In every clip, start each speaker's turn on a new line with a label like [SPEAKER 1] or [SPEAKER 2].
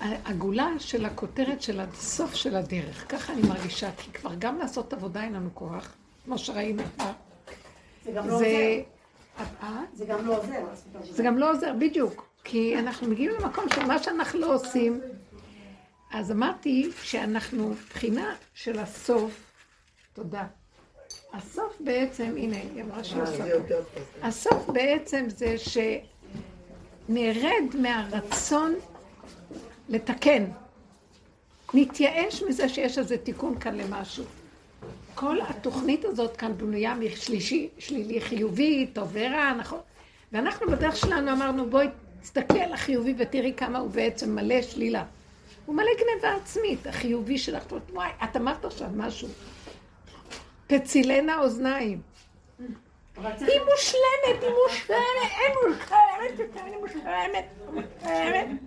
[SPEAKER 1] הגאולה של הכותרת של הסוף של הדרך, ככה אני מרגישה, כי כבר גם לעשות עבודה אין לנו כוח, כמו שראינו כבר.
[SPEAKER 2] זה גם לא עוזר. זה גם לא עוזר.
[SPEAKER 1] זה גם לא עוזר, בדיוק. כי אנחנו מגיעים למקום שמה שאנחנו לא עושים, אז אמרתי שאנחנו בחינה של הסוף, תודה. הסוף בעצם, הנה, היא אמרה שהיא עושה פה. הסוף בעצם זה שנרד מהרצון לתקן. נתייאש מזה שיש איזה תיקון כאן למשהו. כל התוכנית הזאת כאן בנויה משלילי חיובי, טוב ורע, נכון? ואנחנו בדרך שלנו אמרנו, בואי תסתכלי על החיובי ותראי כמה הוא בעצם מלא שלילה. הוא מלא גניבה עצמית, החיובי שלך. וואי, את אמרת עכשיו משהו. תצילנה אוזניים. היא מושלמת, היא מושלמת, היא מושלמת.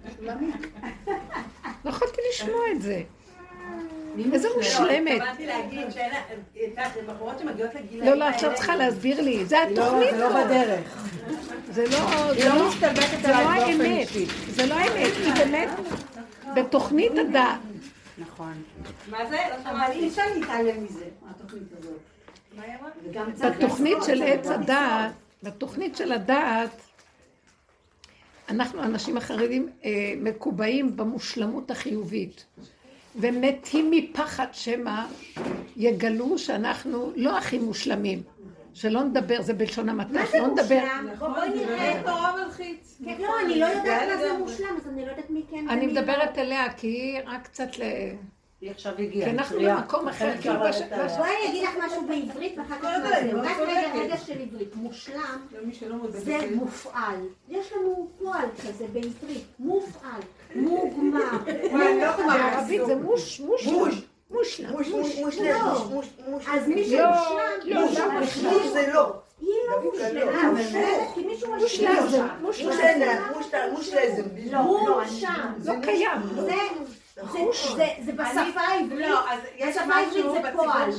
[SPEAKER 1] לא יכולתי לשמוע את זה. איזה מושלמת.
[SPEAKER 3] התכוונתי להגיד שבחורות שמגיעות לגיל...
[SPEAKER 1] לא, עכשיו צריכה להסביר לי. זה התוכנית.
[SPEAKER 2] זה לא בדרך.
[SPEAKER 1] זה לא מסתלבטת עליי באופן אישי. זה לא האמת, היא באמת בתוכנית הדעת.
[SPEAKER 2] נכון.
[SPEAKER 3] מה זה?
[SPEAKER 2] אבל אי אפשר להתעלם מזה, התוכנית הזאת.
[SPEAKER 1] בתוכנית של עץ הדעת, בתוכנית של הדעת, אנחנו, האנשים החרדים, מקובעים במושלמות החיובית, ומתים מפחד שמא יגלו שאנחנו לא הכי מושלמים. שלא נדבר, זה בלשון המעטה, לא נדבר.
[SPEAKER 3] בואי נראה תורה מלחיץ.
[SPEAKER 4] לא, אני לא יודעת מה זה מושלם, אז אני לא יודעת מי כן.
[SPEAKER 1] אני מדברת אליה, כי היא רק קצת
[SPEAKER 2] היא עכשיו הגיעה.
[SPEAKER 1] כי אנחנו במקום אחר.
[SPEAKER 4] בואי אני אגיד לך משהו בעברית ואחר כך נעשה. רק רגע של עברית. מושלם זה מופעל. יש לנו פועל כזה בעברית. מופעל. מוגמר.
[SPEAKER 1] בערבית זה מושלם. מושלם.
[SPEAKER 4] אז מי שמושלם,
[SPEAKER 2] מושלם זה לא.
[SPEAKER 4] היא לא מושלם. כי מישהו מושלם. מושלם.
[SPEAKER 1] לא קיים.
[SPEAKER 4] זה בשפה העברית.
[SPEAKER 3] לא, אז יש משהו
[SPEAKER 4] פועל.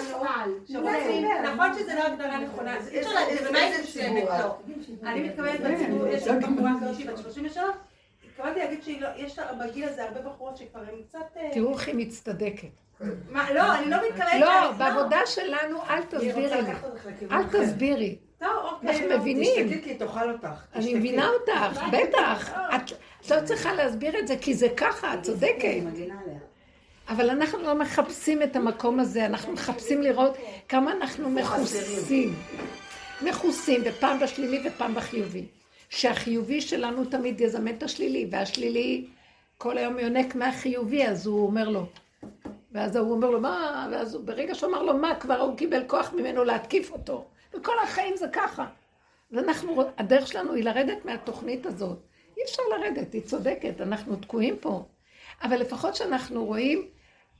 [SPEAKER 3] נכון שזה לא הגדרה נכונה. אי אפשר להגיד, זה מה היא לא. אני מתכוונת בציבור, יש לי בחורה כזאת בת 33, התכוונתי להגיד שיש בגיל הזה הרבה בחורות שכבר הם קצת...
[SPEAKER 1] תראו איך היא מצטדקת.
[SPEAKER 3] לא, אני לא מתכוונת...
[SPEAKER 1] לא, בעבודה שלנו אל תסבירי לי. אל תסבירי.
[SPEAKER 3] טוב, אוקיי.
[SPEAKER 1] אנחנו מבינים.
[SPEAKER 2] תשתקי כי תאכל אותך.
[SPEAKER 1] אני מבינה אותך, בטח. את לא צריכה להסביר את זה כי זה ככה, את צודקת. אבל אנחנו לא מחפשים את המקום הזה, אנחנו מחפשים לראות כמה אנחנו מכוסים. מכוסים, ופעם בשלילי ופעם בחיובי. שהחיובי שלנו תמיד יזמן את השלילי, והשלילי כל היום יונק מהחיובי, אז הוא אומר לו. ואז הוא אומר לו, מה? ואז ברגע שהוא אמר לו, מה? כבר הוא קיבל כוח ממנו להתקיף אותו. וכל החיים זה ככה. ואנחנו, הדרך שלנו היא לרדת מהתוכנית הזאת. אי אפשר לרדת, היא צודקת, אנחנו תקועים פה. אבל לפחות שאנחנו רואים,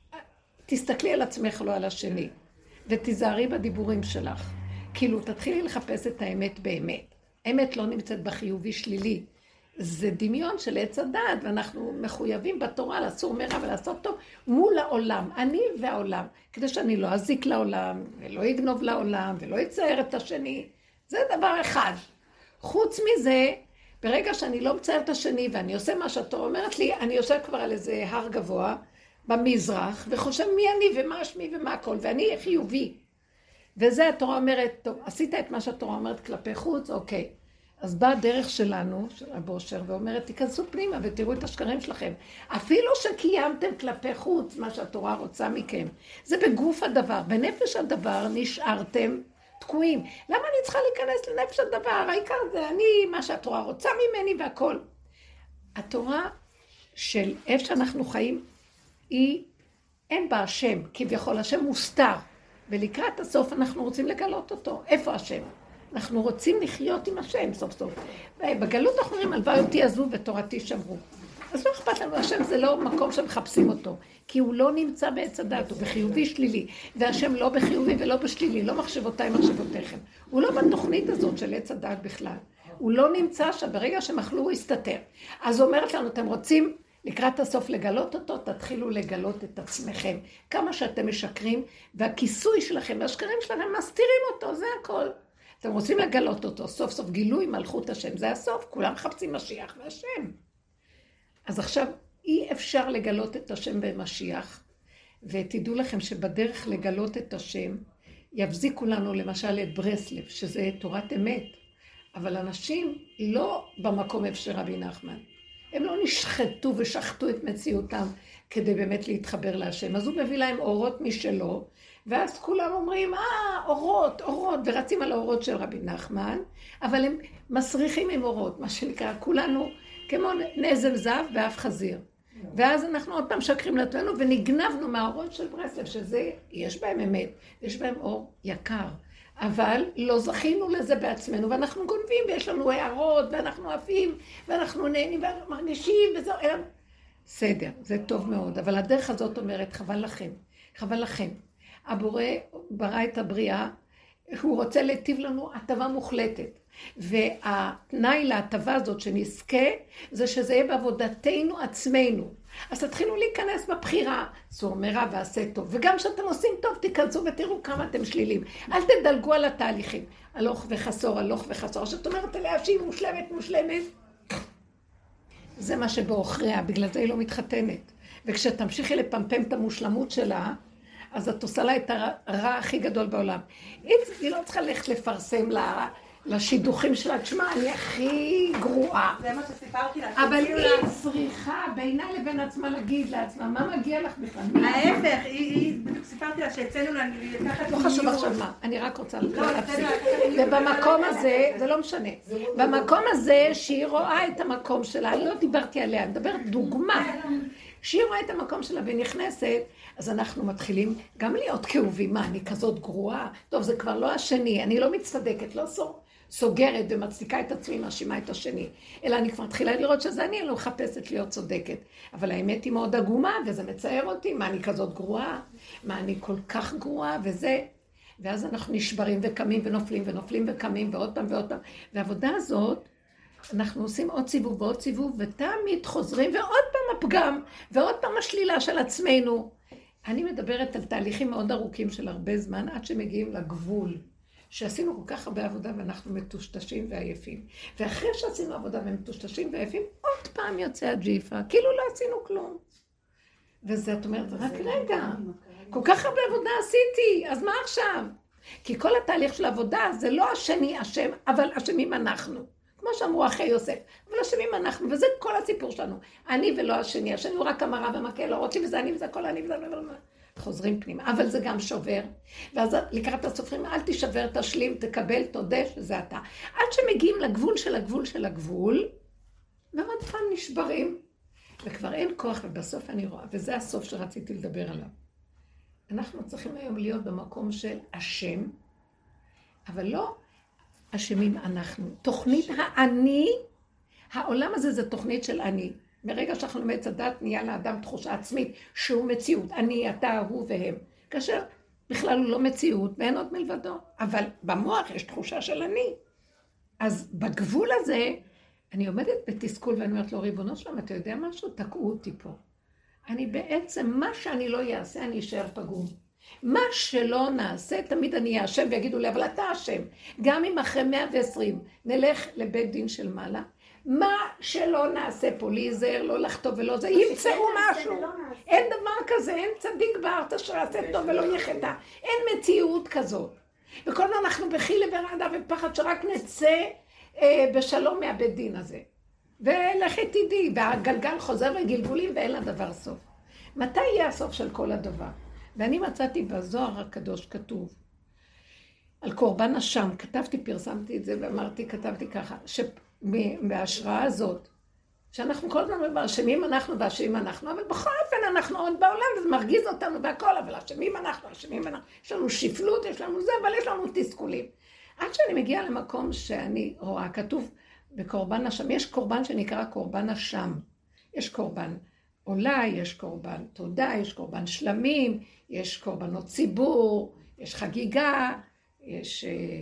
[SPEAKER 1] תסתכלי על עצמך, לא על השני. ותיזהרי בדיבורים שלך. כאילו, תתחילי לחפש את האמת באמת. האמת לא נמצאת בחיובי שלילי. זה דמיון של עץ הדעת, ואנחנו מחויבים בתורה לאסור מרע ולעשות טוב מול העולם, אני והעולם, כדי שאני לא אזיק לעולם, ולא יגנוב לעולם, ולא יצייר את השני. זה דבר אחד. חוץ מזה, ברגע שאני לא מצייר את השני, ואני עושה מה שהתורה אומרת לי, אני יושב כבר על איזה הר גבוה, במזרח, וחושב מי אני ומה שמי ומה הכל, ואני חיובי. וזה התורה אומרת, טוב, עשית את מה שהתורה אומרת כלפי חוץ, אוקיי. אז באה הדרך שלנו, של הבושר, ואומרת, תיכנסו פנימה ותראו את השקרים שלכם. אפילו שקיימתם כלפי חוץ מה שהתורה רוצה מכם. זה בגוף הדבר, בנפש הדבר נשארתם תקועים. למה אני צריכה להיכנס לנפש הדבר? העיקר זה אני, מה שהתורה רוצה ממני והכל. התורה של איפה שאנחנו חיים, היא, אין בה השם, כביכול השם מוסתר. ולקראת הסוף אנחנו רוצים לגלות אותו. איפה השם? אנחנו רוצים לחיות עם השם סוף סוף. בגלות אנחנו אומרים, הלוואי אותי עזבו ותורתי שמרו. אז לא אכפת לנו, השם זה לא מקום שמחפשים אותו, כי הוא לא נמצא בעץ הדת, הוא בחיובי שלילי, והשם לא בחיובי ולא בשלילי, לא מחשבותיי מחשבותיכם. הוא לא בתוכנית הזאת של עץ הדת בכלל. הוא לא נמצא שם, ברגע שמחלו הוא יסתתר. אז אומרת לנו, אתם רוצים לקראת הסוף לגלות אותו, תתחילו לגלות את עצמכם. כמה שאתם משקרים, והכיסוי שלכם והשקרים שלכם מסתירים אותו, זה הכל. אתם רוצים לגלות אותו, סוף סוף גילוי מלכות השם, זה הסוף, כולם מחפשים משיח והשם. אז עכשיו, אי אפשר לגלות את השם במשיח, ותדעו לכם שבדרך לגלות את השם, יבזיקו לנו למשל את ברסלב, שזה תורת אמת, אבל אנשים לא במקום איפה של רבי נחמן. הם לא נשחטו ושחטו את מציאותם כדי באמת להתחבר להשם. אז הוא מביא להם אורות משלו, ואז כולם אומרים, אורות, אורות, ורצים על האורות של רבי נחמן, אבל הם מסריחים עם אורות, מה שנקרא, כולנו כמו נזל זהב ואף חזיר. ואז אנחנו עוד פעם שקרים לעצמנו, ונגנבנו מהאורות של ברסלב, שזה, יש בהם אמת, יש בהם אור יקר. אבל לא זכינו לזה בעצמנו, ואנחנו גונבים, ויש לנו הערות, ואנחנו עפים, ואנחנו נהנים, ואנחנו מרגישים, וזהו, בסדר, זה טוב מאוד, אבל הדרך הזאת אומרת, חבל לכם, חבל לכם. הבורא ברא את הבריאה, הוא רוצה להטיב לנו הטבה מוחלטת, והתנאי להטבה הזאת שנזכה, זה שזה יהיה בעבודתנו עצמנו. אז תתחילו להיכנס בבחירה, סור מרע ועשה טוב, וגם שאתם עושים טוב, תיכנסו ותראו כמה אתם שלילים. אל תדלגו על התהליכים, הלוך וחסור, הלוך וחסור. שאת אומרת עליה שהיא מושלמת, מושלמת, זה מה שבאוכריה, בגלל זה היא לא מתחתנת. וכשתמשיכי לפמפם את המושלמות שלה, אז את עושה לה את הרע הכי גדול בעולם. היא לא צריכה ללכת לפרסם לשידוכים שלה, תשמע, אני הכי גרועה.
[SPEAKER 3] זה מה שסיפרתי לה.
[SPEAKER 1] אבל היא צריכה בינה לבין עצמה להגיד לעצמה, מה מגיע לך בכלל?
[SPEAKER 3] ההפך, היא בדיוק סיפרתי לה שהצאנו לה לקחת...
[SPEAKER 1] לא חשוב עכשיו מה, אני רק רוצה להפסיק. ובמקום הזה, זה לא משנה, במקום הזה שהיא רואה את המקום שלה, אני לא דיברתי עליה, אני מדברת דוגמה. כשהיא רואה את המקום שלה ונכנסת, אז אנחנו מתחילים גם להיות כאובים. מה, אני כזאת גרועה? טוב, זה כבר לא השני, אני לא מצטדקת, לא סוגרת ומצדיקה את עצמי, מאשימה את השני. אלא אני כבר מתחילה לראות שזה אני לא מחפשת להיות צודקת. אבל האמת היא מאוד עגומה, וזה מצער אותי. מה, אני כזאת גרועה? מה, אני כל כך גרועה? וזה... ואז אנחנו נשברים וקמים ונופלים ונופלים וקמים ועוד פעם ועוד פעם. והעבודה הזאת, אנחנו עושים עוד סיבוב ועוד סיבוב, ותמיד חוזרים, ועוד פעם הפגם, ועוד פעם השלילה של עצמנו. אני מדברת על תהליכים מאוד ארוכים של הרבה זמן, עד שמגיעים לגבול, שעשינו כל כך הרבה עבודה, ואנחנו מטושטשים ועייפים. ואחרי שעשינו עבודה ומטושטשים ועייפים, עוד פעם יוצא הג'יפה, כאילו לא עשינו כלום. וזה, את אומרת, רק רגע, כל כך הרבה עבודה עשיתי, אז מה עכשיו? כי כל התהליך של העבודה זה לא השני אשם, אבל אשמים אנחנו. כמו שאמרו אחי יוסף, אבל אשמים אנחנו, וזה כל הסיפור שלנו. אני ולא השני, השני הוא רק המראה ומקל, לא רוצים וזה אני וזה כל אני וזה אני וזה. חוזרים פנימה, אבל זה גם שובר. ואז לקראת הסופרים, אל תשבר, תשלים, תקבל, תודה שזה אתה. עד שמגיעים לגבול של הגבול של הגבול, ועוד פעם נשברים, וכבר אין כוח, ובסוף אני רואה, וזה הסוף שרציתי לדבר עליו. אנחנו צריכים היום להיות במקום של השם, אבל לא אשמים אנחנו. תוכנית האני, העולם הזה זה תוכנית של אני. מרגע שאנחנו לומד הדת, נהיה לאדם תחושה עצמית שהוא מציאות. אני, אתה, הוא והם. כאשר בכלל הוא לא מציאות, ואין עוד מלבדו. אבל במוח יש תחושה של אני. אז בגבול הזה, אני עומדת בתסכול ואני אומרת לו, ריבונו שלום, אתה יודע משהו? תקעו אותי פה. אני בעצם, מה שאני לא אעשה, אני אשאר פגום. מה שלא נעשה, תמיד אני אשם ויגידו לי, אבל אתה אשם. גם אם אחרי 120 נלך לבית דין של מעלה, מה שלא נעשה פה, להיזהר, לא לחטוא ולא זה, ימצאו משהו. אין דבר כזה, אין צדיק בארץ אשר יעשה טוב ולא יחטא. אין מציאות כזאת. וכל הזמן אנחנו בחילה ורעדה ופחד שרק נצא בשלום מהבית דין הזה. ולכי תדעי, והגלגל חוזר וגלגולים ואין לדבר סוף. מתי יהיה הסוף של כל הדבר? ואני מצאתי בזוהר הקדוש כתוב, על קורבן אשם, כתבתי, פרסמתי את זה ואמרתי, כתבתי ככה, בהשראה הזאת, שאנחנו כל הזמן אשמים אנחנו ואשמים אנחנו, אבל בכל אופן אנחנו עוד בעולם, וזה מרגיז אותנו והכל, אבל אשמים אנחנו, יש לנו שפלות, יש לנו זה, אבל יש לנו תסכולים. עד שאני מגיעה למקום שאני רואה, כתוב בקורבן אשם, יש קורבן שנקרא קורבן אשם, יש קורבן עולה, יש קורבן תודה, יש קורבן שלמים, יש קורבנות ציבור, יש חגיגה, יש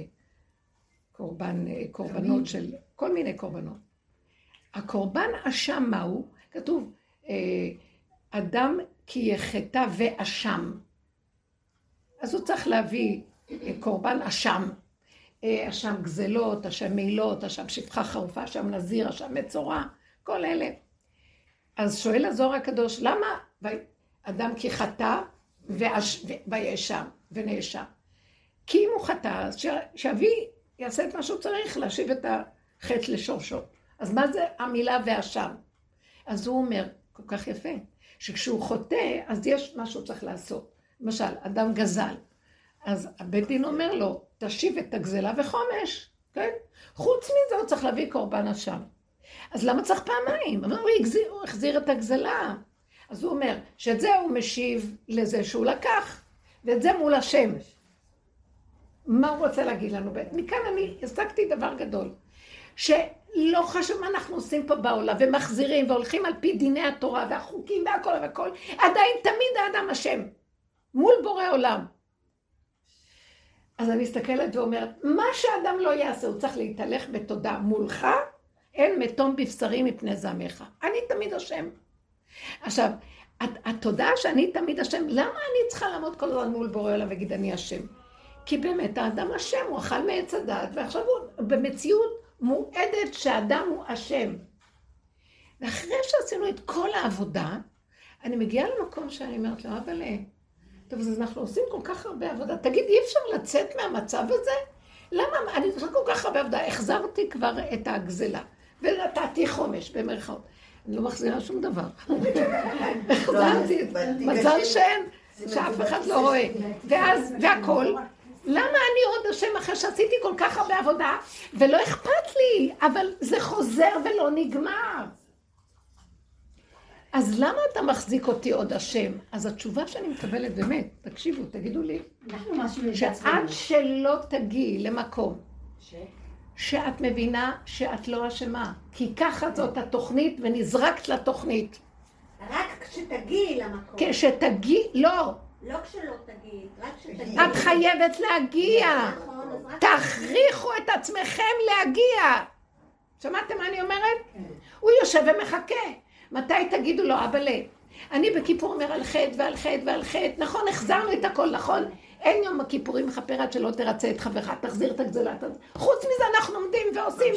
[SPEAKER 1] קורבנות של כל מיני קורבנות. הקורבן אשם מהו? כתוב, אדם כי יחטא ואשם. אז הוא צריך להביא קורבן אשם. אשם גזלות, אשם מילות, אשם שפחה חרופה, אשם נזיר, אשם מצורע, כל אלה. אז שואל הזוהר הקדוש, למה אדם כי חטא וישם ונאשם? כי אם הוא חטא, שאבי יעשה את מה שהוא צריך, להשיב את החטא לשורשו. אז מה זה המילה ואשם? אז הוא אומר, כל כך יפה, שכשהוא חוטא, אז יש מה שהוא צריך לעשות. למשל, אדם גזל. אז הבית דין אומר לו, תשיב את הגזלה וחומש, כן? חוץ מזה הוא צריך להביא קורבן אשם. אז למה צריך פעמיים? הוא החזיר את הגזלה. אז הוא אומר, שאת זה הוא משיב לזה שהוא לקח, ואת זה מול השם. מה הוא רוצה להגיד לנו? מכאן אני הסקתי דבר גדול, שלא חשוב מה אנחנו עושים פה בעולם, ומחזירים והולכים על פי דיני התורה והחוקים והכל והכל, עדיין תמיד האדם השם, מול בורא עולם. אז אני מסתכלת ואומרת, מה שאדם לא יעשה, הוא צריך להתהלך בתודה מולך, אין מתום בבשרי מפני זעמך. אני תמיד השם. עכשיו, התודעה שאני תמיד השם, למה אני צריכה לעמוד כל הזמן מול בורא עולם וגיד אני השם? כי באמת האדם השם, הוא אכל מעץ הדעת, ועכשיו הוא במציאות מועדת שהאדם הוא השם. ואחרי שעשינו את כל העבודה, אני מגיעה למקום שאני אומרת לו, אבל טוב, אז אנחנו עושים כל כך הרבה עבודה. תגיד, אי אפשר לצאת מהמצב הזה? למה? אני עושה כל כך הרבה עבודה. החזרתי כבר את הגזלה, ונתתי חומש במרכאות. אני לא מחזירה שום דבר. החזרתי את מזל שאף אחד לא רואה. ואז, והכל, למה אני עוד השם אחרי שעשיתי כל כך הרבה עבודה, ולא אכפת לי, אבל זה חוזר ולא נגמר. אז למה אתה מחזיק אותי עוד השם? אז התשובה שאני מקבלת באמת, תקשיבו, תגידו לי, שעד שלא תגיעי למקום, שאת מבינה שאת לא אשמה, כי ככה זאת התוכנית ונזרקת לתוכנית.
[SPEAKER 4] רק כשתגיעי למקום.
[SPEAKER 1] כשתגיעי, לא.
[SPEAKER 4] לא כשלא תגיעי, רק כשתגיעי.
[SPEAKER 1] את חייבת להגיע. תכריחו את עצמכם להגיע. שמעתם מה אני אומרת? הוא יושב ומחכה. מתי תגידו לו, אבאלה? אני בכיפור אומר על חטא ועל חטא ועל חטא. נכון, החזרנו את הכל, נכון? אין יום הכיפורים מכפר עד שלא תרצה את חברך, תחזיר את הגזלה. חוץ מזה אנחנו עומדים ועושים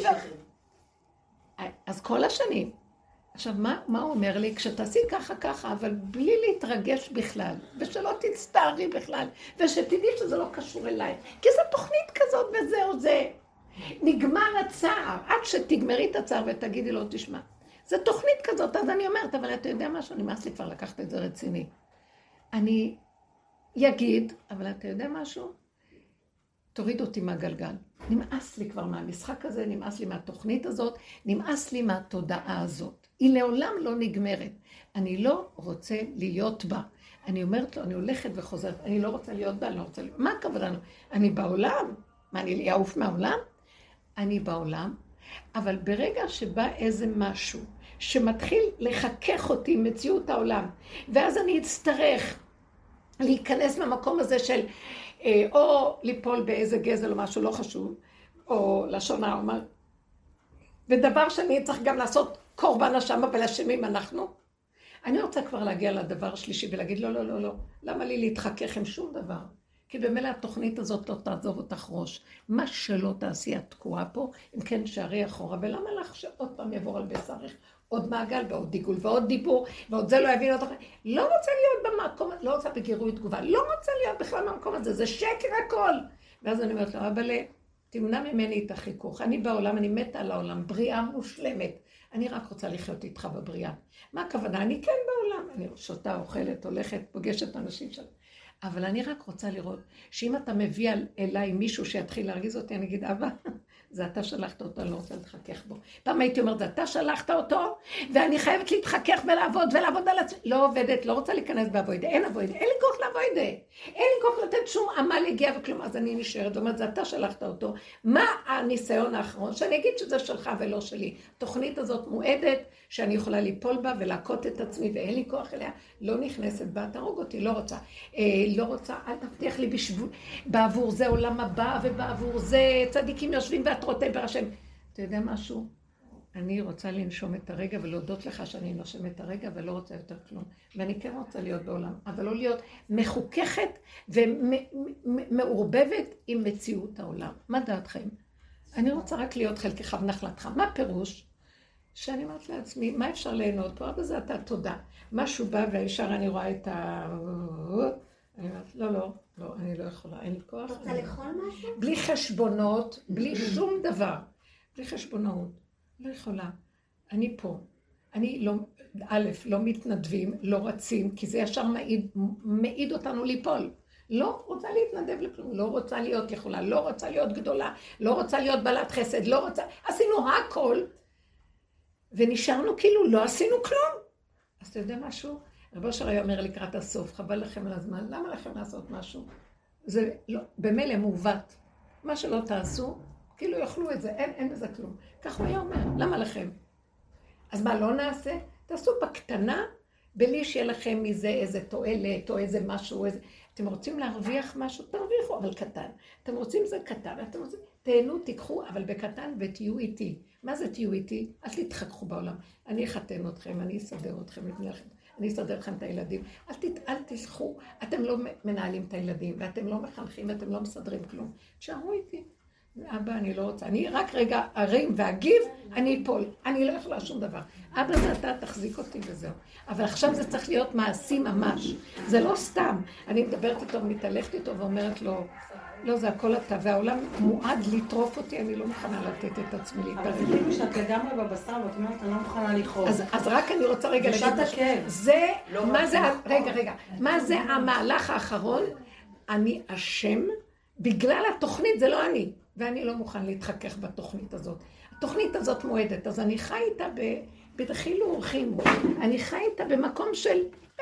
[SPEAKER 1] אז כל השנים. עכשיו, מה הוא אומר לי? כשתעשי ככה, אבל בלי להתרגש בכלל, ושלא תצטערי בכלל, ושתדעי שזה לא קשור אליי, כי זו תוכנית כזאת וזהו זה. נגמר הצער, עד שתגמרי את הצער ותגידי לו, תשמע. זו תוכנית כזאת, אז אני אומרת, אבל אתה יודע משהו, נמאס לי כבר לקחת את זה רציני. אני יגיד, אבל אתה יודע משהו? תוריד אותי מהגלגל. נמאס לי כבר מהמשחק הזה, נמאס לי מהתוכנית הזאת, נמאס לי מהתודעה הזאת. היא לעולם לא נגמרת. אני לא רוצה להיות בה. אני אומרת לו, אני הולכת וחוזרת, אני לא רוצה להיות בה, אני לא רוצה להיות... מה הכוונה? אני בעולם? מה, אני אעוף מהעולם? אני בעולם, אבל ברגע שבא איזה משהו שמתחיל לחכך אותי עם מציאות העולם, ואז אני אצטרך להיכנס מהמקום הזה של או ליפול באיזה גזל או משהו לא חשוב, או לשון הרע, ודבר שאני צריך גם לעשות קורבן אשם, אבל אשמים אנחנו. אני רוצה כבר להגיע לדבר השלישי ולהגיד לא, למה לי להתחכך עם שום דבר? כי במילא התוכנית הזאת לא תעזוב אותך ראש. מה שלא תעשי את תקועה פה, אם כן שערי אחורה, ולמה לך שעוד פעם יעבור על בשרך? עוד מעגל ועוד דיגול ועוד דיבור, ועוד זה לא יבין אותך. לא רוצה להיות במקום, לא רוצה בגירוי תגובה, לא רוצה להיות בכלל במקום הזה, זה שקר הכל. ואז אני אומרת לו, אבל תמנע ממני את החיכוך. אני בעולם, אני מתה על העולם, בריאה מושלמת. אני רק רוצה לחיות איתך בבריאה. מה הכוונה? אני כן בעולם. אני שותה, אוכלת, הולכת, פוגשת אנשים שם. אבל אני רק רוצה לראות שאם אתה מביא אליי מישהו שיתחיל להרגיז אותי, אני אגיד, אבא, זה אתה שלחת אותו, אני לא רוצה להתחכך בו. פעם הייתי אומרת, זה אתה שלחת אותו, ואני חייבת להתחכך ולעבוד על עצמי. לא עובדת, לא רוצה להיכנס בעבודה, אין עבודה, אין לי כוח לעבודה. אין לי כוח לתת שום עמל הגיע וכלום, אז אני נשארת, זאת אומרת, זה אתה שלחת אותו. מה הניסיון האחרון? שאני אגיד שזה שלך ולא שלי. התוכנית הזאת מועדת, שאני יכולה ליפול בה ולהכות את עצמי, ואין לי כוח אליה, לא נכנסת בה, תרוג אותי, לא רוצה. לא רוצה, אל תבטיח לי בעבור זה עולם הבא, ובעבור זה צדיקים יושבים ואת רואה ברשם. אתה יודע משהו? אני רוצה לנשום את הרגע ולהודות לך שאני נושם את הרגע ולא רוצה יותר כלום. ואני כן רוצה להיות בעולם, אבל לא להיות מחוככת ומעורבבת עם מציאות העולם. מה דעתכם? אני רוצה רק להיות חלקך ונחלתך. מה פירוש? שאני אומרת לעצמי, מה אפשר ליהנות פה? בזה אתה תודה. משהו בא וישר אני רואה את אני אומרת, לא, אני לא יכולה, אין לי כוח.
[SPEAKER 4] רוצה לאכול משהו?
[SPEAKER 1] בלי חשבונות, בלי שום דבר. בלי חשבונות. לא יכולה. אני פה. אני לא, לא מתנדבים, לא רצים, כי זה ישר מעיד אותנו ליפול. לא רוצה להתנדב לכלום, לא רוצה להיות יכולה, לא רוצה להיות גדולה, לא רוצה להיות בעלת חסד, לא רוצה... עשינו הכל, ונשארנו כאילו לא עשינו כלום. אז אתה יודע משהו? רב אושר היה אומר לקראת הסוף, חבל לכם על הזמן, למה לכם לעשות משהו? זה לא, במילא מעוות. מה שלא תעשו, כאילו יאכלו את זה, אין בזה כלום. כך הוא היה אומר, למה לכם? אז מה, לא נעשה? תעשו בקטנה, בלי שיהיה לכם מזה איזה תועלת או איזה משהו, איזה... אתם רוצים להרוויח משהו? תרוויחו, אבל קטן. אתם רוצים זה קטן, אתם רוצים... תהנו, תיקחו, אבל בקטן ותהיו איתי. מה זה תהיו איתי? אל תתחככו בעולם. אני אחתן אתכם, אני אסדר אתכם, אני אסדר לכם את הילדים. אל תלכו, אתם לא מנהלים את הילדים, ואתם לא מחנכים, ואתם לא מסדרים כלום. תשארו איתי. אבא, אני לא רוצה. אני רק רגע ארים ואגיב, אני אפול. אני לא יכולה שום דבר. אבא, זה אתה תחזיק אותי וזהו. אבל עכשיו זה צריך להיות מעשי ממש. זה לא סתם. אני מדברת איתו, מתהלכת איתו ואומרת לו, לא, זה הכל אתה, והעולם מועד לטרוף אותי, אני לא מוכנה לתת את עצמי להתערב.
[SPEAKER 3] אבל זה כאילו שאת לגמרי בבשר, ואת אומרת, אני לא מוכנה לכאוב.
[SPEAKER 1] אז רק אני רוצה רגע להגיד משהו. זה, מה זה, רגע, מה זה המהלך האחרון? אני אשם, בגלל התוכנית זה לא אני, ואני לא מוכן להתחכך בתוכנית הזאת. התוכנית הזאת מועדת, אז אני חי איתה בדחילו ורחימו. אני חי איתה במקום של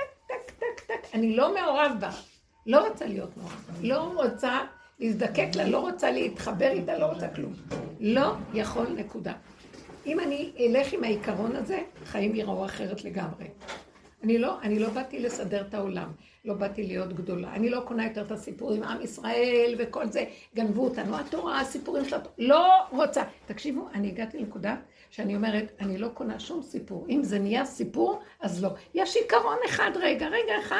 [SPEAKER 1] טק, אני לא מעורב בה. לא רוצה להיות מעורב. לא רוצה להזדקק לה, לא רוצה להתחבר איתה, לא רוצה כלום. לא יכול, נקודה. אם אני אלך עם העיקרון הזה, חיים יראו אחרת לגמרי. אני לא באתי לסדר את העולם, לא באתי להיות גדולה. אני לא קונה יותר את הסיפורים, עם ישראל וכל זה, גנבו אותנו, התורה, הסיפורים של התורה, לא רוצה. תקשיבו, אני הגעתי לנקודה שאני אומרת, אני לא קונה שום סיפור. אם זה נהיה סיפור, אז לא. יש עיקרון אחד, רגע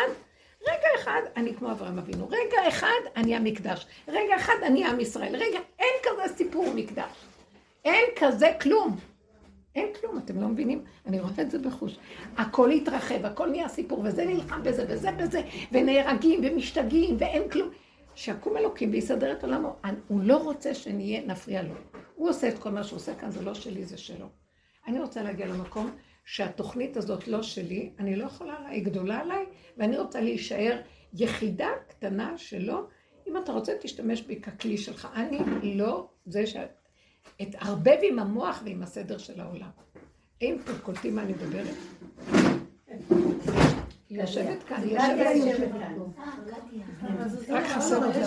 [SPEAKER 1] אחד, אני כמו אברהם אבינו. רגע אחד, אני המקדש. רגע אחד, אני עם ישראל. רגע, אין כזה סיפור מקדש. אין כזה כלום. אין כלום, אתם לא מבינים? אני רואה את זה בחוש. הכל התרחב, הכל נהיה סיפור, וזה נלחם בזה, וזה, ונהרגים ומשתגעים, ואין כלום. שיקום אלוקים ויסדר את עולמו. הוא לא רוצה שנהיה, נפריע לו. הוא עושה את כל מה שהוא עושה כאן, זה לא שלי, זה שלו. אני רוצה להגיע למקום שהתוכנית הזאת לא שלי, אני לא יכולה עליי, היא גדולה עליי, ואני רוצה להישאר יחידה קטנה שלו. אם אתה רוצה, תשתמש בי ככלי שלך. אני לא זה אתערבב עם המוח ועם הסדר של העולם. אם אתם קולטים מה אני מדברת? היא יושבת כאן, היא יושבת כאן. רק חסר אותה.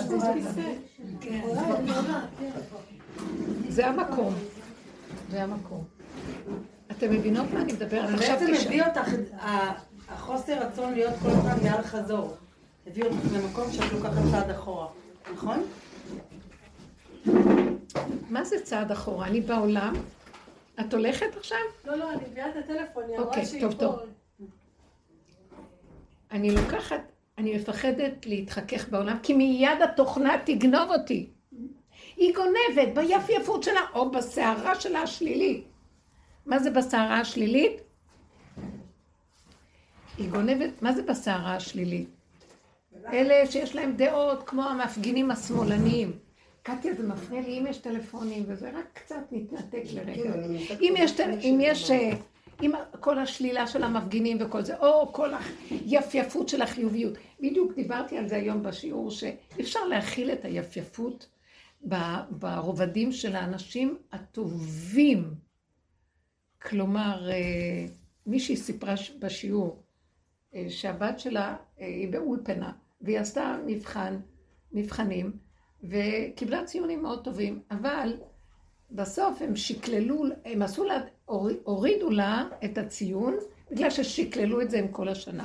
[SPEAKER 1] זה המקום. זה המקום. אתם מבינות מה אני מדברת?
[SPEAKER 3] אבל בעצם הביא אותך, החוסר רצון להיות כל הזמן מעל חזור. הביא אותך למקום שאת לוקחת צעד אחורה, נכון?
[SPEAKER 1] מה זה צעד אחורה? אני בעולם. את הולכת עכשיו?
[SPEAKER 3] לא, אני מביאה את הטלפון, היא אמרה שהיא
[SPEAKER 1] פה. טוב. אני לוקחת, אני מפחדת להתחכך בעולם, כי מיד התוכנה תגנוב אותי. היא גונבת ביפייפות שלה, או בסערה שלה השלילית. מה זה בסערה השלילית? היא גונבת, מה זה בסערה השלילית? אלה שיש להם דעות כמו המפגינים השמאלניים. קטיה, זה מפריע לי, אם יש טלפונים, וזה רק קצת נתנתק לרגע. אם כל השלילה של המפגינים וכל זה, או כל היפייפות של החיוביות. בדיוק דיברתי על זה היום בשיעור, שאפשר להכיל את היפייפות ברובדים של האנשים הטובים. כלומר, מישהי סיפרה בשיעור, שהבת שלה היא באולפנה, והיא עשתה מבחנים, וקיבלה ציונים מאוד טובים, אבל בסוף הם שקללו, הם עשו לה, הורידו לה את הציון, בגלל ששקללו את זה עם כל השנה.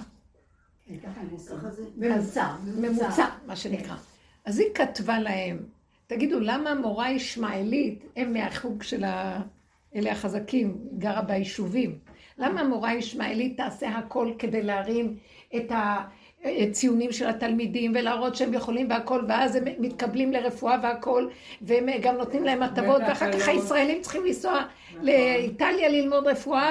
[SPEAKER 1] ממוצע, מה שנקרא. אז היא כתבה להם, תגידו, למה מורה ישמעאלית, הם מהחוג של אלה החזקים, גרה ביישובים, למה המורה ישמעאלית תעשה הכל כדי להרים את הציונים של התלמידים ולהראות שהם יכולים והכל, ואז הם מתקבלים לרפואה והכל, והם גם נותנים להם הטבות, ואחר כך הישראלים צריכים לנסוע לאיטליה ללמוד רפואה,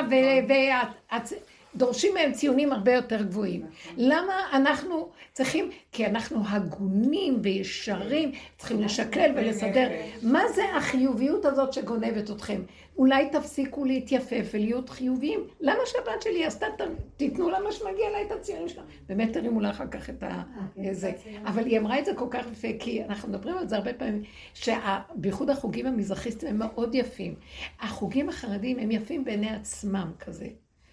[SPEAKER 1] דורשים מהם ציונים הרבה יותר גבוהים. למה אנחנו צריכים? כי אנחנו הגונים וישרים, צריכים לשקלל ולסדר. מה זה החיוביות הזאת שגונבת אתכם? אולי תפסיקו להתייפף ולהיות חיוביים. למה שהבת שלי עשתה, תיתנו לה מה שמגיע לה את הציונים שלה. באמת תרימו לה אחר כך את זה. אבל היא אמרה את זה כל כך יפה, כי אנחנו מדברים על זה הרבה פעמים, שבייחוד החוגים המזרחיסטים הם מאוד יפים. החוגים החרדים הם יפים בעיני עצמם כזה.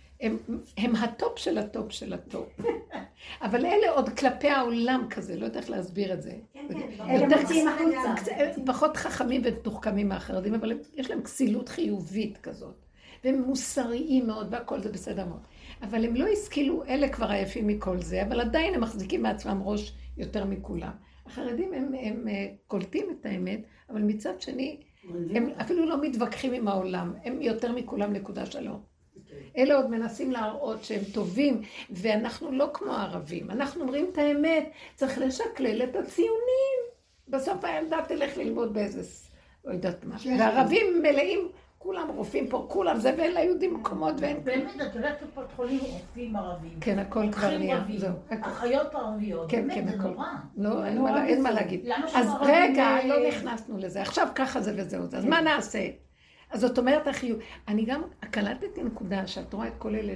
[SPEAKER 1] הם הטופ של הטופ של הטופ. אבל אלה עוד כלפי העולם כזה, לא יודע איך להסביר את זה.
[SPEAKER 4] אלה מוצאים החוצה.
[SPEAKER 1] פחות חכמים ותוחכמים מהחרדים, אבל יש להם כסילות חיובית כזאת. והם מוסריים מאוד, והכל זה בסדר מאוד. אבל הם לא השכילו, אלה כבר היפים מכל זה, אבל עדיין הם מחזיקים מעצמם ראש יותר מכולם. החרדים הם קולטים את האמת, אבל מצד שני, הם אפילו לא מתווכחים עם העולם, הם יותר מכולם נקודה שלום. אלה עוד מנסים להראות שהם טובים, ואנחנו לא כמו הערבים. אנחנו אומרים את האמת, צריך לשקלל את הציונים. בסוף הילדה תלך ללמוד באיזה, לא יודעת מה. והערבים מלאים, כולם רופאים פה, כולם זה, ואין ליהודים מקומות ואין...
[SPEAKER 2] באמת, את הולכת לפות חולים רופאים ערבים.
[SPEAKER 1] כן, הכל כבר נהיה.
[SPEAKER 2] אחיות ערביות, באמת, זה נורא.
[SPEAKER 1] לא, אין מה להגיד. אז רגע, לא נכנסנו לזה. עכשיו ככה זה וזהו. אז מה נעשה? אז זאת אומרת החיוב. אני גם קלטתי נקודה שאת רואה את כל אלה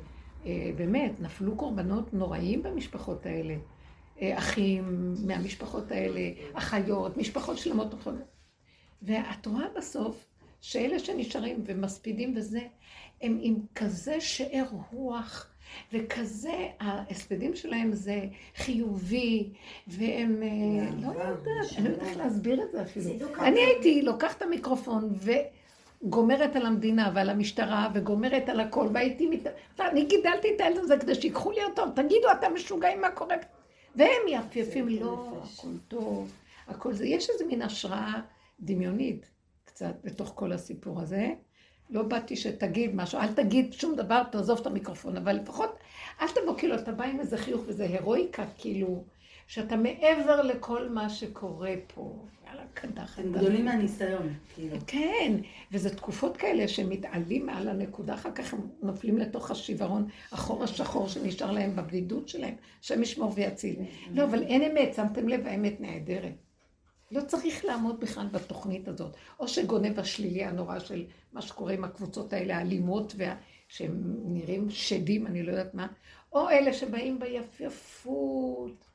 [SPEAKER 1] שבאמת נפלו קורבנות נוראים במשפחות האלה. אחים מהמשפחות האלה, אחיות, משפחות שלמות נכונות. ואת רואה בסוף שאלה שנשארים ומספידים וזה, הם עם כזה שאר רוח, וכזה, ההספדים שלהם זה חיובי, והם, לא יודעת, אני לא יודעת להסביר את זה אפילו. אני הייתי לוקחת את המיקרופון וגומרת על המדינה ועל המשטרה, וגומרת על הכל, אני גידלתי את הילד הזה כדי שיקחו לי אותו, תגידו, אתם משוגעים מה קורה? והם יפייפים, לא, הכל טוב, הכל זה. יש איזה מין השראה דמיונית קצת בתוך כל הסיפור הזה. לא באתי שתגיד משהו, אל תגיד שום דבר, תעזוב את המיקרופון, אבל לפחות אל תבוא כאילו, אתה בא עם איזה חיוך וזה הרואיקה, כאילו, שאתה מעבר לכל מה שקורה פה. יאללה, קדח.
[SPEAKER 5] הם גדולים מהניסיון, כאילו.
[SPEAKER 1] כן, וזה תקופות כאלה שמתעלים מעל הנקודה, אחר כך הם נופלים לתוך השיוורון, החור השחור שנשאר להם בבדידות שלהם, שם ישמור ויציל. לא, אבל אין אמת, שמתם לב, האמת נהדרת. לא צריך לעמוד בכלל בתוכנית הזאת, או שגונב השלילי הנורא של מה שקורה עם הקבוצות האלה, האלימות, שהם נראים שדים, אני לא יודעת מה, או אלה שבאים ביפייפות.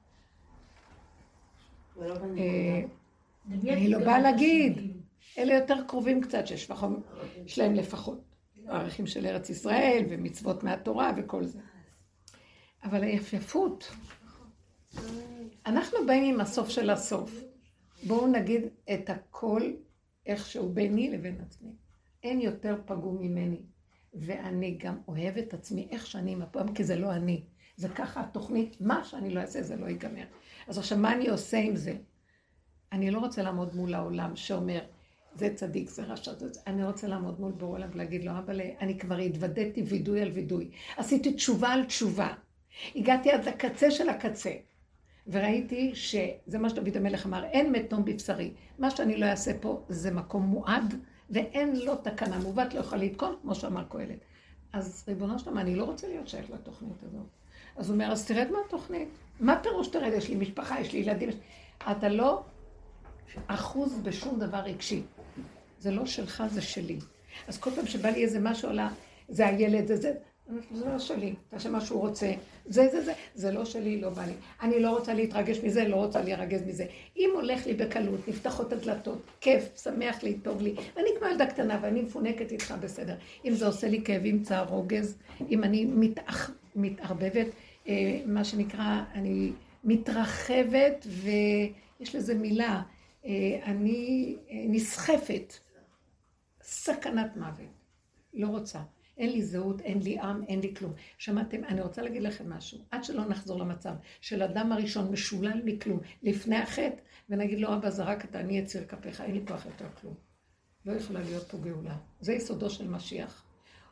[SPEAKER 1] אני לא באה להגיד, אלה יותר קרובים קצת, שיש להם לפחות הערכים של ארץ ישראל, ומצוות מהתורה וכל זה. אבל היפייפות, אנחנו באים עם הסוף של הסוף. בואו נגיד את הכל איכשהו ביני לבין עצמי. אין יותר פגום ממני, ואני גם אוהב את עצמי איך שאני עם הפעם, כי זה לא אני. זה ככה התוכנית, מה שאני לא אעשה זה לא ייגמר. אז עכשיו מה אני עושה עם זה? אני לא רוצה לעמוד מול העולם שאומר, זה צדיק, זה רשע, אני רוצה לעמוד מול בורא עולם ולהגיד לו, אבל אני כבר התוודעתי וידוי על וידוי. עשיתי תשובה על תשובה. הגעתי עד לקצה של הקצה. וראיתי שזה מה שדוד המלך אמר, אין מתום בבשרי. מה שאני לא אעשה פה זה מקום מועד, ואין לו תקנה, מובט לא יכול להתקון, כמו שאמר קהלת. אז ריבונו שלום, אני לא רוצה להיות שייך לתוכנית הזאת. אז הוא אומר, אז תרד מהתוכנית. מה פירוש תרד? יש לי משפחה, יש לי ילדים. אתה לא אחוז בשום דבר רגשי. זה לא שלך, זה שלי. אז כל פעם שבא לי איזה משהו עלה, זה הילד, זה לא שלי, תעשה מה שהוא רוצה, זה לא שלי, לא בא לי. אני לא רוצה להתרגש מזה, לא רוצה להירגז מזה. אם הולך לי בקלות, נפתחות הדלתות, כיף, שמח לי, טוב לי, ואני כמו ילדה קטנה ואני מפונקת איתך בסדר. אם זה עושה לי כאבים, צער, רוגז, אם אני מתערבבת, מה שנקרא, אני מתרחבת, ויש לזה מילה, אני נסחפת, סכנת מוות, לא רוצה. אין לי זהות, אין לי עם, אין לי כלום. שמעתם, אני רוצה להגיד לכם משהו. עד שלא נחזור למצב של אדם הראשון משולל מכלום, לפני החטא, ונגיד לו, אבא זרקת, אני יציר כפיך, אין לי כוח יותר כלום. לא יכולה להיות פה גאולה. זה יסודו של משיח.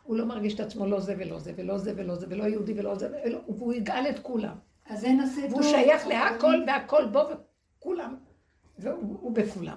[SPEAKER 1] הוא לא מרגיש את עצמו לא זה ולא זה ולא זה ולא זה ולא יהודי ולא זה, והוא יגאל את כולם.
[SPEAKER 5] אז זה נעשה טוב.
[SPEAKER 1] והוא שייך להכל והכל בו וכולם, והוא בכולם.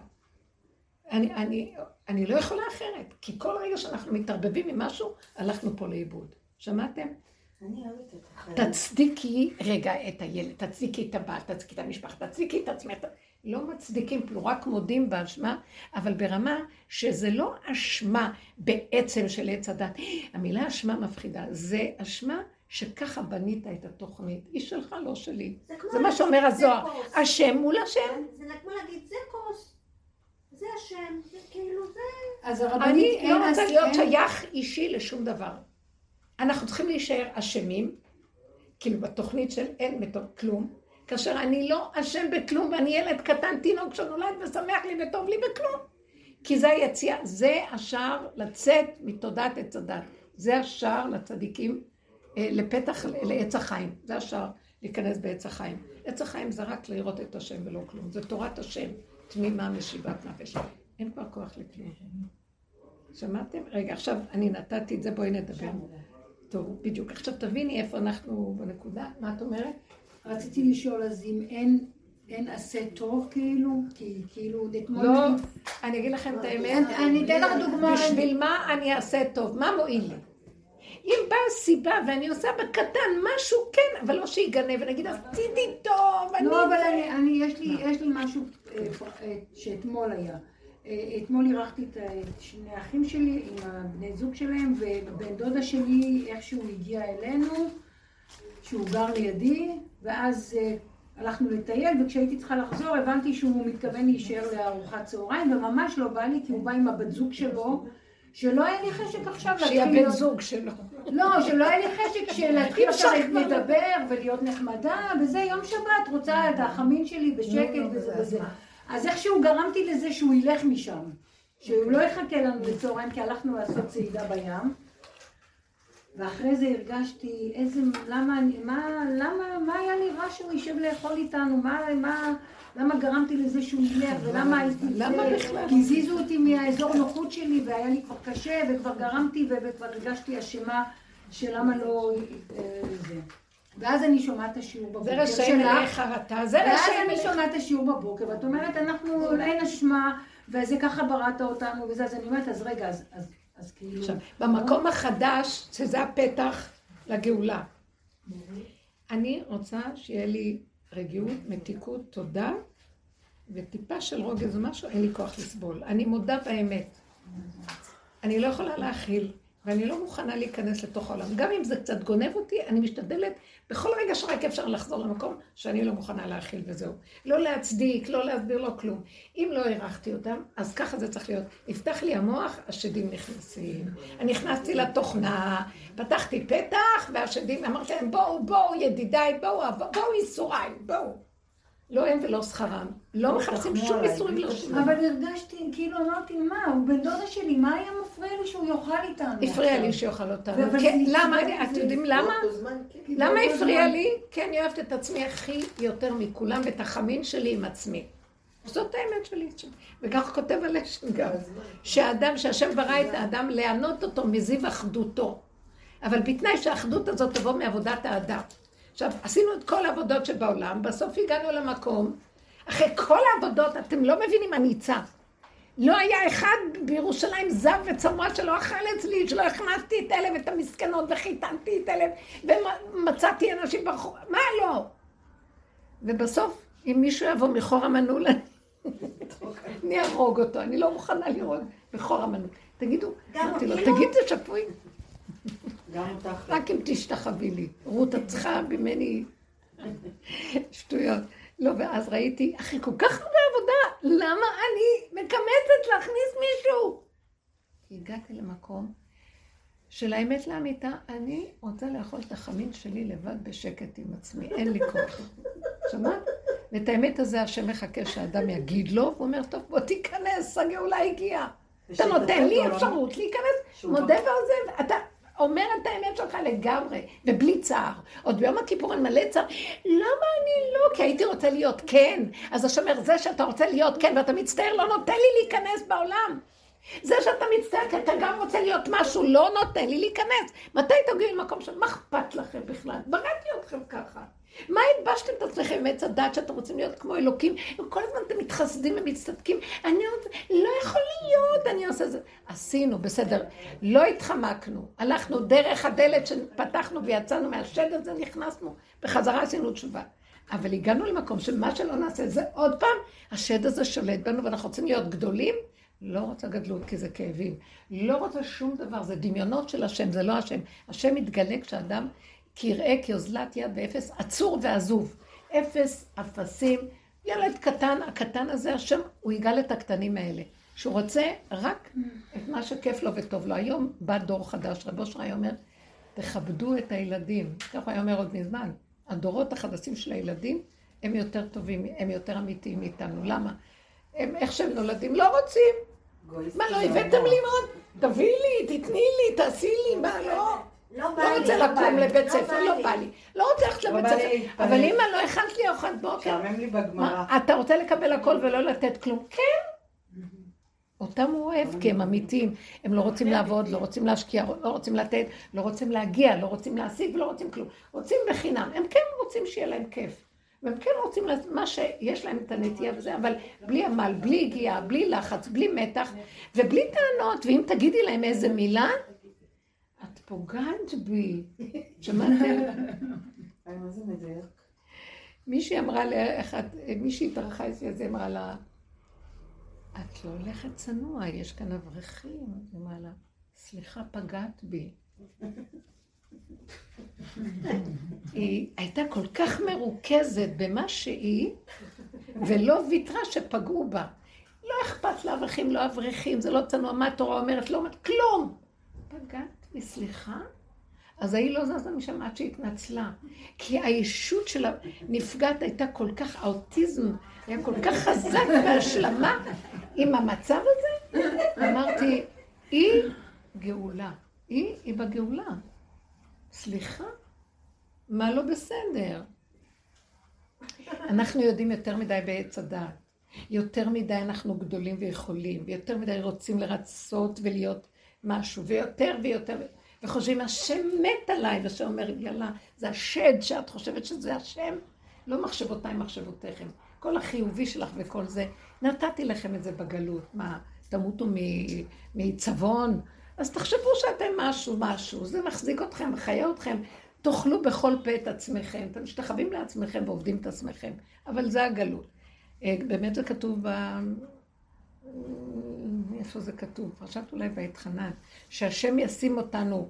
[SPEAKER 1] אני לא יכולה אחרת, כי כל רגע שאנחנו מתערבבים ממשהו, הלכנו פה לאיבוד. שמעתם?
[SPEAKER 2] אני אוהבת את החיים.
[SPEAKER 1] תצדיקי רגע את הילד, תצדיקי את הבעל, תצדיקי את המשפחה, תצדיקי את עצמך. לא מצדיקים, רק מודים באשמה, אבל ברמה שזה לא אשמה בעצם של עץ הדת. המילה אשמה מפחידה, זה אשמה שככה בנית את התוכנית. היא שלך, לא שלי. זה מה שאומר הזוהר. השם מול השם.
[SPEAKER 4] זה כמו להגיד, זה כוס. זה השם, זה כאילו זה...
[SPEAKER 5] אז הרבנית
[SPEAKER 1] אני לא רוצה להיות שייך אישי לשום דבר. אנחנו צריכים להישאר אשמים, כאילו בתוכנית של אין בתוך כלום, כאשר אני לא אשם בכלום, ואני ילד קטן, תינוק שנולד ושמח לי וטוב לי בכלום. כי זה היציאה, זה השער לצאת מתודעת עץ הדת. זה השער לצדיקים, לפתח, לעץ החיים. זה השער להיכנס בעץ החיים. עץ החיים זה רק לראות את השם ולא כלום. זה תורת השם, תמימה משיבת נפש. אין כבר כוח לכלום. שמעתם? רגע, עכשיו אני נתתי את זה, בואי נדבר. טוב, בדיוק. עכשיו תביני איפה אנחנו בנקודה. מה את אומרת?
[SPEAKER 5] רציתי לשאול, אז אם אין עשה טוב כאילו? כי כאילו...
[SPEAKER 1] לא, אני אגיד לכם את האמת.
[SPEAKER 5] אני אתן לך דוגמה.
[SPEAKER 1] בשביל מה אני אעשה טוב? מה מועיל לי? אם באה סיבה ואני עושה בקטן משהו, כן, אבל לא שיגנה ונגיד, עשיתי טוב,
[SPEAKER 5] לא, אבל יש לי משהו שאתמול היה. אתמול אירחתי את שני האחים שלי עם הבני זוג שלהם, ובן דודה שלי איכשהו הגיע אלינו, שהוא גר לידי, ואז הלכנו לטייל, וכשהייתי צריכה לחזור הבנתי שהוא מתכוון להישאר לארוחת צהריים, וממש לא בא לי, כי הוא בא עם הבת זוג שלו, שלא היה לי חשק עכשיו להתחיל...
[SPEAKER 1] שהיא הבן זוג שלו.
[SPEAKER 5] לא, שלא היה לי חשק להתחיל עכשיו לדבר ולהיות נחמדה, וזה יום שבת, רוצה את החמין שלי בשקט וזה וזה. אז איכשהו גרמתי לזה שהוא ילך משם, שהוא לא יחכה לנו לצהריים, כי הלכנו לעשות צעידה בים, ואחרי זה הרגשתי מה היה לי רע שהוא יישב לאכול איתנו, למה גרמתי לזה שהוא ילך, ולמה הייתי...
[SPEAKER 1] למה בכלל?
[SPEAKER 5] כי זיזו אותי מהאזור נוחות שלי, והיה לי כבר קשה, וכבר גרמתי, וכבר הרגשתי אשמה שלמה לא זה. ואז אני שומעת את השיעור בבוקר שלך.
[SPEAKER 1] זה רשאים אליי חרטה, זה רשאים
[SPEAKER 5] ואז
[SPEAKER 1] אליי.
[SPEAKER 5] אני שומעת את השיעור בבוקר, ואת אומרת, אנחנו אין אשמה, וזה ככה בראת אותנו, וזה, אז אני אומרת, אז רגע, אז כאילו...
[SPEAKER 1] עכשיו, במקום החדש, שזה הפתח לגאולה. אני רוצה שיהיה לי רגיעות, מתיקות, תודה, וטיפה של רוגז משהו, אין לי כוח לסבול. אני מודה באמת. אני לא יכולה להכיל, ואני לא מוכנה להיכנס לתוך העולם. גם אם זה קצת גונב אותי, אני משתדלת בכל רגע שרק אפשר לחזור למקום שאני לא מוכנה להכיל וזהו. לא להצדיק, לא להסביר לו כלום. אם לא הערכתי אותם, אז ככה זה צריך להיות. נפתח לי המוח, השדים נכנסים. אני נכנסתי לתוכנה, פתחתי פתח, והשדים, אמרתי להם, בואו ידידיי, בואו איסוריי, בואו. לא הם ולא שכרם. לא מחפשים שום איסורים ולא שום.
[SPEAKER 5] אבל הרגשתי, כאילו אמרתי, מה, הוא בן דודה שלי, מה היה מפריע לי שהוא יאכל איתנו?
[SPEAKER 1] הפריע לי שיאכל אותנו. למה? אתם יודעים למה? למה הפריע לי? כי אני אוהבת את עצמי הכי יותר מכולם, ואת החמין שלי עם עצמי. זאת האמת שלי. וכך כותב הלשן גם. שהאדם, שהשם ברא את האדם, לענות אותו מזיו אחדותו. אבל בתנאי שהאחדות הזאת תבוא מעבודת האדם. עכשיו, עשינו את כל העבודות שבעולם, בסוף הגענו למקום, אחרי כל העבודות, אתם לא מבינים הניצה. לא היה אחד בירושלים זב וצמרה שלא אכל אצלי, שלא הכנסתי את אלה ואת המסכנות, וחיתנתי את אלה, ומצאתי אנשים ברחוב, מה לא? ובסוף, אם מישהו יבוא מחור המנעול, אני ארוג אותו, אני לא מוכנה לראות מחור המנעול. תגידו, תגיד זה שפוי. רק אם תשתחווי לי. רות, את צריכה ממני שטויות. לא, ואז ראיתי, אחרי כל כך הרבה עבודה, למה אני מקמצת להכניס מישהו? הגעתי למקום של האמת לאמיתה, אני רוצה לאכול את החמין שלי לבד בשקט עם עצמי, אין לי כוח. שמעת? ואת האמת הזה השם מחכה שהאדם יגיד לו, הוא אומר, טוב, בוא תיכנס, הגאולה הגיעה. אתה נותן לי אפשרות להיכנס, מודה ועוזב, אתה... אומר את האמת שלך לגמרי, ובלי צער. עוד ביום הכיפורים מלא צער. למה אני לא? כי הייתי רוצה להיות כן. אז השם אומר, זה שאתה רוצה להיות כן, ואתה מצטער, לא נותן לי להיכנס בעולם. זה שאתה מצטער, כי אתה גם רוצה להיות משהו, לא נותן לי להיכנס. מתי תגיעו למקום של, מה אכפת לכם בכלל? בראתי אתכם ככה. מה התבשתם את עצמכם עם עץ הדת שאתם רוצים להיות כמו אלוקים? כל הזמן אתם מתחסדים ומצטדקים. לא יכול להיות, אני עושה זה. עשינו, בסדר. לא התחמקנו. הלכנו דרך הדלת שפתחנו ויצאנו מהשד הזה, נכנסנו. בחזרה עשינו תשובה. אבל הגענו למקום שמה שלא נעשה זה עוד פעם, השד הזה שולט בנו ואנחנו רוצים להיות גדולים. לא רוצה גדלות כי זה כאבים. לא רוצה שום דבר, זה דמיונות של השם, זה לא השם. השם מתגלה כשאדם כראה כאוזלת יד ואפס עצור ועזוב. אפס אפסים. ילד קטן, הקטן הזה, השם, הוא יגאל את הקטנים האלה. שהוא רוצה רק את מה שכיף לו וטוב לו. היום בא דור חדש, רבו שרי אומר, תכבדו את הילדים. כך הוא אומר עוד מזמן. הדורות החדשים של הילדים הם יותר טובים, הם יותר אמיתיים מאיתנו. למה? הם איך שהם נולדים לא רוצים. מה לא הבאתם לי מאוד? תביא לי, תתני לי, תעשי לי, מה לא? לא רוצה לקום לבית ספר, לא בא לי. לא רוצה ללכת לבית ספר. אבל אמא לא הכנת לי ארוחת בוקר.
[SPEAKER 6] שעמם לי בגמרא.
[SPEAKER 1] אתה רוצה לקבל הכל ולא לתת כלום? כן. אותם הוא אוהב, כי הם אמיתיים. הם לא רוצים לעבוד, לא רוצים להשקיע, לא רוצים לתת, לא רוצים להגיע, לא רוצים להשיג ולא רוצים כלום. רוצים בחינם. הם כן רוצים שיהיה להם כיף. והם כן רוצים מה שיש להם את הנטייה וזה, אבל בלי עמל, בלי הגיעה, בלי לחץ, בלי מתח, ובלי טענות. ואם תגידי להם איזה מילה, את פוגעת בי. שמעתם?
[SPEAKER 6] מה זה מדויק?
[SPEAKER 1] מישהי אמרה לאחד, מישהי התארחה איזה, אמרה לה, את לא הולכת צנוע, יש כאן אברכים. היא אמרה לה, סליחה, פגעת בי. היא הייתה כל כך מרוכזת במה שהיא, ולא ויתרה שפגעו בה. לא אכפת לאברכים, לא אברכים, זה לא צנוע, מה התורה אומרת, לא אומרת, כלום. פגעת בי, סליחה? אז היא לא זזה משם עד שהתנצלה. כי הישות של הנפגעת הייתה כל כך, האוטיזם היה כל כך חזק בהשלמה עם המצב הזה. אמרתי, היא גאולה, היא בגאולה. סליחה? מה לא בסדר? אנחנו יודעים יותר מדי בעץ הדעת. יותר מדי אנחנו גדולים ויכולים, ויותר מדי רוצים לרצות ולהיות משהו, ויותר ויותר, וחושבים, השם מת עליי, ושם אומר, יאללה, זה השד שאת חושבת שזה השם, לא מחשבותיי, מחשבותיכם. כל החיובי שלך וכל זה, נתתי לכם את זה בגלות. מה, תמותו מצבון? אז תחשבו שאתם משהו, זה מחזיק אתכם, מחיה אתכם, תאכלו בכל פה את עצמכם, אתם משתחווים לעצמכם ועובדים את עצמכם, אבל זה הגלות. באמת זה כתוב איפה זה כתוב? פרשת אולי ויתחנן, שהשם ישים אותנו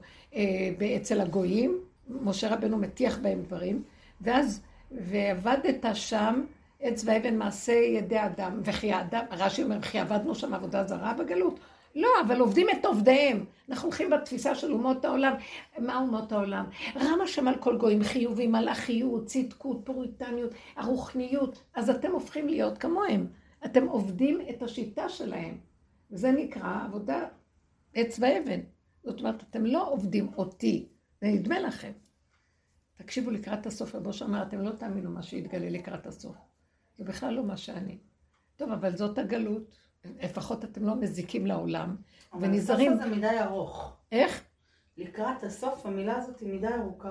[SPEAKER 1] אצל הגויים, משה רבנו מטיח בהם דברים, ואז, ועבדת שם עץ ואבן מעשה ידי אדם, וכי האדם, רש"י אומר, וכי עבדנו שם עבודה זרה בגלות, לא, אבל עובדים את עובדיהם. אנחנו הולכים בתפיסה של אומות העולם. מה אומות העולם? רם השם על כל גויים, חיובים, מלאכיות, צדקות, פוריטניות, הרוחניות. אז אתם הופכים להיות כמוהם. אתם עובדים את השיטה שלהם. וזה נקרא עבודה עץ ואבן. זאת אומרת, אתם לא עובדים אותי. זה נדמה לכם. תקשיבו לקראת הסוף, רבו שאמר, אתם לא תאמינו מה שיתגלה לקראת הסוף. זה בכלל לא מה שאני. טוב, אבל זאת הגלות. לפחות אתם לא מזיקים לעולם, ונזהרים...
[SPEAKER 6] אבל הסוף הזה מדי ארוך.
[SPEAKER 1] איך?
[SPEAKER 6] לקראת הסוף, המילה הזאת היא מדי ארוכה.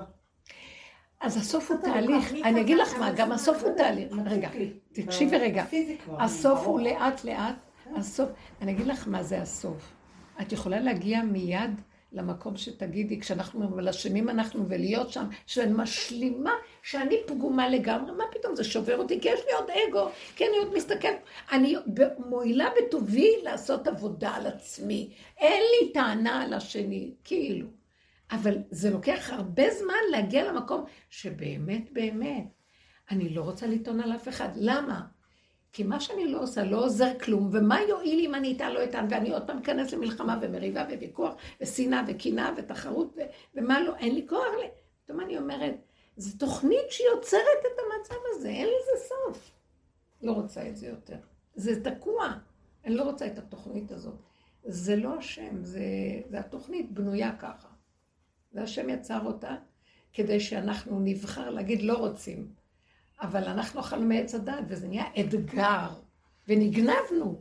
[SPEAKER 1] אז הסוף הוא תהליך, אני אגיד לך מה, גם הסוף הוא תהליך. רגע, תקשיבי רגע. הסוף הוא לאט לאט, הסוף, אני אגיד לך מה זה הסוף. את יכולה להגיע מיד למקום שתגידי, כשאנחנו מלשמים אנחנו ולהיות שם, שאני משלימה, שאני פגומה לגמרי, מה פתאום זה שובר אותי? כי יש לי עוד אגו, כי אני עוד מסתכלת, אני מועילה בטובי לעשות עבודה על עצמי, אין לי טענה על השני, כאילו. אבל זה לוקח הרבה זמן להגיע למקום שבאמת, באמת, אני לא רוצה לטעון על אף אחד. למה? כי מה שאני לא עושה לא עוזר כלום, ומה יועיל אם אני איתה לא איתן, ואני עוד פעם אכנס למלחמה ומריבה וויכוח, ושנאה וקנאה ותחרות, ומה לא, אין לי כוח לי. פתאום אני אומרת, זו תוכנית שיוצרת את המצב הזה, אין לזה סוף. לא רוצה את זה יותר. זה תקוע. אני לא רוצה את התוכנית הזאת. זה לא השם, זה התוכנית בנויה ככה. והשם יצר אותה כדי שאנחנו נבחר להגיד לא רוצים. אבל אנחנו אכלנו מעץ הדת, וזה נהיה אתגר, ונגנבנו.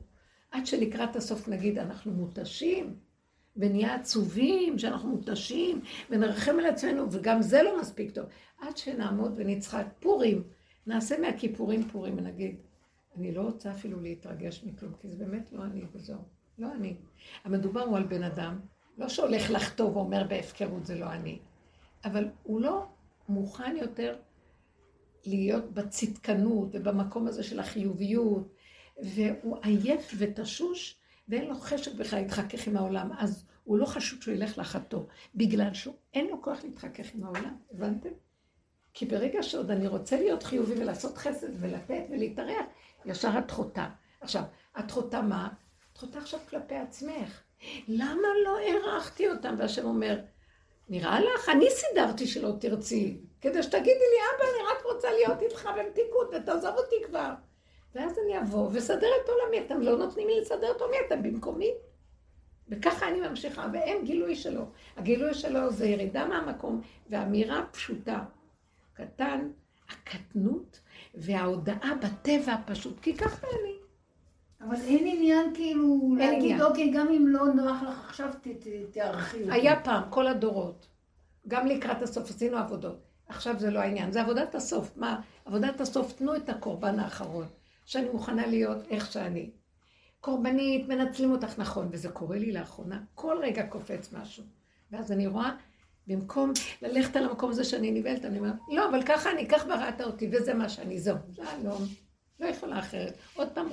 [SPEAKER 1] עד שלקראת הסוף נגיד אנחנו מותשים, ונהיה עצובים שאנחנו מותשים, ונרחם על עצמנו, וגם זה לא מספיק טוב. עד שנעמוד ונצחק פורים, נעשה מהכיפורים פורים ונגיד, אני לא רוצה אפילו להתרגש מכלום, כי זה באמת לא אני וזהו, לא אני. המדובר הוא על בן אדם, לא שהולך לחטוא ואומר בהפקרות זה לא אני, אבל הוא לא מוכן יותר להיות בצדקנות ובמקום הזה של החיוביות, והוא עייף ותשוש, ואין לו חשק בכלל להתחכך עם העולם, אז הוא לא חשוב שהוא ילך לחטוא, בגלל שהוא אין לו כוח להתחכך עם העולם, הבנתם? כי ברגע שעוד אני רוצה להיות חיובי ולעשות חסד ולתת ולהתארח, ישר את חוטאה. עכשיו, את חוטאה מה? את חוטאה עכשיו כלפי עצמך. למה לא הערכתי אותם? והשם אומר, נראה לך, אני סידרתי שלא תרצי, כדי שתגידי לי, אבא, אני רק רוצה להיות איתך במתיקות, ותעזוב אותי כבר. ואז אני אבוא וסדר את עולמי, אתם לא נותנים לי לסדר את עולמי, אתם במקומי. וככה אני ממשיכה, ואין גילוי שלו. הגילוי שלו זה ירידה מהמקום, והאמירה פשוטה. קטן, הקטנות, וההודעה בטבע פשוט, כי ככה אני.
[SPEAKER 5] אבל אין עניין כאילו להגיד, אוקיי, גם אם לא נוח לך עכשיו, תערכי אותי.
[SPEAKER 1] היה פעם, כל הדורות. גם לקראת הסוף עשינו עבודות. עכשיו זה לא העניין, זה עבודת הסוף. מה? עבודת הסוף, תנו את הקורבן האחרון, שאני מוכנה להיות איך שאני. קורבנית, מנצלים אותך נכון, וזה קורה לי לאחרונה, כל רגע קופץ משהו. ואז אני רואה, במקום ללכת על המקום הזה שאני נבלת, אני אומרת, לא, אבל ככה אני, כך בראת אותי, וזה מה שאני, זהו. לא יכולה אחרת. עוד פעם.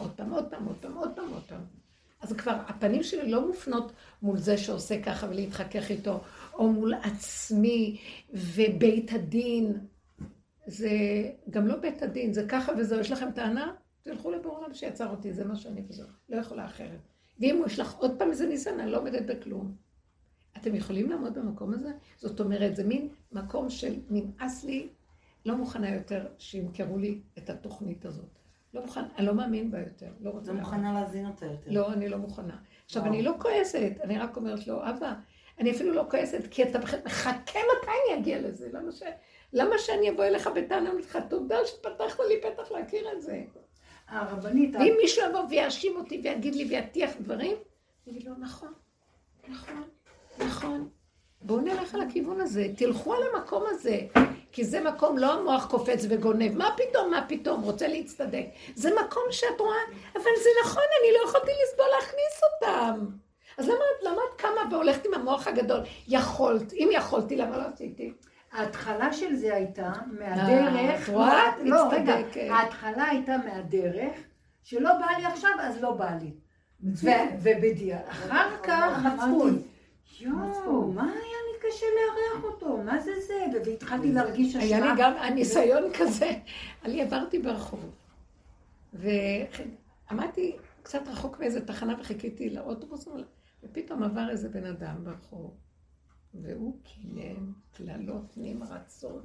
[SPEAKER 1] אז כבר הפנים שלי לא מופנות מול זה שעושה ככה ולהתחכך איתו, או מול עצמי ובית הדין. זה גם לא בית הדין, זה ככה וזהו. יש לכם טענה? תלכו לבורא שיצר אותי, זה מה שאני וזהו. לא יכולה אחרת. ואם הוא ישלח עוד פעם איזה ניסיון, אני לא עומדת בכלום. אתם יכולים לעמוד במקום הזה? זאת אומרת, זה מין מקום של נמאס לי, לא מוכנה יותר שימכרו לי את התוכנית הזאת. לא מוכנה, אני לא מאמין בה יותר, לא רוצה
[SPEAKER 6] לא מוכנה להזין אותה יותר.
[SPEAKER 1] לא, אני לא מוכנה. עכשיו, אני לא כועסת, אני רק אומרת לו, אבא, אני אפילו לא כועסת, כי אתה מחכה מתי אני אגיע לזה, למה שאני אבוא אליך בטענה ולך, תודה שפתחת לי פתח להכיר את זה.
[SPEAKER 5] הרבנית...
[SPEAKER 1] ואם מישהו יבוא ויאשים אותי ויגיד לי ויתיח דברים, אני אגיד לו, נכון. בואו נלך על הכיוון הזה, תלכו על המקום הזה, כי זה מקום לא המוח קופץ וגונב, מה פתאום, רוצה להצטדק. זה מקום שאת רואה, אבל זה נכון, אני לא יכולתי לסבול להכניס אותם. אז למה את קמה והולכת עם המוח הגדול? אם יכולתי, למה לא עשיתי?
[SPEAKER 5] ההתחלה של זה הייתה מהדרך, ההתחלה הייתה מהדרך, שלא בא לי עכשיו, אז לא בא לי. ובדיע. אחר כך אמרתי, יואו, מה היה לי קשה לארח אותו? מה זה? והתחלתי להרגיש אשמה.
[SPEAKER 1] היה לי גם הניסיון כזה. אני עברתי ברחוב, ועמדתי קצת רחוק מאיזה תחנה וחיכיתי לאוטובוס, ופתאום עבר איזה בן אדם ברחוב, והוא קילם קללות נמרצות.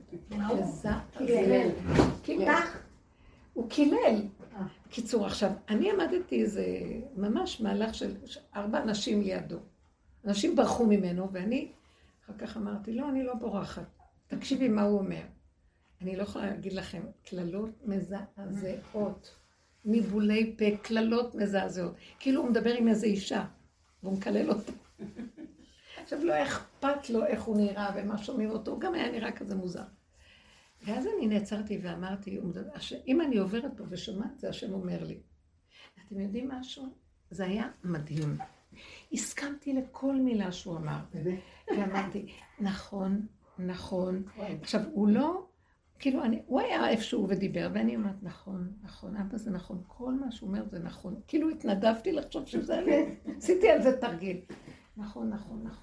[SPEAKER 1] הוא קילל. קיצור, עכשיו, אני עמדתי איזה ממש מהלך של 4 אנשים לידו. אנשים ברחו ממנו, ואני אחר כך אמרתי, לא, אני לא בורחת. תקשיבי מה הוא אומר. אני לא יכולה להגיד לכם, קללות מזעזעות, ניבולי פה, קללות מזעזעות. כאילו הוא מדבר עם איזו אישה, והוא מקלל אותה. עכשיו לא אכפת לו איך הוא נראה ומה שומעים אותו, הוא גם היה נראה כזה מוזר. ואז אני נעצרתי ואמרתי, אם אני עוברת פה ושומעת, זה השם אומר לי. אתם יודעים משהו? זה היה מדהים. הסכמתי לכל מילה שהוא אמר. ואמרתי, נכון. עכשיו, הוא לא, כאילו, הוא היה איפשהו ודיבר, ואני אומרת, נכון, אבא זה נכון, כל מה שהוא אומר זה נכון. כאילו התנדבתי לחשוב שזה אני, עשיתי על זה תרגיל. נכון.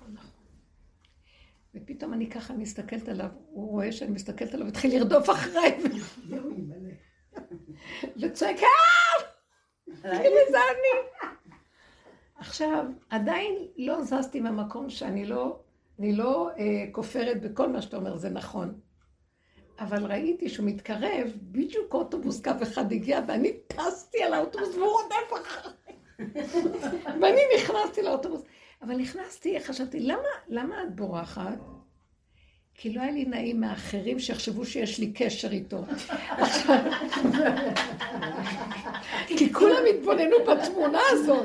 [SPEAKER 1] ופתאום אני ככה מסתכלת עליו, הוא רואה שאני מסתכלת עליו, התחיל לרדוף אחריי, וצועק, כאילו זה אני. עכשיו, עדיין לא זזתי מהמקום שאני לא כופרת בכל מה שאתה אומר, זה נכון. אבל ראיתי שהוא מתקרב, בדיוק אוטובוס קו אחד הגיע, ואני טסתי על האוטובוס והוא רודף אחריי. ואני נכנסתי לאוטובוס. אבל נכנסתי, חשבתי, למה את בורחת? כי לא היה לי נעים מאחרים שיחשבו שיש לי קשר איתו. כי כולם התבוננו בתמונה הזאת.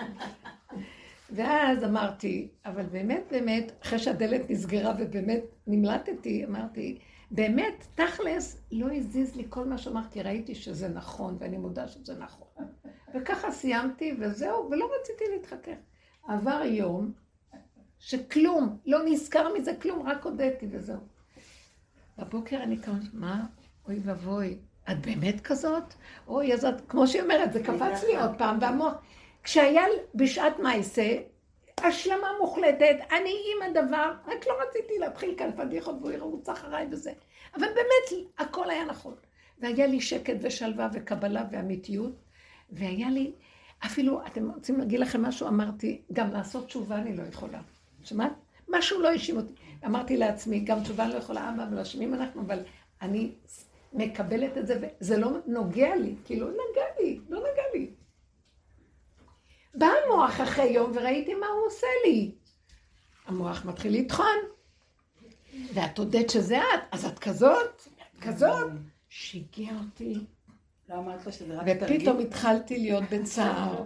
[SPEAKER 1] ואז אמרתי, אבל באמת, אחרי שהדלת נסגרה ובאמת נמלטתי, אמרתי, באמת, תכלס, לא הזיז לי כל מה שאמרתי, ראיתי שזה נכון, ואני מודה שזה נכון. וככה סיימתי, וזהו, ולא רציתי להתחכך. עבר יום, שכלום, לא נזכר מזה כלום, רק הודיתי וזהו. בבוקר אני קוראת, מה? אוי ובוי, את באמת כזאת? אוי, אז את, כמו שהיא אומרת, זה קפץ לי עוד פעם, והמוח, כשהיה בשעת מעשה, השלמה מוחלטת, אני עם הדבר, רק לא רציתי להתחיל כאן פדיחות והוא ירוץ אחריי וזה. אבל באמת, הכל היה נכון. והיה לי שקט ושלווה וקבלה ואמיתיות, והיה לי, אפילו, אתם רוצים להגיד לכם משהו, אמרתי, גם לעשות תשובה אני לא יכולה. שמעת? משהו לא האשים אותי. אמרתי לעצמי, גם תשובה לא יכולה, אבא, ולאשמים אנחנו, אבל אני מקבלת את זה, וזה לא נוגע לי, כאילו, לא נגע לי. בא המוח אחרי יום וראיתי מה הוא עושה לי. המוח מתחיל להתחון. ואת הודעת שזה את, אז את כזאת. שיגע אותי.
[SPEAKER 6] לא אמרת לו שזה רק תרגיל?
[SPEAKER 1] ופתאום התחלתי להיות בצער.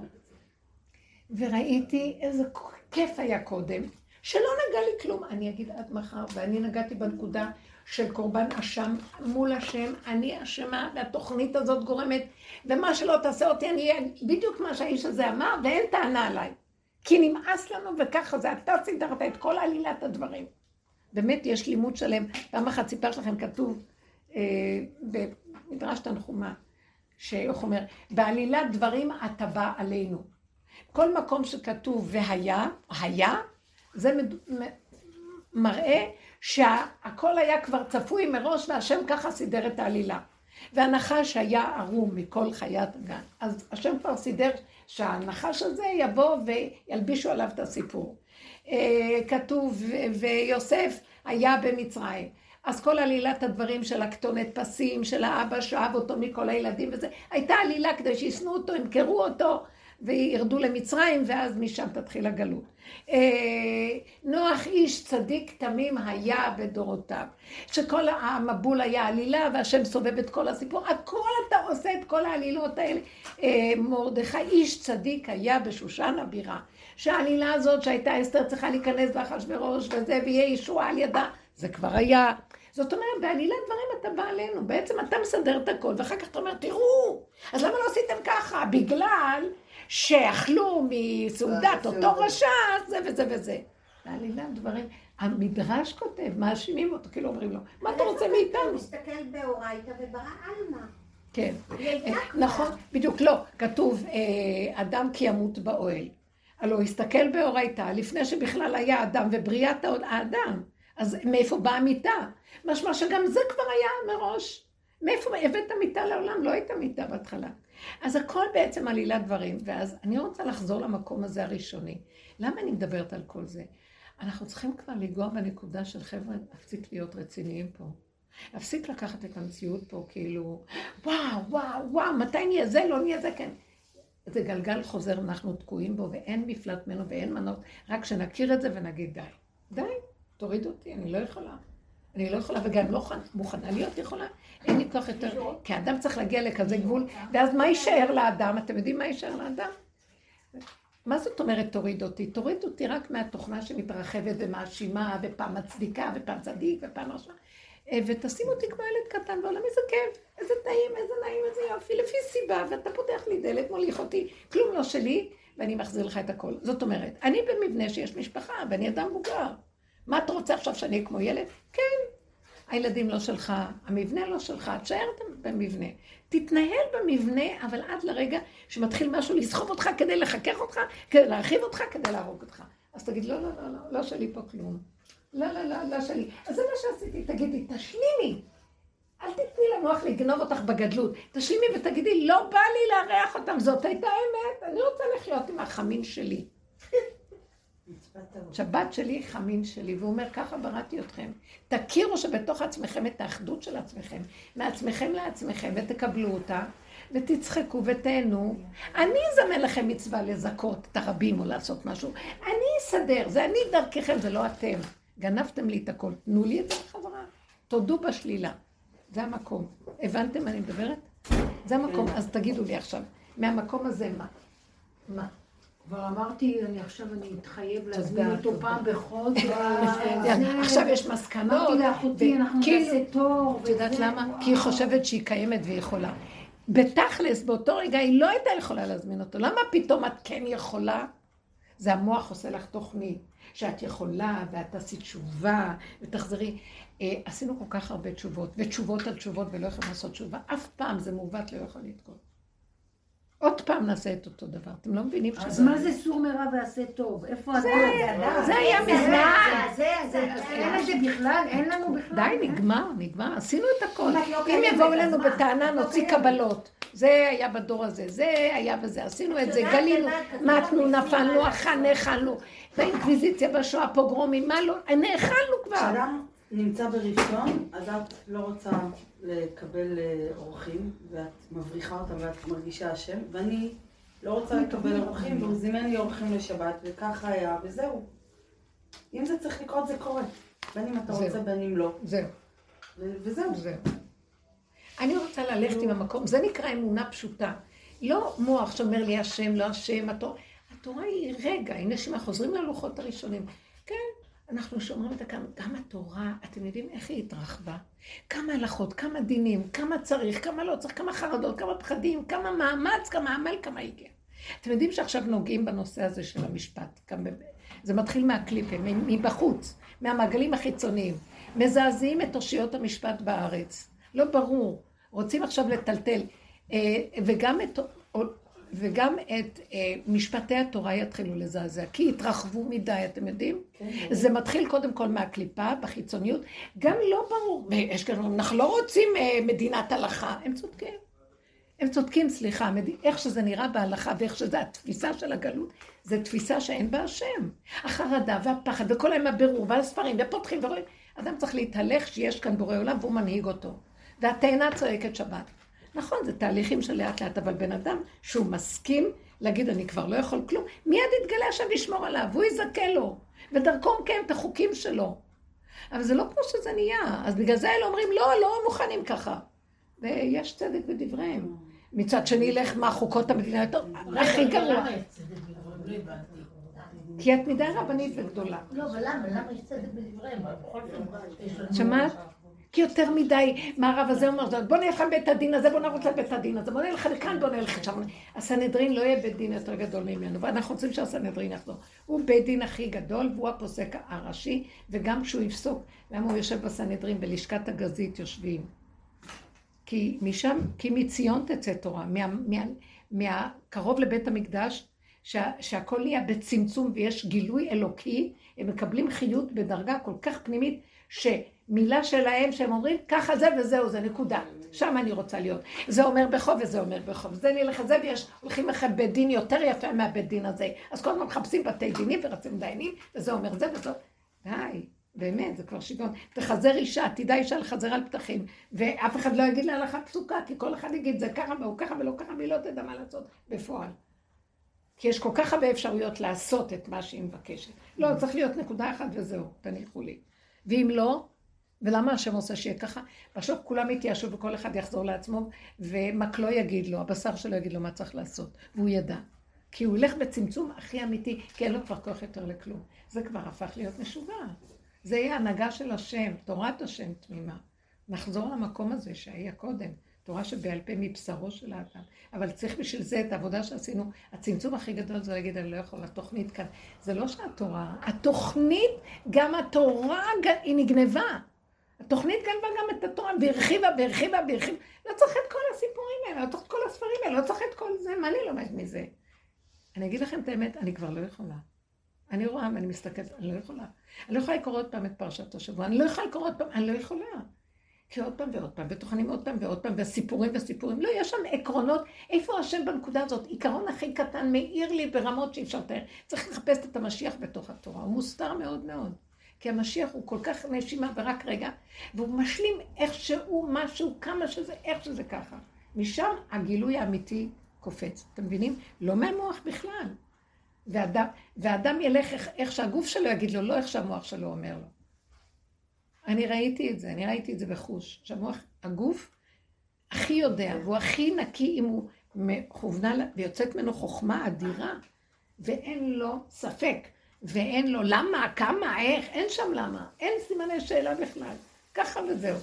[SPEAKER 1] וראיתי איזה כיף היה קודם, שלא נגע לי כלום. אני אגיד עד מחר, ואני נגעתי בנקודה של קורבן אשם מול השם, אני אשמה, והתוכנית הזאת גורמת, ומה שלא תעשה אותי, אני אהיה בדיוק מה שהאיש הזה אמר, ואין טענה עליי. כי נמאס לנו, וככה זה, אתה סידרת את כל עלילת הדברים. באמת יש לימוד שלם, פעם אחת סיפר שלכם כתוב, במדרש תנחומה, שאיך אומר, בעלילת דברים אתה בא עלינו. כל מקום שכתוב והיה, זה מראה שהכל היה כבר צפוי מראש, והשם ככה סידר את העלילה. והנחש היה ערום מכל חיית הגן. אז השם כבר סידר שהנחש הזה יבוא וילבישו עליו את הסיפור. כתוב, ויוסף היה במצרים. אז כל עלילת הדברים של הכתונת פסים, של האבא שאהב אותו מכל הילדים וזה, הייתה עלילה כדי שישנו אותו, ימכרו אותו, וירדו למצרים, ואז משם תתחיל הגלות. נוח איש צדיק תמים היה בדורותיו, שכל המבול היה עלילה, והשם סובב את כל הסיפור, הכל אתה עושה את כל העלילות האלה. מרדכי איש צדיק היה בשושן הבירה, שהעלילה הזאת שהייתה אסתר צריכה להיכנס באחשוורוש וזה, ויהיה ישועה על ידה, זה כבר היה. זאת אומרת, בעלילת דברים אתה בא עלינו, בעצם אתה מסדר את הכל, ואחר כך אתה אומר, תראו, אז למה לא עשיתם ככה? בגלל שאכלו מסעודת אותו רשע, זה וזה וזה. בעלילת דברים, המדרש כותב, מאשימים אותו, כאילו אומרים לו, מה אתה רוצה מאיתנו?
[SPEAKER 4] הוא מסתכל באורייתא וברא עלמא.
[SPEAKER 1] כן, נכון, בדיוק לא, כתוב, אדם כי ימות באוהל. הלוא הסתכל באורייתא, לפני שבכלל היה אדם ובריאת האדם. אז מאיפה באה מיטה? משמע שגם זה כבר היה מראש. מאיפה הבאת מיטה לעולם? לא הייתה מיטה בהתחלה. אז הכל בעצם עלילת דברים, ואז אני רוצה לחזור למקום הזה הראשוני. למה אני מדברת על כל זה? אנחנו צריכים כבר לגוע בנקודה של חבר'ה, להפסיק להיות רציניים פה. להפסיק לקחת את המציאות פה, כאילו, וואו, מתי נהיה זה, לא נהיה זה, כן. זה גלגל חוזר, אנחנו תקועים בו, ואין מפלט ממנו ואין מנות, רק שנכיר את זה ונגיד די. תוריד אותי, אני לא יכולה, וגם לא מוכנה להיות יכולה, אין לי כוח יותר, כי האדם צריך להגיע לכזה גבול, ואז מה יישאר לאדם? אתם יודעים מה יישאר לאדם? מה זאת אומרת תוריד אותי? תוריד אותי רק מהתוכנה שמתרחבת ומאשימה, ופעם מצדיקה, ופעם צדיק, ופעם רשע, ותשים אותי כמו ילד קטן, ועולם איזה כיף, איזה טעים, איזה נעים, איזה יופי, לפי סיבה, ואתה פותח לי דלת, מוליך אותי, כלום לא שלי, ואני מחזיר לך את הכל. זאת אומרת, אני במבנה שיש משפחה, ואני אדם בוגר. מה אתה רוצה עכשיו שאני כמו ילד? כן. הילדים לא שלך, המבנה לא שלך, תשאר במבנה. תתנהל במבנה, אבל עד לרגע שמתחיל משהו לסחוב אותך כדי לחכך אותך, כדי להרחיב אותך, כדי להרוג אותך. אז תגיד, לא שלי פה כלום. לא שלי. אז זה מה שעשיתי, תגידי, תשלימי. אל תתני למוח לגנוב אותך בגדלות. תשלימי ותגידי, לא בא לי לארח אותם, זאת הייתה האמת. אני רוצה לחיות עם החמין שלי. שבת שלי, חמין שלי, והוא אומר, ככה בראתי אתכם. תכירו שבתוך עצמכם את האחדות של עצמכם, מעצמכם לעצמכם, ותקבלו אותה, ותצחקו ותהנו. אני אזמן לכם מצווה לזכות את הרבים או לעשות משהו. אני אסדר, זה אני דרככם, זה לא אתם. גנבתם לי את הכל, תנו לי את זה בחזרה. תודו בשלילה. זה המקום. הבנתם מה אני מדברת? זה המקום. אז תגידו לי עכשיו, מהמקום הזה מה? מה?
[SPEAKER 5] כבר אמרתי, אני אתחייב להזמין אותו פעם בחודש.
[SPEAKER 1] עכשיו יש מסקנות.
[SPEAKER 5] אמרתי לאחותי, אנחנו נעשה תור.
[SPEAKER 1] את יודעת למה? כי היא חושבת שהיא קיימת והיא יכולה. בתכלס, באותו רגע היא לא הייתה יכולה להזמין אותו. למה פתאום את כן יכולה? זה המוח עושה לך תוכנית, שאת יכולה ואת תעשי תשובה ותחזרי. עשינו כל כך הרבה תשובות, ותשובות על תשובות ולא יכולים לעשות תשובה. אף פעם זה מעוות לא יכול לתקון. עוד פעם נעשה את אותו דבר. אתם לא מבינים שזה...
[SPEAKER 5] אז מה זה סור מרע ועשה טוב? איפה אתה?
[SPEAKER 1] זה היה מזמן.
[SPEAKER 5] אין לזה בכלל, אין לנו בכלל.
[SPEAKER 1] די, נגמר. עשינו את הכל. אם יבואו אלינו בטענה, נוציא קבלות. זה היה בדור הזה, זה היה וזה. עשינו את זה, גלינו, מתנו, נפלנו, נאכלנו. באינקוויזיציה, בשואה, פוגרומים, מה לא? נאכלנו כבר.
[SPEAKER 6] כשאדם נמצא בראשון, אז את לא רוצה לקבל אורחים, ואת מבריחה אותם ואת מרגישה השם, ואני לא רוצה לקבל אורחים, והוא זימן לי אורחים לשבת, וככה היה, וזהו. אם זה צריך לקרות, זה קורה. בין אם אתה רוצה, בין אם לא.
[SPEAKER 1] זהו.
[SPEAKER 6] וזהו.
[SPEAKER 1] אני רוצה ללכת עם המקום, זה נקרא אמונה פשוטה. לא מוח שאומר לי השם, לא השם, התורה היא רגע, הנה שמה חוזרים ללוחות הראשונים. כן, אנחנו שומרים את גם התורה, אתם יודעים איך היא התרחבה? כמה הלכות, כמה דינים, כמה צריך, כמה לא צריך, כמה חרדות, כמה פחדים, כמה מאמץ, כמה עמל, כמה הגיע. אתם יודעים שעכשיו נוגעים בנושא הזה של המשפט. זה מתחיל מהקליפים, מבחוץ, מהמעגלים החיצוניים. מזעזעים את אושיות המשפט בארץ. לא ברור. רוצים עכשיו לטלטל. וגם את משפטי התורה יתחילו לזעזע, כי התרחבו מדי, אתם יודעים? זה מתחיל קודם כל מהקליפה, בחיצוניות. גם לא ברור. אנחנו לא רוצים מדינת הלכה. הם צודקים, סליחה. איך שזה נראה בהלכה ואיך שזה התפיסה של הגלות, זה תפיסה שאין בה השם. החרדה והפחד וכל הם הבירור והספרים ופותחים ורואים. אדם צריך להתהלך שיש כאן בורא עולם והוא מנהיג אותו. והתאנה צועקת שבת. נכון, זה תהליכים של לאט לאט, אבל בן אדם שהוא מסכים להגיד אני כבר לא יכול כלום, מיד יתגלה עכשיו לשמור עליו, הוא יזכה לו, ודרכו מקיים את החוקים שלו. אבל זה לא כמו שזה נהיה, אז בגלל זה אלה אומרים לא מוכנים ככה. ויש צדק בדבריהם. מצד שני ילך מהחוקות המדינה יותר, הכי גרוע. כי את מדי רבנית וגדולה.
[SPEAKER 2] לא, אבל למה יש צדק בדבריהם?
[SPEAKER 1] שמעת? כי יותר מדי, מה הרב הזה אומר, בוא נלך לבית הדין הזה, בוא נרוץ לבית הדין הזה, בוא נלך לכאן, בוא נלך שם. הסנהדרין לא יהיה בית דין יותר גדול ממנו, ואנחנו רוצים שהסנהדרין יחזור. הוא בית דין הכי גדול, והוא הפוסק הראשי, וגם כשהוא יפסוק, למה הוא יושב בסנהדרין, בלשכת הגזית יושבים. כי משם, כי מציון תצא תורה, מהקרוב לבית המקדש, שהכל נהיה בצמצום ויש גילוי אלוקי, הם מקבלים חיות בדרגה כל כך פנימית, שמילה שלהם שהם אומרים, ככה זה וזהו, זה נקודה. שם אני רוצה להיות. זה אומר בחוב וזה אומר בחוב. זה נלך לזה ויש, הולכים לכם בית דין יותר יפה מהבית דין הזה. אז כל הזמן מחפשים בתי דינים ורצים דיינים, וזה אומר זה וזה. די, באמת, זה כבר שוויון. תחזר אישה, תדע אישה לחזר על פתחים, ואף אחד לא יגיד לה הלכה פסוקה, כי כל אחד יגיד זה ככה והוא ככה ולא ככה, והיא לא תדע מה לעשות בפועל. כי יש כל כך הרבה אפשרויות לעשות את מה שהיא מבקשת. לא, צריך להיות נקודה אחת וזהו, תניחו לי. ואם לא, ולמה השם עושה שיהיה ככה? בסוף כולם יתיישבו וכל אחד יחזור לעצמו, ומקלו יגיד לו, הבשר שלו יגיד לו מה צריך לעשות, והוא ידע. כי הוא ילך בצמצום הכי אמיתי, כי אין לו כבר כוח יותר לכלום. זה כבר הפך להיות משוגע. זה יהיה הנהגה של השם, תורת השם תמימה. נחזור למקום הזה שהיה קודם, תורה שבעל פה מבשרו של האדם. אבל צריך בשביל זה את העבודה שעשינו, הצמצום הכי גדול זה להגיד, אני לא יכול, התוכנית כאן. זה לא שהתורה, התוכנית, גם התורה היא נגנבה. התוכנית גנבה גם את התורה, והרחיבה. לא צריך את כל הסיפורים האלה, לא צריך את כל הספרים האלה, לא צריך את כל זה, מה אני לומד מזה? אני אגיד לכם את האמת, אני כבר לא יכולה. אני רואה ואני מסתכלת, אני לא יכולה. אני לא יכולה לקרוא עוד פעם את פרשת השבוע, אני לא יכולה לקרוא עוד פעם, אני לא יכולה. כי עוד פעם ועוד פעם, וטוחנים עוד פעם ועוד פעם, וסיפורים. לא, יש שם עקרונות. איפה השם בנקודה הזאת? עיקרון הכי קטן מאיר לי ברמות שאי אפשר לתאר. צריך לחפש את המשיח בתוך התורה. הוא מוסתר מאוד מאוד. כי המשיח הוא כל כך נשימה ורק רגע, והוא משלים איכשהו משהו, כמה שזה, איך שזה ככה. משם הגילוי האמיתי קופץ. אתם מבינים? לא מהמוח בכלל. ואדם ילך איך שהגוף שלו יגיד לו, לא איך שהמוח שלו אומר לו. אני ראיתי את זה בחוש. שהמוח, הגוף הכי יודע, והוא הכי נקי אם הוא מכוונה, ויוצאת ממנו חוכמה אדירה, ואין לו ספק, ואין לו למה, כמה, איך, אין שם למה, אין סימני שאלה בכלל. ככה וזהו.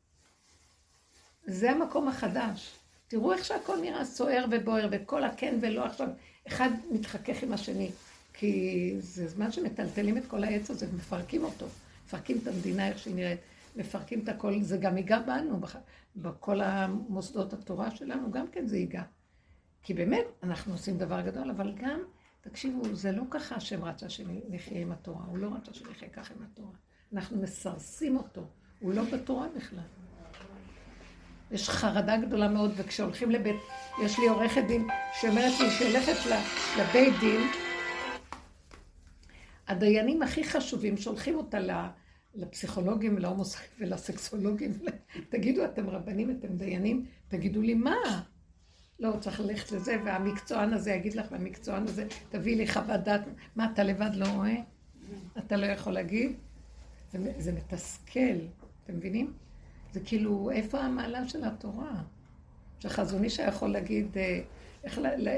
[SPEAKER 1] זה המקום החדש. תראו איך שהכל נראה סוער ובוער, וכל הכן ולא עכשיו, אחד מתחכך עם השני, כי זה זמן שמטלטלים את כל העץ הזה ומפרקים אותו, מפרקים את המדינה איך שהיא נראית, מפרקים את הכל, זה גם ייגע בנו, בכל המוסדות התורה שלנו, גם כן זה ייגע. כי באמת אנחנו עושים דבר גדול, אבל גם, תקשיבו, זה לא ככה השם רצה שנחיה עם התורה, הוא לא רצה שנחיה ככה עם התורה. אנחנו מסרסים אותו, הוא לא בתורה בכלל. יש חרדה גדולה מאוד, וכשהולכים לבית, יש לי עורכת דין שאומרת לי שהולכת לבית דין, הדיינים הכי חשובים שולחים אותה לפסיכולוגים, להומוסקסואלים ולסקסולוגים, תגידו, אתם רבנים, אתם דיינים, תגידו לי מה? לא, צריך ללכת לזה, והמקצוען הזה יגיד לך, והמקצוען הזה תביא לי חוות דעת, מה, אתה לבד לא רואה? אתה לא יכול להגיד? זה מתסכל, אתם מבינים? זה כאילו, איפה המעלה של התורה? שחזון איש יכול להגיד, איך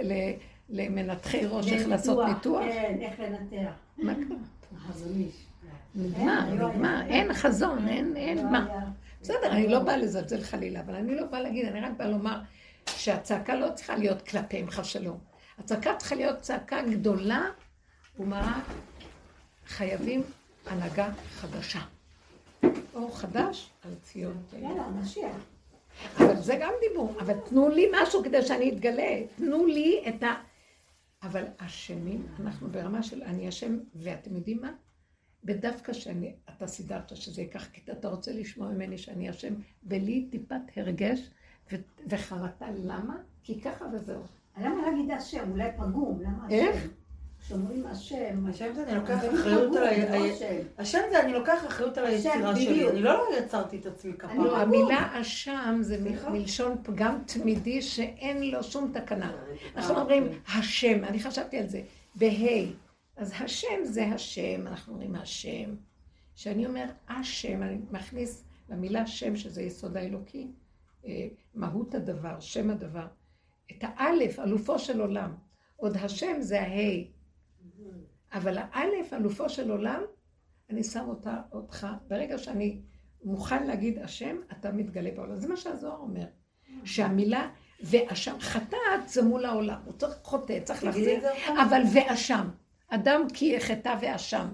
[SPEAKER 1] למנתחי ראש, איך לעשות ניתוח?
[SPEAKER 2] כן, איך לנתח.
[SPEAKER 1] מה קרה?
[SPEAKER 2] חזון איש.
[SPEAKER 1] נגמר, אין חזון, אין מה. בסדר, אני לא באה לזלזל חלילה, אבל אני לא באה להגיד, אני רק באה לומר שהצעקה לא צריכה להיות כלפיהם חס שלום. הצעקה צריכה להיות צעקה גדולה, ומראה חייבים הנהגה חדשה. אור חדש על ציון.
[SPEAKER 2] יאללה, משיח.
[SPEAKER 1] אבל זה גם דיבור, אבל תנו לי משהו כדי שאני אתגלה, תנו לי את אבל אשמים, אנחנו ברמה של אני אשם, ואתם יודעים מה? בדווקא אתה סידרת שזה ייקח, כי אתה רוצה לשמוע ממני שאני אשם, בלי טיפת הרגש וחרטה, למה? כי ככה וזהו.
[SPEAKER 2] למה להגיד השם? אולי פגום, למה השם?
[SPEAKER 1] איך?
[SPEAKER 2] כשאומרים השם.
[SPEAKER 6] השם זה אני לוקח אחריות על השם זה אני לוקח אחריות על היצירה שלי. אני לא יצרתי את עצמי ככה.
[SPEAKER 1] לא, המילה אשם זה מלשון פגם תמידי שאין לו שום תקנה. אנחנו אומרים השם, אני חשבתי על זה, בהי. אז השם זה השם, אנחנו אומרים השם. כשאני אומר השם, אני מכניס למילה שם שזה יסוד האלוקי, מהות הדבר, שם הדבר. את האלף, אלופו של עולם. עוד השם זה ההי. אבל האלף, אלופו של עולם, אני שם אותך, ברגע שאני מוכן להגיד השם, אתה מתגלה בעולם. זה מה שהזוהר אומר. שהמילה ואשם, חטאת זה מול העולם. הוא צריך חוטא, צריך להחזיר, אבל ואשם. אדם כי יחטא ואשם.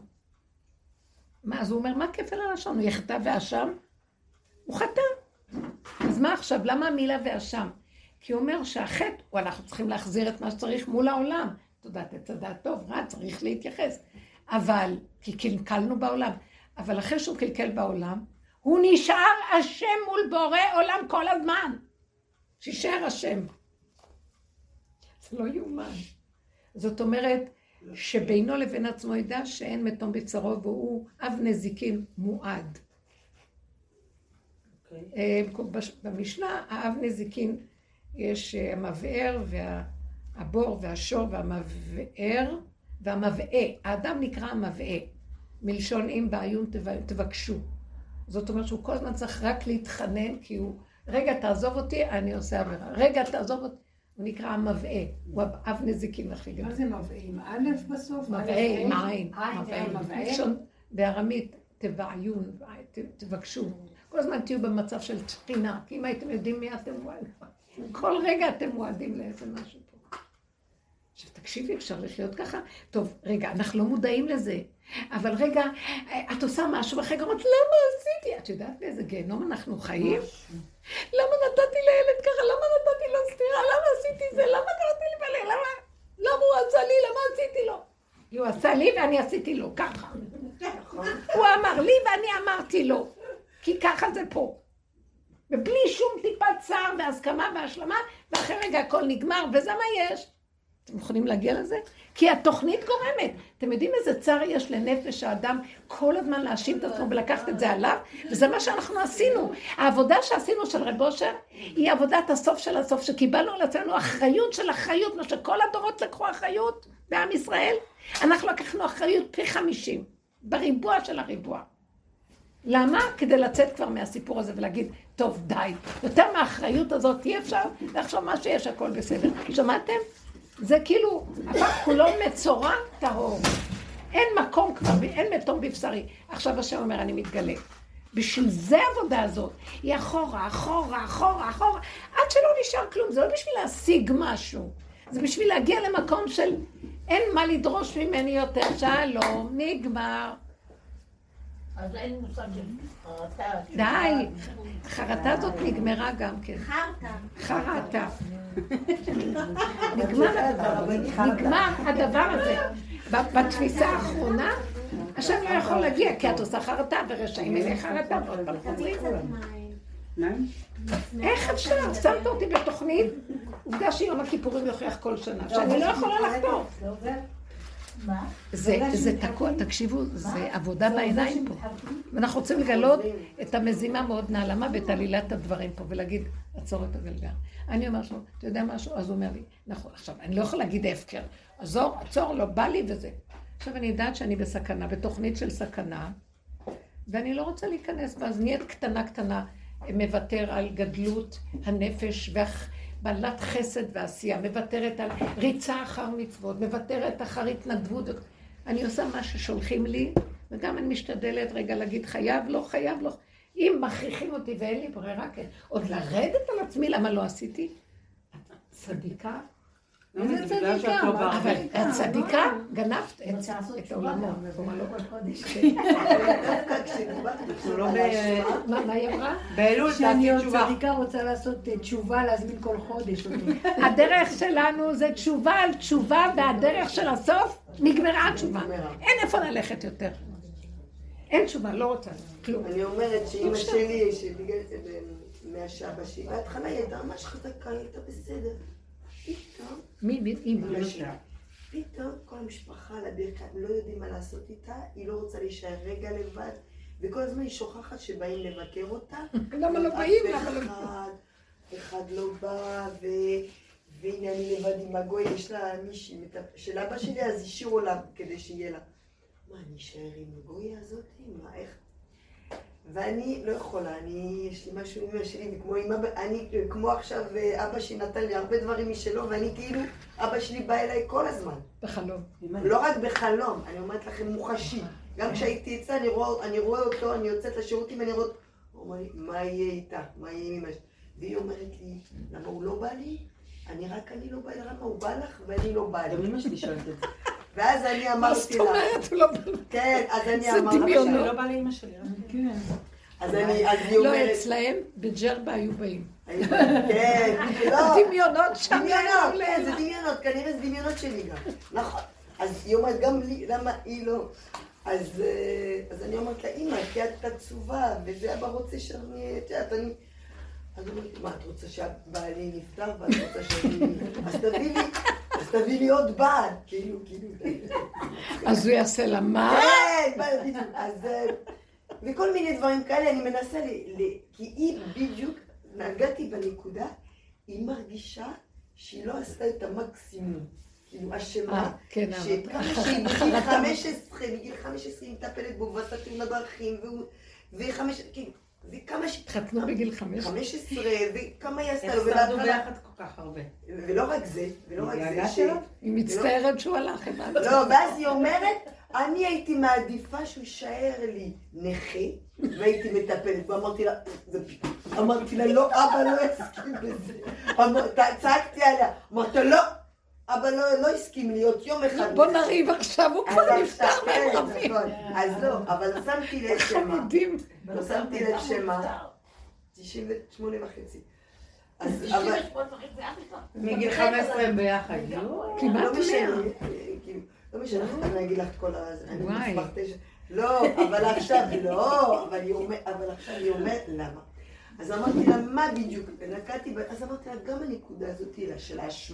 [SPEAKER 1] מה, אז הוא אומר, מה כפל הלשון? הוא יחטא ואשם? הוא חטא. אז מה עכשיו? למה המילה ואשם? כי הוא אומר שהחטא, אנחנו צריכים להחזיר את מה שצריך מול העולם. תודה, תצדה טוב, רע, צריך להתייחס. אבל, כי קלקלנו בעולם. אבל אחרי שהוא קלקל בעולם, הוא נשאר השם מול בורא עולם כל הזמן. שישאר השם. זה לא יאומן. זאת אומרת, שבינו לבין עצמו ידע שאין מתום בצרו, והוא אב נזיקין מועד. במשנה, האב נזיקין, יש המבאר והבור והשור והמבאר והמבאה. האדם נקרא המבאה, מלשון אם בעיון תבקשו. זאת אומרת שהוא כל הזמן צריך רק להתחנן, כי הוא, רגע תעזוב אותי, אני עושה עבירה. רגע תעזוב אותי. הוא נקרא המבאה, הוא אב נזיקין הכי גדול.
[SPEAKER 5] מה זה מבאה? עם א' בסוף?
[SPEAKER 1] מבאה, עם עין. מלשון בארמית, תבעיון, תבקשו. כל הזמן תהיו במצב של תחינה, כי אם הייתם יודעים מי אתם מועדים. כל רגע אתם מועדים לאיזה משהו פה. עכשיו תקשיבי, אפשר לחיות ככה? טוב, רגע, אנחנו לא מודעים לזה. אבל רגע, את עושה משהו ואחרי אומרת, למה עשיתי? את יודעת באיזה גיהנום אנחנו חיים? למה נתתי לילד ככה? למה נתתי לו סתירה? למה עשיתי זה? למה קראתי לי בלי? למה הוא עשה לי? למה עשיתי לו? הוא עשה לי ואני עשיתי לו, ככה. הוא אמר לי ואני אמרתי לו. כי ככה זה פה. ובלי שום טיפת צער והסכמה והשלמה, ואחרי רגע הכל נגמר, וזה מה יש. אתם יכולים להגיע לזה? כי התוכנית גורמת. אתם יודעים איזה צער יש לנפש האדם כל הזמן להאשים את עצמו ולקחת את זה עליו? וזה מה שאנחנו עשינו. העבודה שעשינו של רב אושר, היא עבודת הסוף של הסוף, שקיבלנו על עצמנו אחריות של אחריות, מה שכל הדורות לקחו אחריות בעם ישראל. אנחנו לקחנו אחריות פי 50, בריבוע של הריבוע. למה? כדי לצאת כבר מהסיפור הזה ולהגיד, טוב, די. יותר מהאחריות הזאת אי אפשר, ועכשיו מה שיש הכל בסדר. שמעתם? זה כאילו, הפך כולו מצורע טהור. אין מקום כבר, אין מתום בבשרי. עכשיו השם אומר, אני מתגלה. בשביל זה העבודה הזאת. היא אחורה, אחורה, אחורה, אחורה, עד שלא נשאר כלום. זה לא בשביל להשיג משהו. זה בשביל להגיע למקום של אין מה לדרוש ממני יותר. שלום, נגמר.
[SPEAKER 2] אז אין מושג של חרטה.
[SPEAKER 1] די, החרטה הזאת נגמרה גם כן.
[SPEAKER 4] חרטה.
[SPEAKER 1] נגמר הדבר הזה. בתפיסה האחרונה, השם לא יכול להגיע, כי את עושה חרטה ורשעים אלה חרטה. איך אפשר? שמת אותי בתוכנית, עובדה שיום הכיפורים יוכיח כל שנה, שאני לא יכולה לחתור. זה תקוע, תקשיבו, זה עבודה בעיניים פה. ואנחנו רוצים לגלות את המזימה מאוד נעלמה ואת עלילת הדברים פה, ולהגיד, עצור את הגלגל. אני אומר שלו, אתה יודע משהו? אז הוא אומר לי, נכון, עכשיו, אני לא יכול להגיד הפקר. עצור, לא בא לי וזה. עכשיו אני יודעת שאני בסכנה, בתוכנית של סכנה, ואני לא רוצה להיכנס בה, אז נהיית קטנה, מוותר על גדלות הנפש בעלת חסד ועשייה, מוותרת על ריצה אחר מצוות, מוותרת אחר התנדבות. אני עושה מה ששולחים לי, וגם אני משתדלת רגע להגיד חייב, לא חייב, לא. אם מכריחים אותי ואין לי ברירה, כן. עוד לרדת על עצמי, למה לא עשיתי? צדיקה.
[SPEAKER 5] איזה צדיקה?
[SPEAKER 1] אבל הצדיקה גנבת את העולמו. מה היא אמרה?
[SPEAKER 3] באלול
[SPEAKER 5] שאני עוד
[SPEAKER 3] תשובה.
[SPEAKER 5] צדיקה רוצה לעשות תשובה, להזמין כל חודש.
[SPEAKER 1] הדרך שלנו זה תשובה על תשובה, והדרך של הסוף נגמרה התשובה. אין איפה ללכת יותר. אין תשובה, לא רוצה, כלום.
[SPEAKER 7] אני אומרת שאמא שלי, שבגלל מהשאבא שלי, בהתחלה היא הייתה ממש חזקה, היא הייתה בסדר. פתאום,
[SPEAKER 1] מי אימא?
[SPEAKER 7] פתאום כל המשפחה על הברכת, לא יודעים מה לעשות איתה, היא לא רוצה להישאר רגע לבד, וכל הזמן היא שוכחת שבאים לבקר אותה.
[SPEAKER 1] למה לא באים?
[SPEAKER 7] אחד לא בא, והנה אני לבד עם הגוי, יש לה מישהי של אבא שלי, אז השאירו לה כדי שיהיה לה. מה, אני אשאר עם הגוי הזאת? מה, איך? ואני לא יכולה, יש לי משהו עם אמא שלי, כמו עכשיו אבא שנתן לי הרבה דברים משלו, ואני כאילו, אבא שלי בא אליי כל הזמן.
[SPEAKER 1] בחלום.
[SPEAKER 7] לא רק בחלום, אני אומרת לכם מוחשי. גם כשהייתי אצלה, אני רואה אותו, אני יוצאת לשירותים, אני רואה אותו, הוא אומר לי, מה יהיה איתה? מה יהיה עם אמא שלי? והיא אומרת לי, למה הוא לא בא לי? אני לא בא לי, למה הוא בא לך ואני לא בא לי?
[SPEAKER 6] גם אמא שלי שואלת את זה.
[SPEAKER 7] ואז אני אמרתי לה...
[SPEAKER 1] מה זאת אומרת? הוא לא בא לי.
[SPEAKER 7] כן, אז אני
[SPEAKER 1] זה
[SPEAKER 7] אמרתי...
[SPEAKER 1] דמיונות.
[SPEAKER 3] לא בא לאמא שלי.
[SPEAKER 7] אז היא אומרת...
[SPEAKER 1] לא, אצלהם בג'רבה היו באים.
[SPEAKER 7] כן, לא.
[SPEAKER 1] דמיונות שם.
[SPEAKER 7] דמיונות, כן, זה דמיונות, כנראה זה דמיונות שלי גם. נכון. אז היא אומרת גם לי, למה היא לא? אז אני אומרת לה, אמא, כי את עצובה, וזה אבא רוצה שאני... אז היא אומרת, מה, את רוצה שהבעלי נפטר ואת רוצה שאני... אז תביא לי עוד בעל, כאילו.
[SPEAKER 1] אז הוא יעשה לה מה?
[SPEAKER 7] כן, בדיוק. אז... וכל מיני דברים כאלה, אני מנסה כי היא בדיוק, נגעתי בנקודה, היא מרגישה שהיא לא עשתה את המקסימום. כאילו, אשמה, שכמה שהיא בגיל 15 היא מטפלת בו, ועשה תאונת דרכים, וכמה שהיא...
[SPEAKER 1] חתנו בגיל 15.
[SPEAKER 7] 15, וכמה היא עשתה לו,
[SPEAKER 6] איך שרדו ביחד כל כך הרבה.
[SPEAKER 7] ולא רק זה,
[SPEAKER 1] היא מצטערת שהוא הלך,
[SPEAKER 7] לא, ואז היא אומרת, אני הייתי מעדיפה שהוא יישאר לי נכה, והייתי מטפלת בו, אמרתי לה, לא, אבא לא יסכים בזה. צעקתי עליה, אמרתי לה, לא, אבא לא הסכים להיות יום אחד.
[SPEAKER 1] בוא נריב עכשיו, הוא כבר נפטר והם רבים.
[SPEAKER 7] אז לא, אבל שמתי לב שמה. לא שמתי לב שמה. 98 וחצי.
[SPEAKER 2] 98 וחצי,
[SPEAKER 6] מגיל 15 הם ביחד.
[SPEAKER 1] כמעט 100.
[SPEAKER 7] לא משנה, אני אגיד לך את כל הזה. לא, אבל עכשיו לא, אבל עכשיו היא אומרת למה. אז אמרתי לה, מה בדיוק? ונקעתי, אז אמרתי לה, גם הנקודה הזאת של האשמה,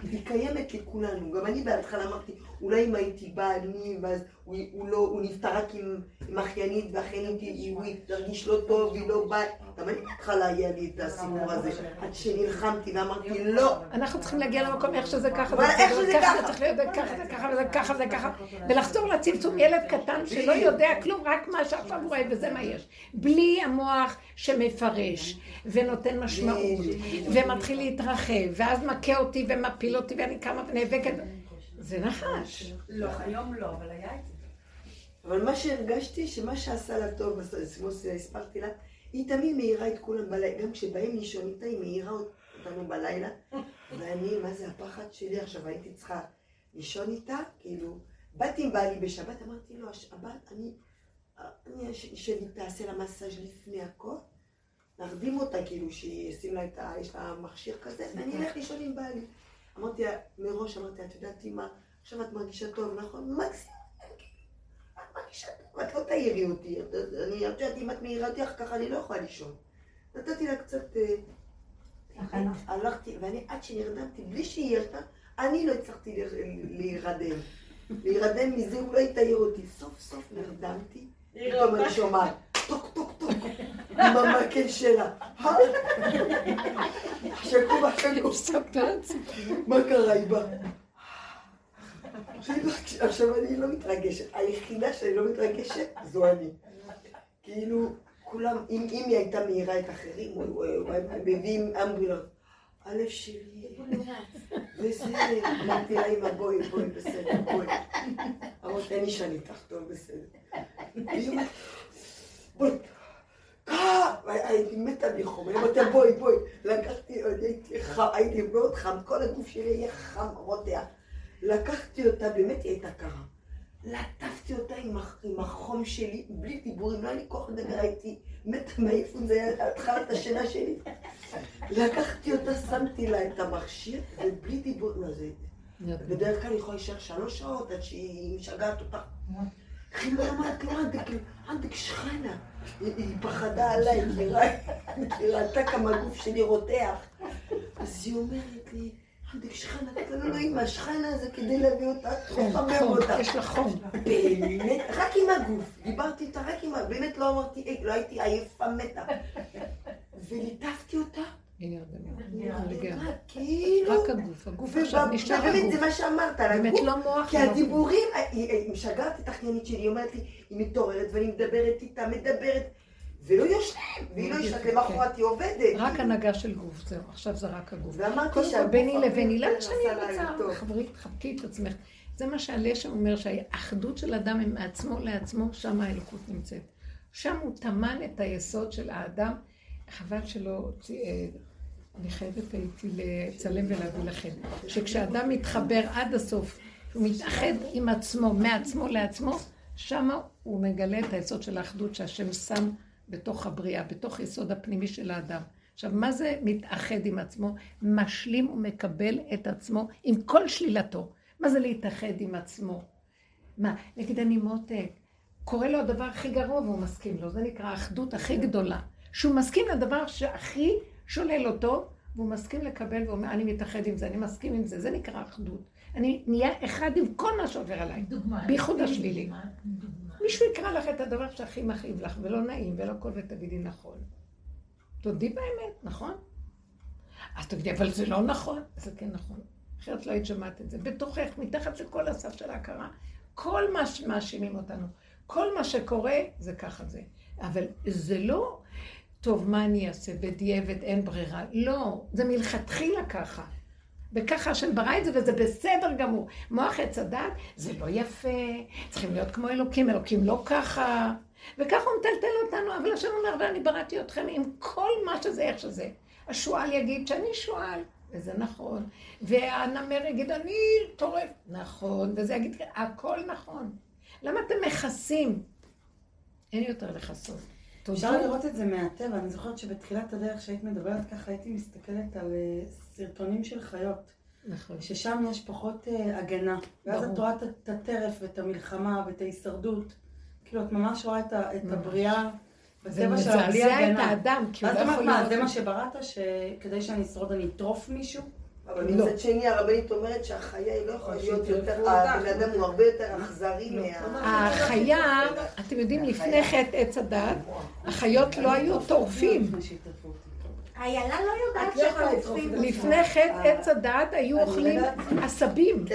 [SPEAKER 7] והיא קיימת לכולנו. גם אני בהתחלה אמרתי, אולי אם הייתי באה אני, ואז הוא נפטר רק עם אחיינית, ואחיינית הוא הרגיש לא טוב, והיא לא באה. גם אני בהתחלה היה לי את הסיפור הזה, עד שנלחמתי ואמרתי לא.
[SPEAKER 1] אנחנו צריכים להגיע למקום איך שזה ככה,
[SPEAKER 7] אבל איך שזה ככה?
[SPEAKER 1] זה צריך להיות ככה, זה ככה, וזה ככה, וזה ככה, ולחזור לצמצום ילד קטן שלא יודע כלום, רק מה שעכשיו הוא רואה וזה מה יש. בלי המוח שמפרש ונותן משמעות, ומתחיל להתרחב, ואז מכה אותי ומפיל אותי ואני קמה ונאבקת. זה נחש.
[SPEAKER 3] לא, היום לא, אבל היה את זה.
[SPEAKER 7] אבל מה שהרגשתי, שמה שעשה לה טוב, הספרתי לה, היא תמיד מאירה את כולם בלילה, גם כשבאים לישון איתה, היא מאירה אותנו בלילה, ואני, מה זה הפחד שלי, עכשיו הייתי צריכה לישון איתה, כאילו, באתי עם בעלי בשבת, אמרתי לו, השבת, אני אשב איתה, אעשה לה מסאז' לפני הכל, נרדים אותה, כאילו, שישים לה יש לה מכשיר כזה, ואני אלך לישון עם בעלי. אמרתי מראש, את יודעת מה, עכשיו את מרגישה טוב, נכון? מקסימום, את מרגישה טוב, את לא תעירי אותי, אני יודעת אם את מעירה אותי, ככה אני לא יכולה לישון. נתתי לה קצת, הלכתי, ואני עד שנרדמתי, בלי שהיא ירדה, אני לא הצלחתי להירדם מזה, הוא לא יתאיר אותי. סוף סוף נרדמתי, פתאום אני שומעת, טוק טוק טוק, עם המקל שלה. שקו, מה קרה היא באה? עכשיו אני לא מתרגשת, היחידה שאני לא מתרגשת זו אני. כאילו, כולם, אם היא הייתה מהירה את אחרים, מביאים אמבולנס. הלב שלי, בסדר, אמרתי לה אמא בואי, בסדר, בואי. אמרתי, אני שאני איתך, טוב, בסדר. בואי, הייתי מתה מחום, אני אמרתי, בואי, לקחתי, הייתי מאוד חם, כל הגוף שלי היה חם, רותח. לקחתי אותה, באמת היא הייתה קרה. לטפתי אותה עם החום שלי, בלי דיבורים, לא היה לי כוח לדבר, הייתי מתה מעיפון, זה היה התחלת השינה שלי. לקחתי אותה, שמתי לה את המכשיר, ובלי דיבורים, בדרך כלל היא יכולה להישאר 3 שעות עד שהיא משגעת אותה. היא לא אמרת, ענדק שכנה. היא פחדה עליי, היא ראתה כמה הגוף שלי רותח. אז היא אומרת לי, ענדק שכנה, לא עם השכנה הזה כדי להביא אותה, לחמם אותה.
[SPEAKER 1] יש לה חום.
[SPEAKER 7] באמת, רק עם הגוף. דיברתי איתה רק עם הגוף, באמת לא אמרתי, לא הייתי עייפה מתה. וליטפתי אותה.
[SPEAKER 1] היא
[SPEAKER 7] נרדמה, כאילו.
[SPEAKER 1] רק הגוף עכשיו נשאר הגוף.
[SPEAKER 7] באמת, זה מה שאמרת על הגוף.
[SPEAKER 1] באמת לא מוח.
[SPEAKER 7] כי הדיבורים, היא משגעת את האחיינית שלי, היא אומרת לי, היא מתעוררת ואני מדברת איתה, ולא ישלם, והיא לא ישלם, למחרת היא עובדת.
[SPEAKER 1] רק הנהגה של גוף, זהו, עכשיו זה רק הגוף.
[SPEAKER 7] ואמרתי שהגוף...
[SPEAKER 1] ביני לביני, למה שאני רוצה? חברי, תחבקי את עצמך. זה מה שהלשם אומר, שהאחדות של אדם עם עצמו לעצמו, שם האלוקות נמצאת. שם הוא תמן את היסוד של האדם, חבל שלא... אני חייבת הייתי לצלם ולהביא לכם, שכשאדם מתחבר עד הסוף, הוא מתאחד עם עצמו, מעצמו לעצמו, שם הוא מגלה את היסוד של האחדות שהשם שם בתוך הבריאה, בתוך יסוד הפנימי של האדם. עכשיו, מה זה מתאחד עם עצמו? משלים ומקבל את עצמו עם כל שלילתו. מה זה להתאחד עם עצמו? מה, נגיד אני מותק, קורא לו הדבר הכי גרוע והוא מסכים לו, זה נקרא האחדות הכי גדולה. שהוא מסכים לדבר שהכי שולל אותו, והוא מסכים לקבל ואומר, אני מתאחד עם זה, אני מסכים עם זה, זה נקרא אחדות. אני נהיה אחד עם כל מה שעובר עליי, בייחוד השלילי. מישהו יקרא לך את הדבר שהכי מכאיב לך, ולא נעים, ולא כל ותגידי נכון. תודי באמת, נכון? אז תגידי, אבל זה לא נכון. זה כן נכון. אחרת לא היית שמעת את זה. בתוכך, מתחת לכל הסף של ההכרה, כל מה שמאשימים אותנו, כל מה שקורה, זה ככה זה. אבל זה לא, טוב, מה אני אעשה? בדיעבד אין ברירה. לא, זה מלכתחילה ככה. וככה השם ברא את זה, וזה בסדר גמור. מוח עץ הדת, זה לא יפה, צריכים להיות כמו אלוקים, אלוקים לא ככה. וככה הוא מטלטל אותנו, אבל השם אומר, ואני בראתי אתכם עם כל מה שזה, איך שזה. השואל יגיד שאני שואל, וזה נכון. והנמר יגיד, אני טורף, נכון. וזה יגיד, הכל נכון. למה אתם מכסים? אין יותר לחסות.
[SPEAKER 6] אפשר לראות את זה מהטבע. אני זוכרת שבתחילת הדרך שהיית מדברת ככה, הייתי מסתכלת על סרטונים של חיות. נכון. ששם יש פחות הגנה. ואז את רואה את הטרף ואת המלחמה ואת ההישרדות. כאילו, את ממש רואה את הבריאה בטבע שלה בלי הגנה.
[SPEAKER 1] זה מזעזע את האדם, כי הוא לא יכול
[SPEAKER 6] להיות... זה מה שבראת, שכדי שאני אשרוד אני אטרוף מישהו?
[SPEAKER 7] אבל מצד שני הרבנית אומרת שהחיה היא לא יכולה להיות יותר, הבן אדם הוא הרבה יותר אכזרי מה...
[SPEAKER 1] החיה, אתם יודעים, לפני חטא עץ הדת, החיות לא היו טורפים.
[SPEAKER 4] איילה לא יודעת שטורפים.
[SPEAKER 1] לפני חטא עץ הדת היו אוכלים עשבים.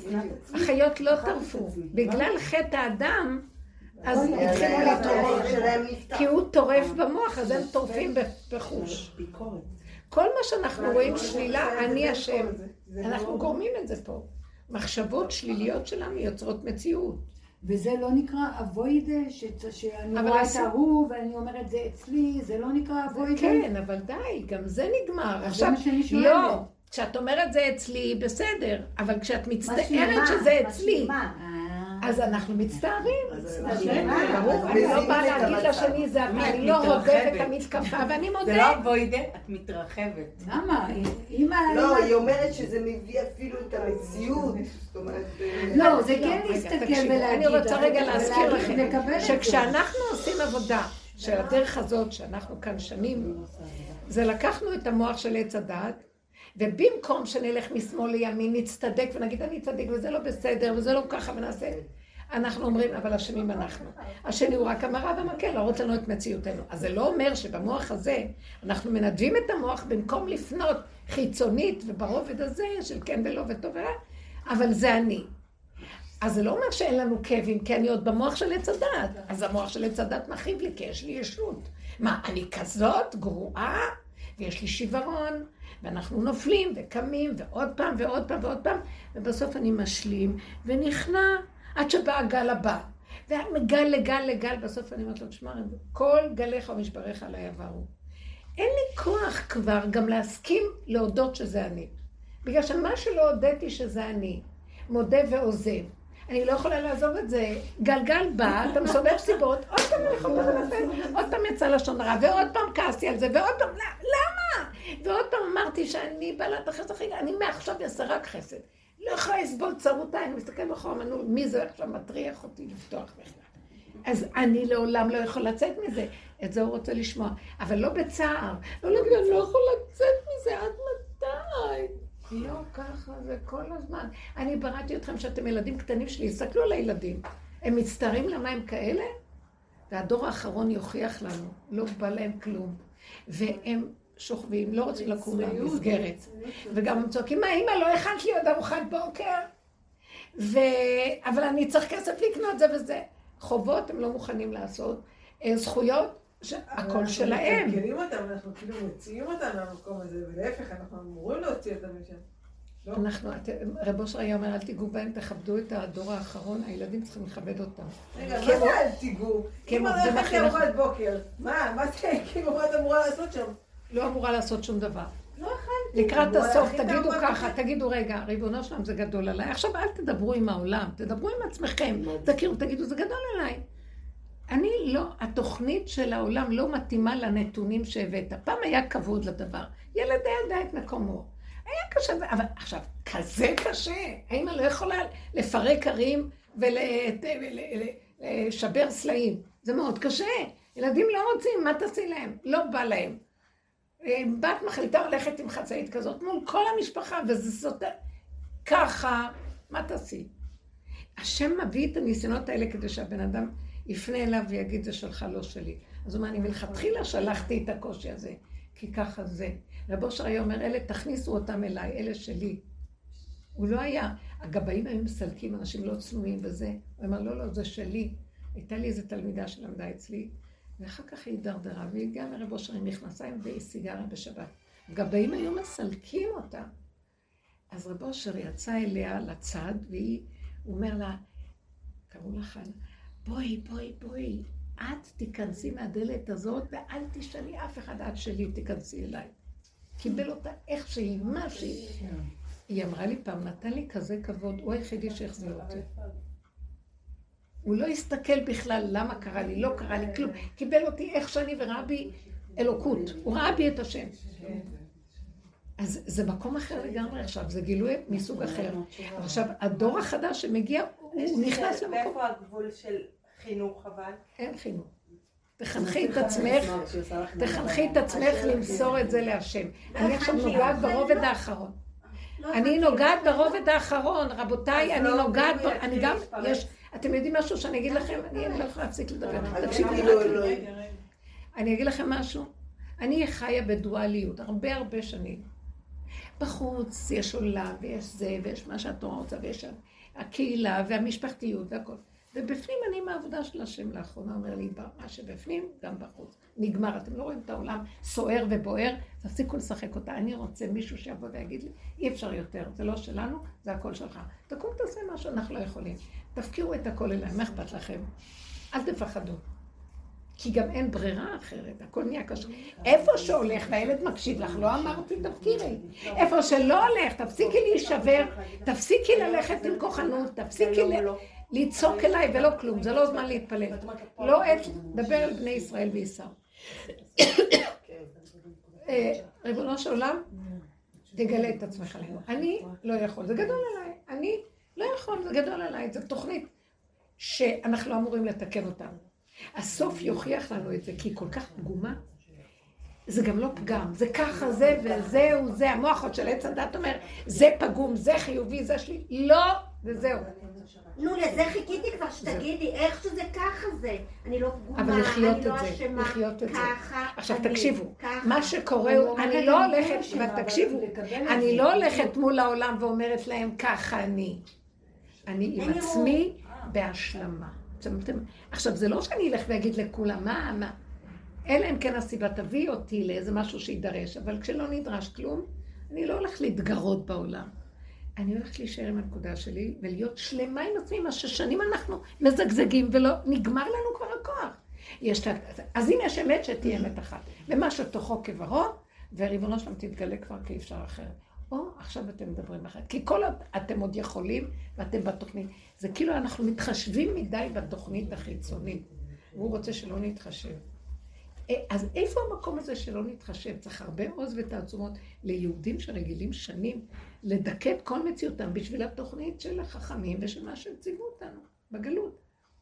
[SPEAKER 1] החיות לא טרפו. בגלל חטא האדם, אז התחילו לטרוף. כי הוא טורף במוח, אז הם טורפים בחוש. כל מה שאנחנו רואים שלילה, אני השם. אנחנו גורמים את זה פה. מחשבות שליליות שלנו יוצרות מציאות.
[SPEAKER 5] וזה לא נקרא אבוידה, שאני רואה את ההוא ואני אומרת זה אצלי, זה לא נקרא אבוידה?
[SPEAKER 1] כן, אבל די, גם זה נגמר. עכשיו, לא, כשאת אומרת זה אצלי, בסדר, אבל כשאת מצטערת שזה אצלי, אז אנחנו מצטערים. ברור, אני לא באה להגיד לשני זה, אני לא רודפת את המתקפה ואני מודה.
[SPEAKER 6] זה לא אבוידה, את מתרחבת.
[SPEAKER 5] למה?
[SPEAKER 7] לא, היא אומרת שזה מביא אפילו את המציאות.
[SPEAKER 5] לא, זה כן להסתכל ולהגיד.
[SPEAKER 1] אני רוצה רגע להזכיר לכם, שכשאנחנו עושים עבודה של הדרך הזאת, שאנחנו כאן שנים, זה לקחנו את המוח של עץ הדעת, ובמקום שנלך משמאל לימין, נצטדק ונגיד אני צדיק וזה לא בסדר וזה לא ככה ונעשה, אנחנו אומרים אבל אשמים אנחנו. השני הוא רק המראה והמקל, להראות לנו את מציאותנו. אז זה לא אומר שבמוח הזה אנחנו מנדבים את המוח במקום לפנות חיצונית וברובד הזה של כן ולא וטוב ורע, אבל זה אני. אז זה לא אומר שאין לנו כאבים, כי אני עוד במוח של עץ הדת. אז המוח של עץ הדת מכאיב לי, כי יש לי ישות. מה, אני כזאת גרועה ויש לי שיוורון, ואנחנו נופלים וקמים ועוד פעם ועוד פעם ועוד פעם, ובסוף אני משלים ונכנע עד שבא הגל הבא. ומגל לגל לגל, בסוף אני אומרת לו, תשמע, כל גליך ומשבריך עליי עברו. אין לי כוח כבר גם להסכים להודות שזה אני. בגלל שמה שלא הודיתי שזה אני, מודה ועוזב. אני לא יכולה לעזוב את זה. גלגל בא, אתה מסובב סיבות, עוד פעם אני יכולה לתת, עוד פעם יצא לשון רע, ועוד פעם כעסתי על זה, ועוד פעם, למה? ועוד פעם אמרתי שאני בעלת החסד הכי, אני מעכשיו אעשה רק חסד. לא יכולה לסבול צרותה, אני מסתכל בכל אמנות, מי זה עכשיו מטריח אותי לפתוח בכלל? אז אני לעולם לא יכול לצאת מזה. את זה הוא רוצה לשמוע. אבל לא בצער. לא להגיד, אני לא יכול לצאת מזה, עד מתי? לא ככה, זה כל הזמן. אני בראתי אתכם שאתם ילדים קטנים שלי, הסתכלו על הילדים. הם מצטערים למה הם כאלה, והדור האחרון יוכיח לנו, לא בא להם כלום. והם שוכבים, לא רוצים לקום למסגרת. וגם הם צועקים, מה, אמא, לא הכנת לי עוד ארוחת בוקר? אבל אני צריך כסף לקנות זה וזה. חובות הם לא מוכנים לעשות. זכויות, הכל שלהם.
[SPEAKER 3] אנחנו מכירים אותם, אנחנו כאילו מציעים אותם למקום הזה, ולהפך, אנחנו אמורים להוציא אותם משם.
[SPEAKER 1] רב אושר היה אומר, אל תיגעו בהם, תכבדו את הדור האחרון, הילדים צריכים לכבד אותם.
[SPEAKER 3] רגע, מה זה אל תיגעו? אמא, לא הכנת לי ארוחת בוקר. מה זה? כאילו, מה את אמורה לעשות שם?
[SPEAKER 1] לא אמורה לעשות שום דבר.
[SPEAKER 3] לא אכלתי.
[SPEAKER 1] לקראת הסוף, תגידו ככה, תגידו רגע, ריבונו שלם זה גדול עליי. עכשיו אל תדברו עם העולם, תדברו עם עצמכם. תכירו, תגידו, זה גדול עליי. אני לא, התוכנית של העולם לא מתאימה לנתונים שהבאת. פעם היה כבוד לדבר. ילד ידע את מקומו. היה קשה, אבל עכשיו, כזה קשה. האמא לא יכולה לפרק ערים ולשבר סלעים. זה מאוד קשה. ילדים לא רוצים, מה תעשי להם? לא בא להם. בת מחליטה הולכת עם חצאית כזאת מול כל המשפחה, וזה סותר. ככה, מה תעשי? השם מביא את הניסיונות האלה כדי שהבן אדם יפנה אליו ויגיד, זה שלך, לא שלי. אז הוא אומר, אני מלכתחילה שלחתי את הקושי הזה, כי ככה זה. רב אושר היה אומר, אלה תכניסו אותם אליי, אלה שלי. הוא לא היה, הגבאים היו מסלקים, אנשים לא צנועים וזה. הוא אומר, לא, לא, זה שלי. הייתה לי איזו תלמידה שלמדה אצלי, ואחר כך היא דרדרה, והיא הגיעה לרב אושר עם מכנסיים וסיגריה בשבת. הגבאים היו מסלקים אותה. אז רב אושר יצא אליה לצד, הוא אומר לה, קראו לה חנה, בואי, את תיכנסי מהדלת הזאת, ואל תשאלי אף אחד עד שלי, תיכנסי אליי. קיבל אותה איך שהיא, מה שהיא. היא אמרה לי פעם, נתן לי כזה כבוד, הוא היחידי שהחזיר אותי. הוא לא הסתכל בכלל למה קרה לי, לא קרה לי כלום. קיבל אותי איך שאני וראה בי אלוקות. הוא ראה בי את השם. אז זה מקום אחר לגמרי עכשיו, זה גילוי מסוג אחר. עכשיו, הדור החדש שמגיע, הוא נכנס למקום.
[SPEAKER 3] ואיפה הגבול של חינוך אבל?
[SPEAKER 1] אין חינוך. תחנכי את עצמך למסור את זה להשם. אני עכשיו נוגעת ברובד האחרון. אני נוגעת ברובד האחרון, רבותיי, אני נוגעת, אני גם, יש, אתם יודעים משהו שאני אגיד לכם? אני לא יכולה להפסיק לדבר, תקשיבו לי רק. אני אגיד לכם משהו, אני חיה בדואליות הרבה שנים. בחוץ יש עולם ויש זה ויש מה שהתורה רוצה ויש הקהילה והמשפחתיות והכל. ובפנים אני מהעבודה של השם לאחרונה אומר לי, מה שבפנים גם בחוץ. נגמר, אתם לא רואים את העולם סוער ובוער, תפסיקו לשחק אותה. אני רוצה מישהו שיבוא ויגיד לי, אי אפשר יותר, זה לא שלנו, זה הכל שלך. תקום תעשה מה שאנחנו לא יכולים. תפקירו את הכל אליי, מה אכפת לכם? אל תפחדו. כי גם אין ברירה אחרת, הכל נהיה קשה. איפה שהולך והילד מקשיב לך, לא אמרתי תפקירי. איפה שלא הולך, תפסיקי להישבר, תפסיקי ללכת עם כוחנות, תפסיקי לצעוק אליי ולא כלום, זה לא זמן להתפלל. לא עת, דבר על בני ישראל וישראל. ריבונו של עולם, תגלה את עצמך עלינו. אני לא יכול, זה גדול עליי. אני לא יכול, זה גדול עליי. זו תוכנית שאנחנו לא אמורים לתקן אותה. הסוף יוכיח לנו את זה, כי היא כל כך פגומה. זה גם לא פגם, זה ככה, זה וזהו, זה. המוח עוד של עץ הדת אומר, זה פגום, זה חיובי, זה שלי. לא, וזהו.
[SPEAKER 4] נו, לזה חיכיתי כבר שתגידי, איך שזה ככה זה. אני לא פגומה,
[SPEAKER 1] אבל לחיות
[SPEAKER 4] אני לא
[SPEAKER 1] את זה,
[SPEAKER 4] אשמה,
[SPEAKER 1] לחיות את זה.
[SPEAKER 4] ככה.
[SPEAKER 1] עכשיו תקשיבו, מה שקורה הוא, אני לא הולכת, ותקשיבו, אני לא הולכת מול העולם ואומרת להם ככה אני עם עצמי בהשלמה. עכשיו זה לא שאני אלך ואגיד לכולם, מה? אלא אם כן הסיבה תביא אותי לאיזה משהו שידרש, אבל כשלא נדרש כלום, אני לא הולך להתגרות בעולם. אני הולכת להישאר עם הנקודה שלי ולהיות שלמה עם עצמי, מה ששנים אנחנו מזגזגים ולא נגמר לנו כבר הכוח. אז אם יש אמת שתהיה אמת אחת, ומה שתוכו כברו, וריבונו שלם תתגלה כבר כי אפשר אחרת. או עכשיו אתם מדברים אחרת, כי כל אתם עוד יכולים ואתם בתוכנית. זה כאילו אנחנו מתחשבים מדי בתוכנית החיצונית, והוא רוצה שלא נתחשב. אז איפה המקום הזה שלא נתחשב? צריך הרבה עוז ותעצומות ליהודים שרגילים שנים לדכא את כל מציאותם בשביל התוכנית של החכמים ושל מה שהם ציוו אותנו בגלות.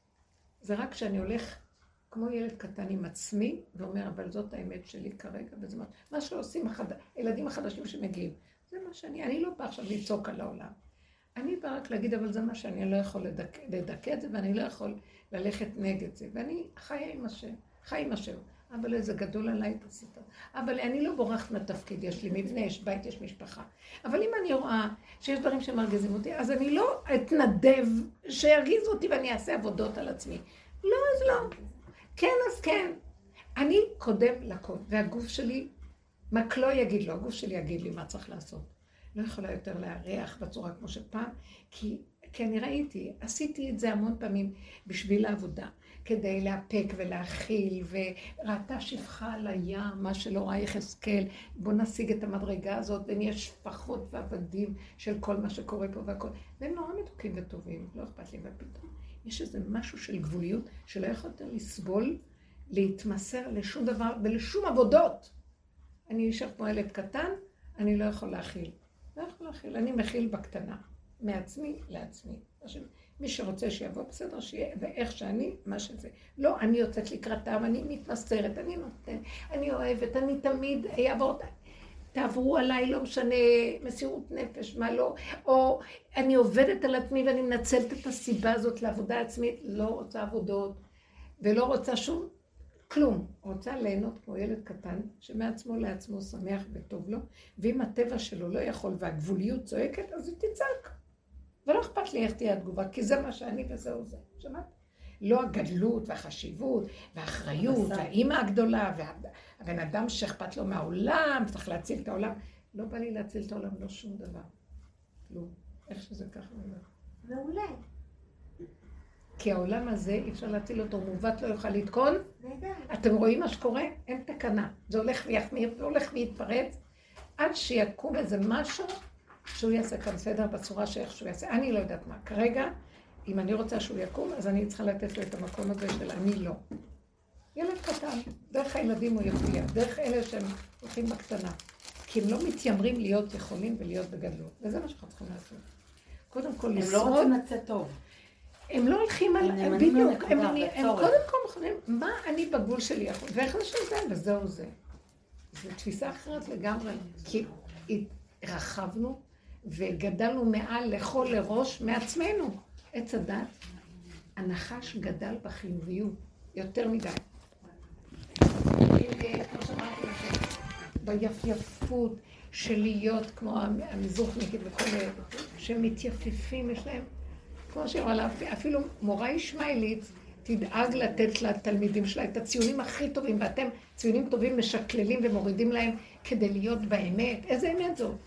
[SPEAKER 1] זה רק שאני הולך כמו ילד קטן עם עצמי ואומר, אבל זאת האמת שלי כרגע, וזה מה שעושים הילדים החדשים שמגיעים. זה מה אני לא בא עכשיו לצעוק על העולם. אני בא רק להגיד, אבל זה מה שאני לא יכול לדכא את זה, ואני לא יכול ללכת נגד זה. ואני חיה עם השם. אבל זה גדול עליי את הסיטה. אבל אני לא בורחת מהתפקיד, יש לי מבנה, יש בית, יש משפחה. אבל אם אני רואה שיש דברים שמרגיזים אותי, אז אני לא אתנדב שירגיז אותי ואני אעשה עבודות על עצמי. לא, אז לא. כן, אז כן. אני קודם לכל, והגוף שלי, מקלו יגיד לו, הגוף שלי יגיד לי מה צריך לעשות. לא יכולה יותר להריח בצורה כמו שפעם, כי אני ראיתי, עשיתי את זה המון פעמים בשביל העבודה, כדי להפק ולהכיל, וראתה שפחה על הים, מה שלא ראה יחזקאל, בוא נשיג את המדרגה הזאת, ונהיה שפחות ועבדים של כל מה שקורה פה והכל. והם נורא מתוקים וטובים, לא אכפת לי, ופתאום יש איזה משהו של גבוליות, שלא יכול יותר לסבול, להתמסר לשום דבר ולשום עבודות. אני יושב כמו ילד קטן, אני לא יכול להכיל. לא יכול להכיל, אני מכיל בקטנה, מעצמי לעצמי. מי שרוצה שיבוא בסדר, שיהיה, ואיך שאני, מה שזה. לא, אני יוצאת לקראתם, אני מתמסרת, אני נותנת, אני אוהבת, אני תמיד אעבור, תעברו עליי, לא משנה, מסירות נפש, מה לא, או אני עובדת על עצמי ואני מנצלת את הסיבה הזאת לעבודה עצמית, לא רוצה עבודות, ולא רוצה שום כלום. רוצה ליהנות כמו ילד קטן, שמעצמו לעצמו שמח וטוב לו, ואם הטבע שלו לא יכול והגבוליות צועקת, אז היא תצעק. ולא אכפת לי איך תהיה התגובה, כי זה מה שאני וזהו זה. שמעת? לא הגדלות והחשיבות והאחריות והאימא הגדולה והבן אדם שאכפת לו מהעולם, צריך להציל את העולם. לא בא לי להציל את העולם, לא שום דבר. לא. איך שזה ככה נראה.
[SPEAKER 4] מעולה.
[SPEAKER 1] כי העולם הזה אי אפשר להציל אותו, מובט לא יוכל לתקון. אתם רואים מה שקורה? אין תקנה. זה הולך ויחמיר והולך ויתפרץ, עד שיקום איזה משהו שהוא יעשה כאן סדר בצורה שאיך שהוא יעשה. אני לא יודעת מה. כרגע, אם אני רוצה שהוא יקום, אז אני צריכה לתת לו את המקום הזה של אני לא. ילד קטן, דרך הילדים הוא יופיע, דרך אלה שהם הולכים בקטנה. כי הם לא מתיימרים להיות יכולים ולהיות בגדלות. וזה מה שאנחנו צריכים לעשות. קודם כל לשרוד.
[SPEAKER 6] הם לא רוצים לצאת טוב.
[SPEAKER 1] הם לא הולכים על... בדיוק, הם קודם כל מכונים, מה אני בגבול שלי יכול, ואיך זה שזה, וזהו זה. זו תפיסה אחרת לגמרי, כי רחבנו וגדלנו מעל לכל לראש מעצמנו. עץ הדת, הנחש גדל בחיוביות, יותר מדי. כמו שאמרתי לכם, ביפייפות של להיות כמו המזרוחניקים וכל אלה, שמתייפפים, יש להם, כמו שאמרה, אפילו מורה ישמעאלית, תדאג לתת לתלמידים שלה את הציונים הכי טובים, ואתם ציונים טובים משקללים ומורידים להם כדי להיות באמת. איזה אמת זאת?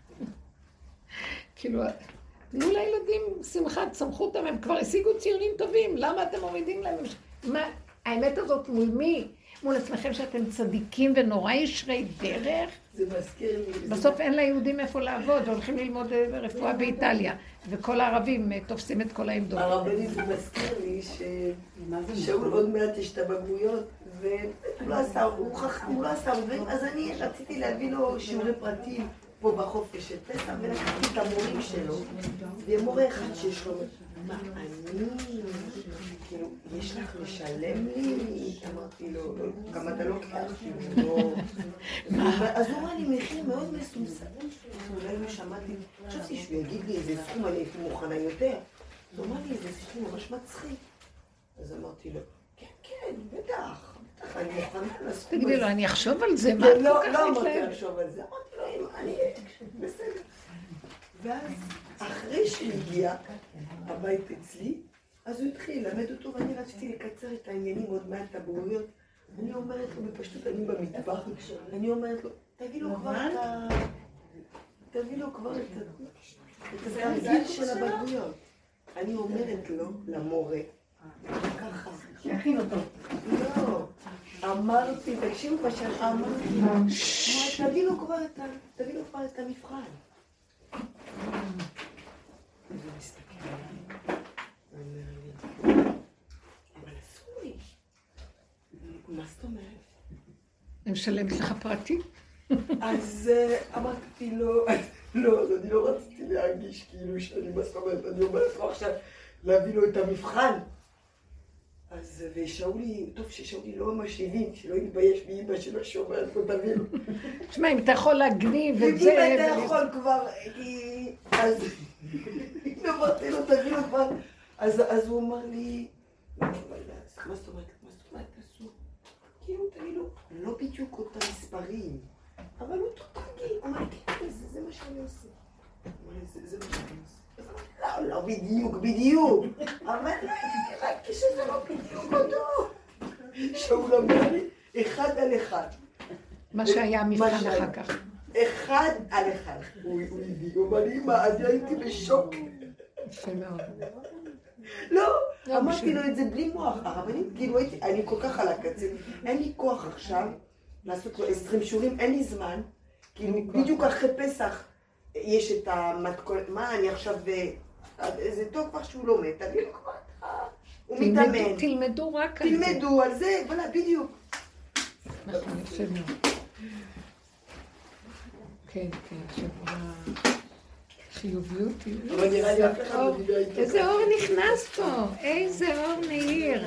[SPEAKER 1] כאילו, תנו לילדים שמחה, תשמחו אותם, הם כבר השיגו ציונים טובים, למה אתם מורידים להם? מה, האמת הזאת מול מי? מול עצמכם שאתם צדיקים ונורא ישרי דרך?
[SPEAKER 7] זה מזכיר לי.
[SPEAKER 1] בסוף אין ליהודים איפה לעבוד, והולכים ללמוד רפואה באיטליה, וכל הערבים תופסים את כל העמדות.
[SPEAKER 7] הרבנית, זה מזכיר לי שאול עוד מעט יש את הבגרויות, והוא לא עשה הרבה, אז אני רציתי להביא לו שיעורי פרטים פה בחופש של פסח, ולקחתי את המורים שלו, ומורה אחד שיש לו, מה, אני, כאילו, יש לך לשלם לי? אמרתי לו, גם אתה לוקח, כאילו, אז הוא אמר לי מחיר מאוד מסומסם. אולי לא שמעתי, חשבתי שהוא יגיד לי איזה סכום, אני הייתי מוכנה יותר. הוא אמר לי איזה סכום ממש מצחיק. אז אמרתי לו, כן, בטח, אני מוכנה לסכום.
[SPEAKER 1] תגידי לו, אני אחשוב על זה, מה כל כך מתלהב?
[SPEAKER 7] לא אמרתי לחשוב על זה, אמרתי לו, אני בסדר. ואז אחרי שהוא הגיע הבית אצלי, אז הוא התחיל ללמד אותו, ואני רציתי לקצר את העניינים עוד מעט הבגרויות. אני אומרת לו בפשטות, אני במטבח, אני אומרת לו, תביא לו כבר את התרגיל של הבגרויות. אני אומרת לו, למורה, ככה.
[SPEAKER 5] שיכין אותו.
[SPEAKER 7] לא, אמרתי, תקשיבו מה שאמרתי, תביא לו כבר את המבחן. אז הוא מסתכל עליי, אומר לי, אבל אסור לי. מה זאת אומרת?
[SPEAKER 1] אני משלמת לך פרטי?
[SPEAKER 7] אז אמרתי לו, לא, אז אני לא רציתי להרגיש כאילו שאני מסתובבת, אני אומרת לו עכשיו להביא לו את המבחן. אז ושאולי, טוב ששאולי לא ממש הבין, שלא יתבייש באמא שלו שאומרת לו תביא לו.
[SPEAKER 1] תשמע, אם אתה יכול להגניב את זה...
[SPEAKER 7] אם אתה יכול כבר, אז אמרתי לו תביא לו כבר, אז הוא אמר לי, מה זאת אומרת, אסור? כאילו תביא לו, לא בדיוק אותם מספרים, אבל הוא תותגי, הוא אמר לי, זה מה שאני עושה. הוא אמר לי, זה מה שאני עושה. לא בדיוק, אבל רק כשזה לא בדיוק אותו. שאול אמר לי, 1 על 1.
[SPEAKER 1] מה שהיה המבחן אחר כך.
[SPEAKER 7] 1 על 1. הוא הביא, הוא אמר לי, אמא, אני הייתי בשוק.
[SPEAKER 1] יפה מאוד.
[SPEAKER 7] לא, אמרתי לו את זה בלי מוח. הרבנית, כאילו, אני כל כך על הקצה. אין לי כוח עכשיו לעשות לו 20 שיעורים, אין לי זמן. כאילו, בדיוק אחרי פסח יש את המתכונת, מה אני עכשיו, זה טוב כבר שהוא לומד, תביא לו כבר, הוא מתאמן.
[SPEAKER 1] תלמדו רק על זה.
[SPEAKER 7] תלמדו על זה, וואלה, בדיוק.
[SPEAKER 1] נכון, יפה מאוד. כן, שבוע חיוביות. איזה אור נכנס פה, איזה אור מאיר.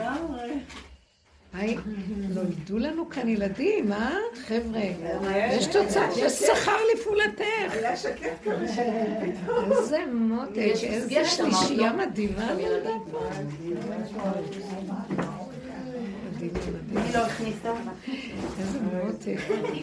[SPEAKER 1] נולדו לנו כאן ילדים, חבר'ה? יש תוצאה, יש שכר לפעולתך.
[SPEAKER 7] היה שקט כמה
[SPEAKER 1] איזה מותק, איזה שלישייה מדהימה נולדה פה.
[SPEAKER 2] אני לא הכניסה.
[SPEAKER 1] איזה מותק.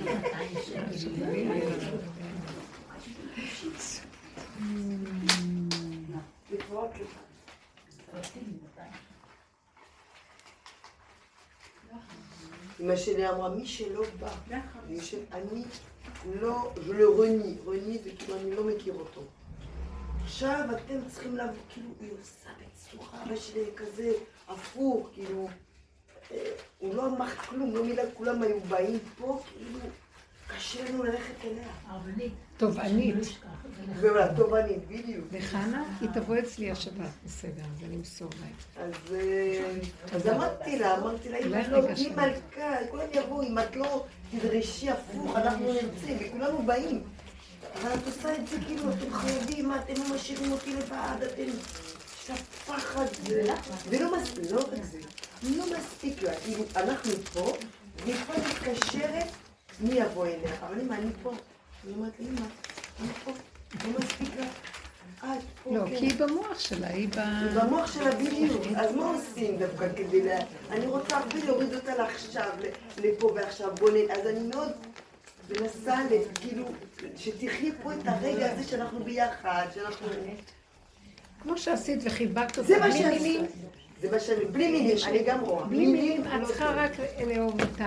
[SPEAKER 7] אמא שלי אמרה, מי שלא בא, אני לא, je le renie זה כאילו אני לא מכיר אותו. עכשיו אתם צריכים לבוא, כאילו היא עושה בצורה, אבא שלי כזה הפוך, כאילו, הוא לא אמר כלום, לא מילה, כולם היו באים פה, כאילו, קשה לנו ללכת אליה.
[SPEAKER 1] תובענית.
[SPEAKER 7] תובענית, בדיוק.
[SPEAKER 1] וחנה, היא תבוא אצלי השבת, בסדר, אז אני אמסור להם.
[SPEAKER 7] אז אמרתי לה, אם את לא תהיי מלכה, כולם יבואו, אם את לא תדרשי הפוך, אנחנו נרצים, וכולנו באים. אבל את עושה את זה כאילו, אתם חייבים, מה, אתם לא משאירים אותי לבד, אתם... יש לה פחד, ולא מספיק, לא רק זה, לא מספיק לה, כאילו, אנחנו פה, והיא כבר מתקשרת, מי יבוא אליה, אבל אמא, אני פה. אני אומרת לי, אמא, אני פה. לא מספיקה.
[SPEAKER 1] לא, כי היא במוח שלה, היא
[SPEAKER 7] במוח שלה בדיוק. אז מה עושים דווקא כדי אני רוצה הרבה להוריד אותה לעכשיו, לפה ועכשיו, אז אני מאוד מנסה, כאילו, שתחי פה את הרגע הזה שאנחנו ביחד, שאנחנו...
[SPEAKER 1] כמו שעשית וחיבקת אותה,
[SPEAKER 7] זה מה שעשית. זה מה שאני, בלי מילים, אני גם רואה.
[SPEAKER 1] בלי מילים, את צריכה רק לאהוב את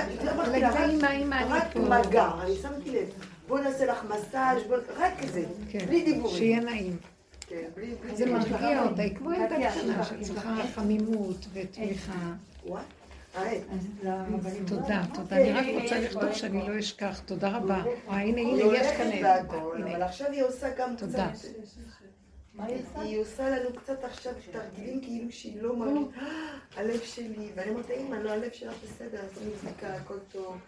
[SPEAKER 7] רק מגע, אני שמתי לב. בוא נעשה לך מסאז', רק כזה, בלי דיבורים.
[SPEAKER 1] שיהיה נעים. זה מרגיע אותה, היא כמו ילדה קטנה שצריכה חמימות ותמיכה. תודה, תודה. אני רק רוצה לכתוב שאני לא אשכח. תודה רבה. הנה, יש כאן.
[SPEAKER 7] אבל עכשיו היא עושה גם קצת...
[SPEAKER 1] תודה.
[SPEAKER 7] היא עושה לנו קצת עכשיו תרגילים כאילו שהיא לא מרגישה, הלב שלי, ואני אומרת, אמא, לא, הלב שלך בסדר, אז אני מזיקה, הכל טוב.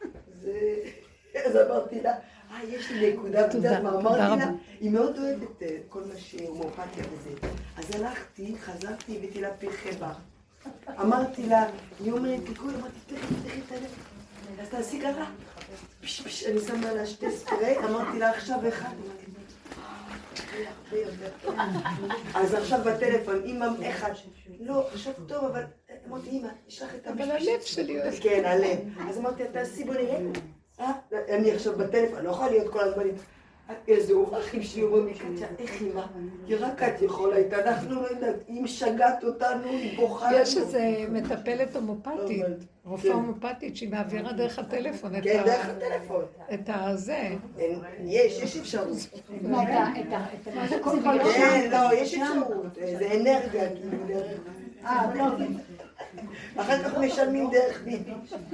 [SPEAKER 7] אז אמרתי לה, יש לי נקודה, אמרתי לה, היא מאוד אוהבת כל מה שהומאופתיה וזה. אז הלכתי, חזרתי, הבאתי לה פרחי בר. אמרתי לה, היא אומרת, תקוי, אמרתי, תכי את הלב. אז תעשי ככה, אני שמה לה שתי ספרי, אמרתי לה, עכשיו אחד. אז עכשיו בטלפון, אמא, אחד, לא, עכשיו טוב, אבל אמרתי, אמא, יש לך את
[SPEAKER 1] אבל הלב שלי אוהב.
[SPEAKER 7] כן, הלב. אז אמרתי, תעשי, בוא נראה. אני עכשיו בטלפון, לא יכולה להיות כל הזמן. איזה אחים שלי אומרים, קטיה, איך אמא? כי רק את יכולה, אנחנו לא יודעת, היא משגעת אותנו, היא בוכה לנו.
[SPEAKER 1] יש איזה מטפלת הומופתית, רופאה הומופתית, שהיא מעבירה דרך הטלפון.
[SPEAKER 7] כן, דרך הטלפון.
[SPEAKER 1] את הזה.
[SPEAKER 7] יש אפשרות.
[SPEAKER 1] כן,
[SPEAKER 7] לא, יש אפשרות. זה אנרגיה, כאילו, דרך... אחר כך משלמים דרך ביבי.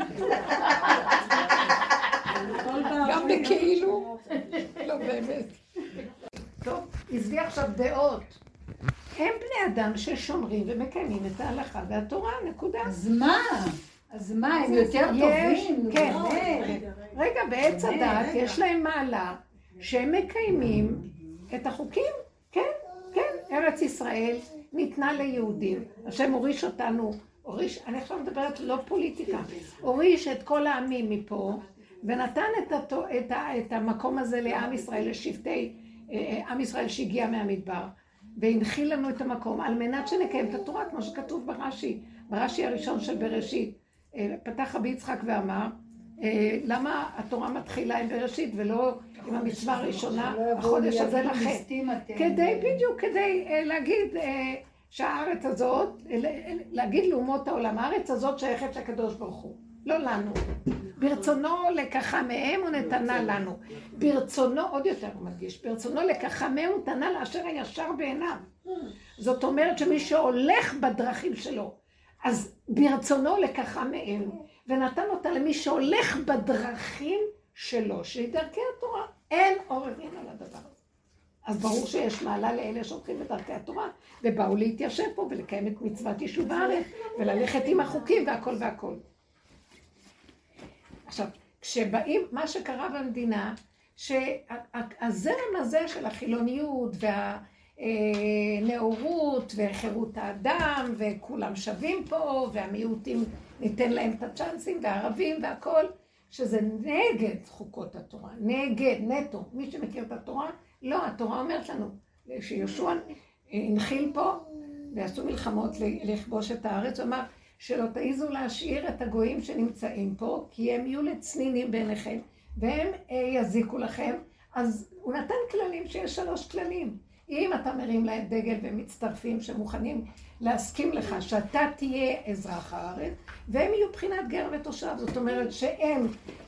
[SPEAKER 1] גם בכאילו, לא באמת. טוב, עזבי עכשיו דעות. הם בני אדם ששומרים ומקיימים את ההלכה והתורה, נקודה.
[SPEAKER 5] אז מה, הם יותר טובים?
[SPEAKER 1] כן, רגע, בעץ הדת יש להם מעלה שהם מקיימים את החוקים, כן, ארץ ישראל ניתנה ליהודים. השם הוריש אותנו, אני עכשיו מדברת לא פוליטיקה, הוריש את כל העמים מפה, ונתן את המקום הזה לעם ישראל, לשבטי עם ישראל שהגיע מהמדבר, והנחיל לנו את המקום על מנת שנקיים את התורה, כמו שכתוב ברש"י הראשון של בראשית. פתח רבי יצחק ואמר, למה התורה מתחילה עם בראשית ולא עם המצווה הראשונה, החודש הזה לכם? כדי להגיד שהארץ הזאת, להגיד לאומות העולם, הארץ הזאת שייכת לקדוש ברוך הוא, לא לנו. ברצונו לקחה מהם ונתנה לנו. ברצונו, עוד יותר מדגיש, ברצונו לקחה מהם ונתנה לאשר הישר בעיניו. זאת אומרת שמי שהולך בדרכים שלו, אז ברצונו לקחה מהם ונתן אותה למי שהולך בדרכים שלו, שהיא דרכי התורה. אין עוררין על הדבר הזה. אז ברור שיש מעלה לאלה שהולכים בדרכי התורה, ובאו להתיישב פה ולקיים את מצוות יישוב הארץ, וללכת עם החוקים והכל והכל. עכשיו, כשבאים, מה שקרה במדינה, שהזרם הזה של החילוניות והנאורות וחירות האדם, וכולם שווים פה, והמיעוטים ניתן להם את הצ'אנסים, והערבים והכל, שזה נגד חוקות התורה, נגד, נטו. מי שמכיר את התורה, לא, התורה אומרת לנו, שיהושע הנחיל פה, ועשו מלחמות לכבוש את הארץ, הוא אמר, שלא תעיזו להשאיר את הגויים שנמצאים פה, כי הם יהיו לצנינים בעיניכם, והם יזיקו לכם. אז הוא נתן כללים, שיש 3 כללים. אם אתה מרים להם דגל ומצטרפים שמוכנים להסכים לך שאתה תהיה אזרח הארץ, והם יהיו בחינת גר ותושב, זאת אומרת שהם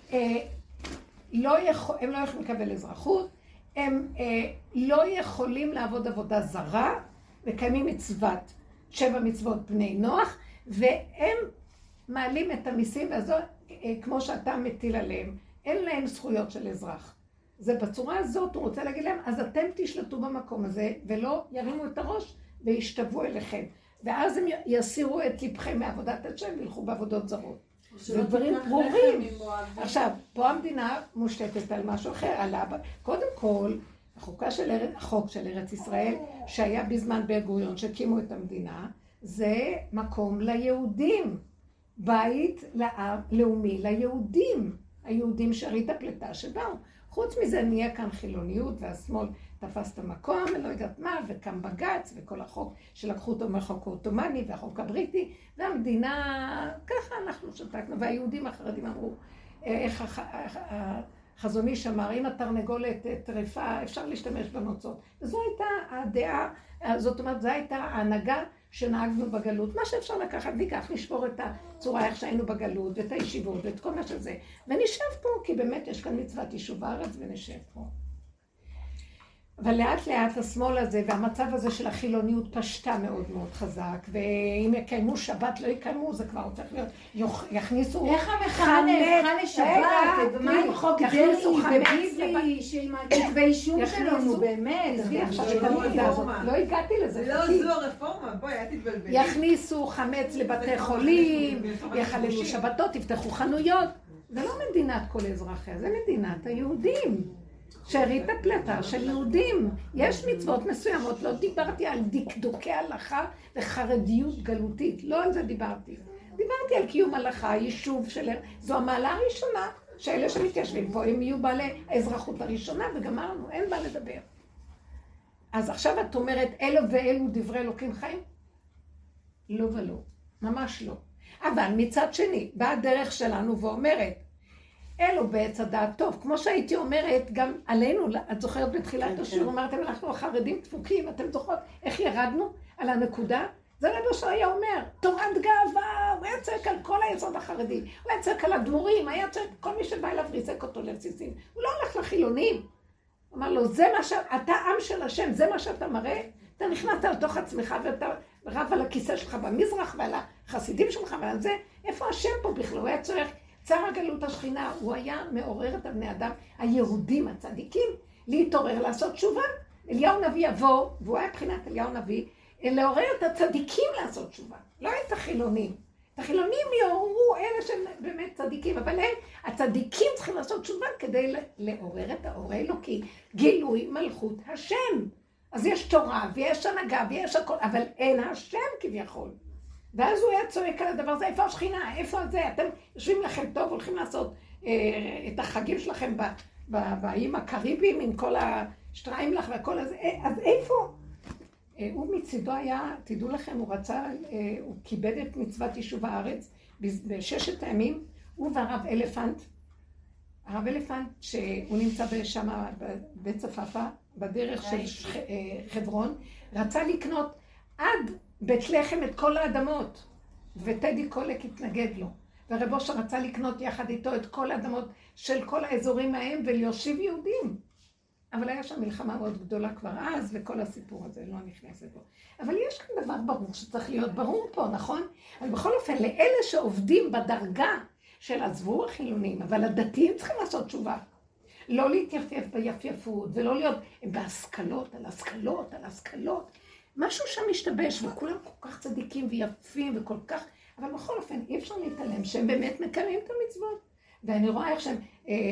[SPEAKER 1] לא יכולים לקבל אזרחות, הם לא יכולים לעבוד עבודה זרה, מקיימים מצוות 7 מצוות בני נוח, והם מעלים את המיסים והזאת כמו שאתה מטיל עליהם. אין להם זכויות של אזרח. זה בצורה הזאת, הוא רוצה להגיד להם, אז אתם תשלטו במקום הזה, ולא ירימו את הראש וישתוו אליכם. ואז הם יסירו את לבכם מעבודת השם וילכו בעבודות זרות. זה דברים ברורים. עכשיו, פה המדינה מושתתת על משהו אחר. קודם כל, החוק של ארץ ישראל, שהיה בזמן בן גוריון שהקימו את המדינה, זה מקום ליהודים, בית לאומי ליהודים, היהודים שארית הפלטה שבאו. חוץ מזה נהיה כאן חילוניות, והשמאל תפס את המקום, ולא יודעת מה, וקם בגץ, וכל החוק שלקחו אותו מהחוק האוטומני, והחוק הבריטי, והמדינה, ככה אנחנו שתקנו, והיהודים החרדים אמרו, איך החזון איש אמר, אם התרנגולת טרפה, אפשר להשתמש בנוצות. וזו הייתה הדעה, זאת אומרת, זו הייתה ההנהגה שנהגנו בגלות. מה שאפשר לקחת, ניקח, לשבור את הצורה איך שהיינו בגלות, ואת הישיבות, ואת כל מה שזה. ונשב פה, כי באמת יש כאן מצוות יישוב הארץ, ונשב פה. אבל לאט לאט השמאל הזה והמצב הזה של החילוניות פשטה מאוד מאוד חזק, ואם יקיימו שבת לא יקיימו, זה כבר הופך להיות, יכניסו
[SPEAKER 5] איך המחאה נהפכה לשבת? ומה עם חוק דרעי וביבי עם הכתבי אישום שלנו, באמת?
[SPEAKER 1] לא הגעתי לזה.
[SPEAKER 3] לא זו הרפורמה, בואי, אל תתבלבלי.
[SPEAKER 1] יכניסו חמץ לבתי חולים, יחללו שבתות, יפתחו חנויות. זה לא מדינת כל אזרחיה, זה מדינת היהודים. שארית הפלטה של יהודים. יש מצוות מסוימות, לא דיברתי על דקדוקי הלכה וחרדיות גלותית, לא על זה דיברתי. דיברתי על קיום הלכה, יישוב של... זו המעלה הראשונה, שאלה שמתיישבים פה, הם יהיו בעלי האזרחות הראשונה, וגמרנו, אין מה לדבר. אז עכשיו את אומרת, אלו ואלו דברי אלוקים חיים? לא ולא, ממש לא. אבל מצד שני, באה הדרך שלנו ואומרת, אלו בעץ הדעת טוב, כמו שהייתי אומרת גם עלינו, את זוכרת בתחילת השיעור, אמרתם אנחנו החרדים דפוקים, אתם זוכרות איך ירדנו על הנקודה? זה רבו שהיה אומר, תורת גאווה, הוא היה צועק על כל היסוד החרדי, הוא היה צועק על הדמורים, היה צועק, כל מי שבא אליו ריזק אותו לבסיסים, הוא לא הולך לחילונים, הוא אמר לו, זה מה אתה עם של השם, זה מה שאתה מראה, אתה נכנסת לתוך עצמך ואתה רב על הכיסא שלך במזרח ועל החסידים שלך ועל זה, איפה השם פה בכלל? הוא היה צועק, צער הגלות השכינה, הוא היה מעורר את הבני אדם, היהודים הצדיקים, להתעורר, לעשות תשובה. אליהו נביא יבוא, והוא היה מבחינת אליהו נביא, לעורר את הצדיקים לעשות תשובה, לא את החילונים. את החילונים יעוררו אלה שהם באמת צדיקים, אבל הם, הצדיקים צריכים לעשות תשובה כדי לעורר את האור האלוקי, גילוי מלכות השם. אז יש תורה ויש הנהגה ויש הכל, אבל אין השם כביכול. ואז הוא היה צועק על הדבר הזה, איפה השכינה, איפה זה, אתם יושבים לכם טוב, הולכים לעשות את החגים שלכם באיים הקריביים עם כל השטריימלך והכל הזה, אז איפה? הוא מצידו היה, תדעו לכם, הוא רצה, הוא כיבד את מצוות יישוב הארץ בששת הימים, הוא והרב אלפנט, הרב אלפנט שהוא נמצא שם בבית צפאפא, בדרך של חברון, רצה לקנות עד בית לחם את כל האדמות, וטדי קולק התנגד לו. ורב אושר רצה לקנות יחד איתו את כל האדמות של כל האזורים ההם ולהושיב יהודים. אבל היה שם מלחמה מאוד גדולה כבר אז, וכל הסיפור הזה לא נכנס בו. אבל יש כאן דבר ברור שצריך להיות ברור פה, נכון? אבל בכל אופן, לאלה שעובדים בדרגה של עזבו החילונים, אבל הדתיים צריכים לעשות תשובה. לא להתייפף ביפייפות, ולא להיות בהשכלות, על השכלות, על השכלות. משהו שם משתבש, וכולם כל כך צדיקים ויפים וכל כך, אבל בכל אופן אי אפשר להתעלם שהם באמת מקיימים את המצוות. ואני רואה איך שהם,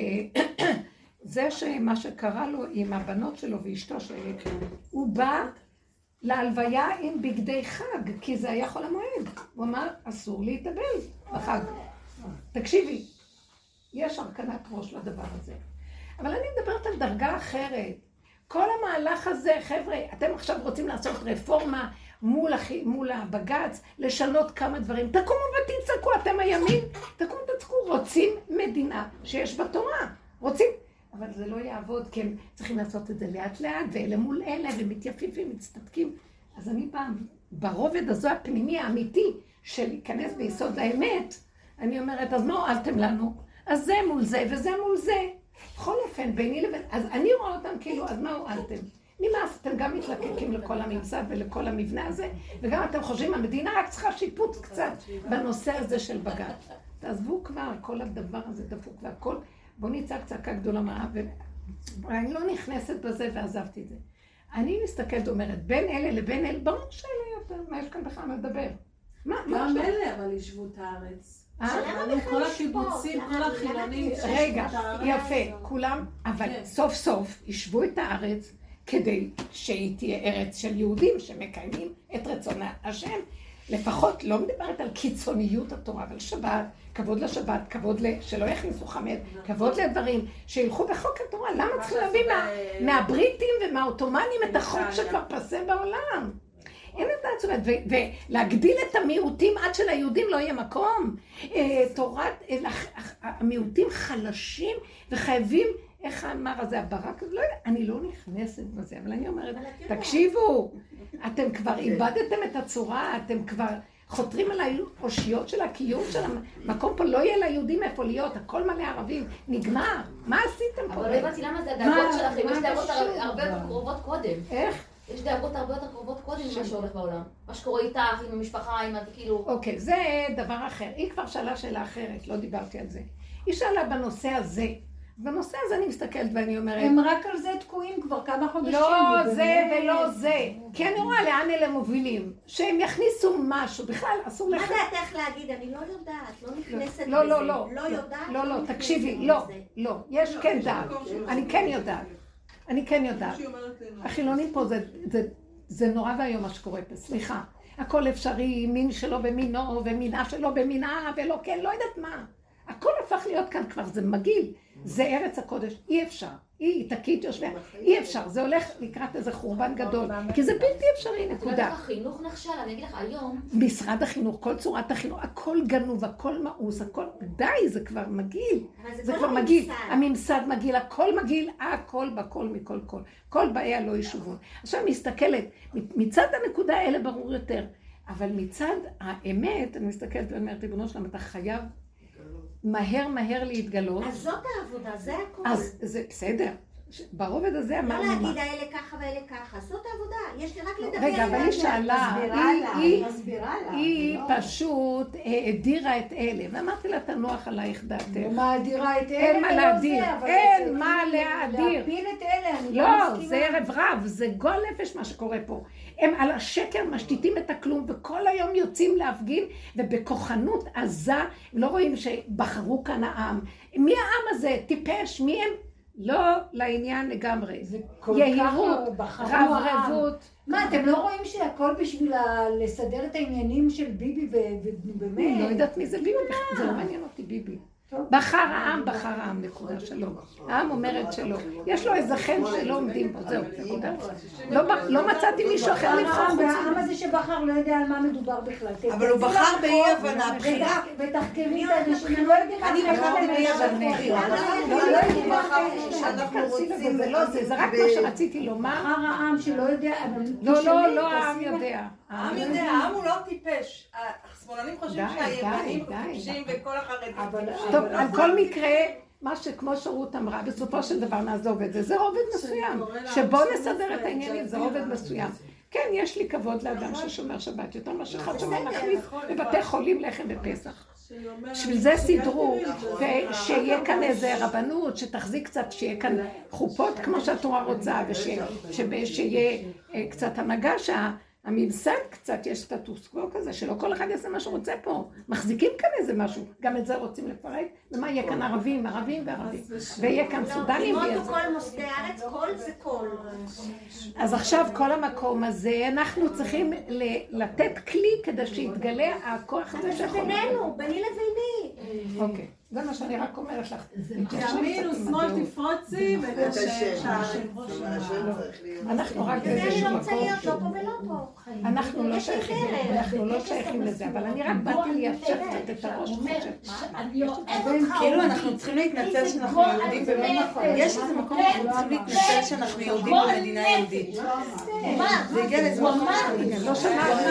[SPEAKER 1] זה שמה שקרה לו עם הבנות שלו ואשתו שלי, הוא בא להלוויה עם בגדי חג, כי זה היה חול המועד. הוא אמר, אסור להתאבל בחג. תקשיבי, יש הרכנת ראש לדבר הזה. אבל אני מדברת על דרגה אחרת. כל המהלך הזה, חבר'ה, אתם עכשיו רוצים לעשות רפורמה מול הבגץ, לשנות כמה דברים. תקומו ותצעקו, אתם הימין, תקומו ותצעקו, רוצים מדינה שיש בה תורה. רוצים, אבל זה לא יעבוד, כי הם צריכים לעשות את זה לאט לאט, ואלה מול אלה, ומתייפים ומצטדקים. אז אני פעם, ברובד הזו הפנימי האמיתי, של להיכנס ביסוד האמת, אני אומרת, אז מה הועלתם לנו? אז זה מול זה וזה מול זה. בכל אופן, ביני לבין, אז אני רואה אותם כאילו, אז מה הועלתם? נמאס, אתם גם מתלקקים לכל הממסד ולכל המבנה הזה, וגם אתם חושבים, המדינה רק צריכה שיפוץ קצת בנושא הזה של בג"ץ. תעזבו כבר, כל הדבר הזה דפוק והכל, בואו נצעק צעקה גדולה מה, ואני לא נכנסת בזה ועזבתי את זה. אני מסתכלת ואומרת, בין אלה לבין אלה, ברור שאלה יותר, מה יש כאן בכלל מה לדבר?
[SPEAKER 3] גם אלה אבל ישבו את הארץ. כל הקיבוצים, כל החילונים.
[SPEAKER 1] רגע, יפה, כולם, אבל סוף סוף ישבו את הארץ כדי שהיא תהיה ארץ של יהודים שמקיימים את רצון השם. לפחות לא מדברת על קיצוניות התורה, אבל שבת, כבוד לשבת, כבוד שלא יכניסו חמץ, כבוד לדברים, שילכו בחוק התורה. למה צריכים להביא מהבריטים ומהאוטומנים את החוק שכבר פסה בעולם? אין את העצומת, ולהגדיל את המיעוטים עד שליהודים לא יהיה מקום. תורת, המיעוטים חלשים וחייבים, איך אמר הזה הברק? אני לא נכנסת בזה, אבל אני אומרת, תקשיבו, אתם כבר איבדתם את הצורה, אתם כבר חותרים על האושיות של הקיום של המקום פה, לא יהיה ליהודים איפה להיות, הכל מלא ערבים, נגמר. מה עשיתם פה?
[SPEAKER 8] אבל לא הבנתי למה זה הדאגות שלכם, יש דאגות הרבה יותר קרובות קודם.
[SPEAKER 1] איך?
[SPEAKER 8] יש דאגות הרבה יותר קרובות קודם ממה שהולך בעולם. מה שקורה איתך, עם המשפחה, עם כאילו...
[SPEAKER 1] אוקיי, זה דבר אחר. היא כבר שאלה שאלה אחרת, לא דיברתי על זה. היא שאלה בנושא הזה. בנושא הזה אני מסתכלת ואני אומרת...
[SPEAKER 5] הם רק על זה תקועים כבר כמה חודשים.
[SPEAKER 1] לא זה ולא זה. כי אני רואה לאן אלה מובילים. שהם יכניסו משהו, בכלל אסור לך...
[SPEAKER 4] מה דעתך להגיד? אני לא יודעת, לא נכנסת בזה.
[SPEAKER 1] לא, לא, לא.
[SPEAKER 4] לא יודעת.
[SPEAKER 1] לא, לא, תקשיבי, לא, לא. יש כן דעת. אני כן יודעת. אני כן יודעת. החילונים פה זה נורא והיום מה שקורה פה, סליחה. הכל אפשרי, מין שלא במינו ומינה שלא במינה ולא כן, לא יודעת מה. הכל הפך להיות כאן כבר, זה מגעיל. זה ארץ הקודש, אי אפשר. היא תקית יושביה, אי אפשר. זה הולך לקראת איזה חורבן גדול. כי זה בלתי אפשרי, נקודה.
[SPEAKER 8] החינוך נכשל, אני אגיד לך, היום...
[SPEAKER 1] משרד החינוך, כל צורת החינוך, הכל גנוב, הכל מאוס, הכל... די, זה כבר מגעיל. זה כבר מגעיל. הממסד מגעיל, הכל מגעיל, הכל בכל מכל כל. כל בעיה לא ישובון. עכשיו מסתכלת, מצד הנקודה האלה ברור יותר. אבל מצד האמת, אני מסתכלת ואומרת, ריבונו שלם, אתה חייב מהר להתגלות.
[SPEAKER 4] אז זאת העבודה, זה הכל.
[SPEAKER 1] אז זה בסדר. ברובד הזה אמרנו מה.
[SPEAKER 4] לא להגיד האלה ככה ואלה ככה, זאת העבודה. יש לי רק לדבר.
[SPEAKER 1] רגע, אבל היא שאלה, היא פשוט הדירה את אלה, ואמרתי לה תנוח עלייך דעתך.
[SPEAKER 5] מה הדירה את אלה?
[SPEAKER 1] אין מה להדיר, אין מה להדיר.
[SPEAKER 5] להפיל את אלה, אני
[SPEAKER 1] לא, זה ערב רב, זה גול נפש מה שקורה פה. הם על השקר משתיתים את הכלום, וכל היום יוצאים להפגין, ובכוחנות עזה, לא רואים שבחרו כאן העם. מי העם הזה? טיפש? מי הם? לא לעניין לגמרי. יהירות, רברבות.
[SPEAKER 5] מה, אתם לא רואים שהכל בשביל לסדר את העניינים של ביבי ובאמת?
[SPEAKER 1] אני לא יודעת מי זה ביבי, זה לא מעניין אותי ביבי. בחר העם, נקודה שלו. העם אומרת שלא. יש לו איזה חן שלא עומדים בו, זהו, נקודה. לא מצאתי מישהו אחר לבחור חוץ.
[SPEAKER 5] והעם הזה שבחר לא יודע על מה מדובר בכלל.
[SPEAKER 7] אבל הוא בחר באי הבנה, בחירה.
[SPEAKER 5] ותחכמי את האנשים, לא יודעים מה
[SPEAKER 7] אני בחרתי באי הבנה, בחירה.
[SPEAKER 5] לא יודעים מה
[SPEAKER 7] שאנחנו רוצים,
[SPEAKER 1] זה רק מה שרציתי לומר.
[SPEAKER 5] בחר העם שלא יודע.
[SPEAKER 1] לא העם יודע.
[SPEAKER 3] העם יודע, העם הוא לא טיפש. השמאלנים חושבים שהימנים טיפשים וכל החרדים.
[SPEAKER 1] טוב, על כל מקרה, מה שכמו שרות אמרה, בסופו של דבר נעזוב את זה, זה רובד מסוים. שבוא נסדר את העניינים, זה רובד מסוים. כן, יש לי כבוד לאדם ששומר שבת, יותר מה שאחד שומר מחליף בבתי חולים לחם בפסח. בשביל זה סידרו, ושיהיה כאן איזה רבנות, שתחזיק קצת, שיהיה כאן חופות כמו שהתורה רוצה, ושיהיה קצת הנהגה הממסד קצת, יש סטטוס קוו כזה, שלא כל אחד יעשה מה שרוצה פה. מחזיקים כאן איזה משהו, גם את זה רוצים לפרק. ומה יהיה כאן ערבים וערבים. ויהיה כאן סודנים.
[SPEAKER 4] לימוד בכל מוסדי הארץ, כל זה כל.
[SPEAKER 1] אז עכשיו כל המקום הזה, אנחנו צריכים לתת כלי כדי שיתגלה הכוח הזה
[SPEAKER 4] שיכול. זה בינינו, ביני לביני.
[SPEAKER 1] אוקיי. זה מה שאני רק אומרת לך.
[SPEAKER 3] ימין ושמאל תפרוצי,
[SPEAKER 1] אנחנו רק
[SPEAKER 4] באיזשהו מקום.
[SPEAKER 1] אנחנו לא שייכים לזה, אבל אני רק באתי ליישר קצת את הראש חושבת.
[SPEAKER 6] כאילו אנחנו צריכים להתנצל שאנחנו יהודים יש איזה מקום אנחנו צריכים להתנצל שאנחנו יהודים במדינה יהודית. זה הגיע לזה מקום שאני
[SPEAKER 1] לא שמעתי.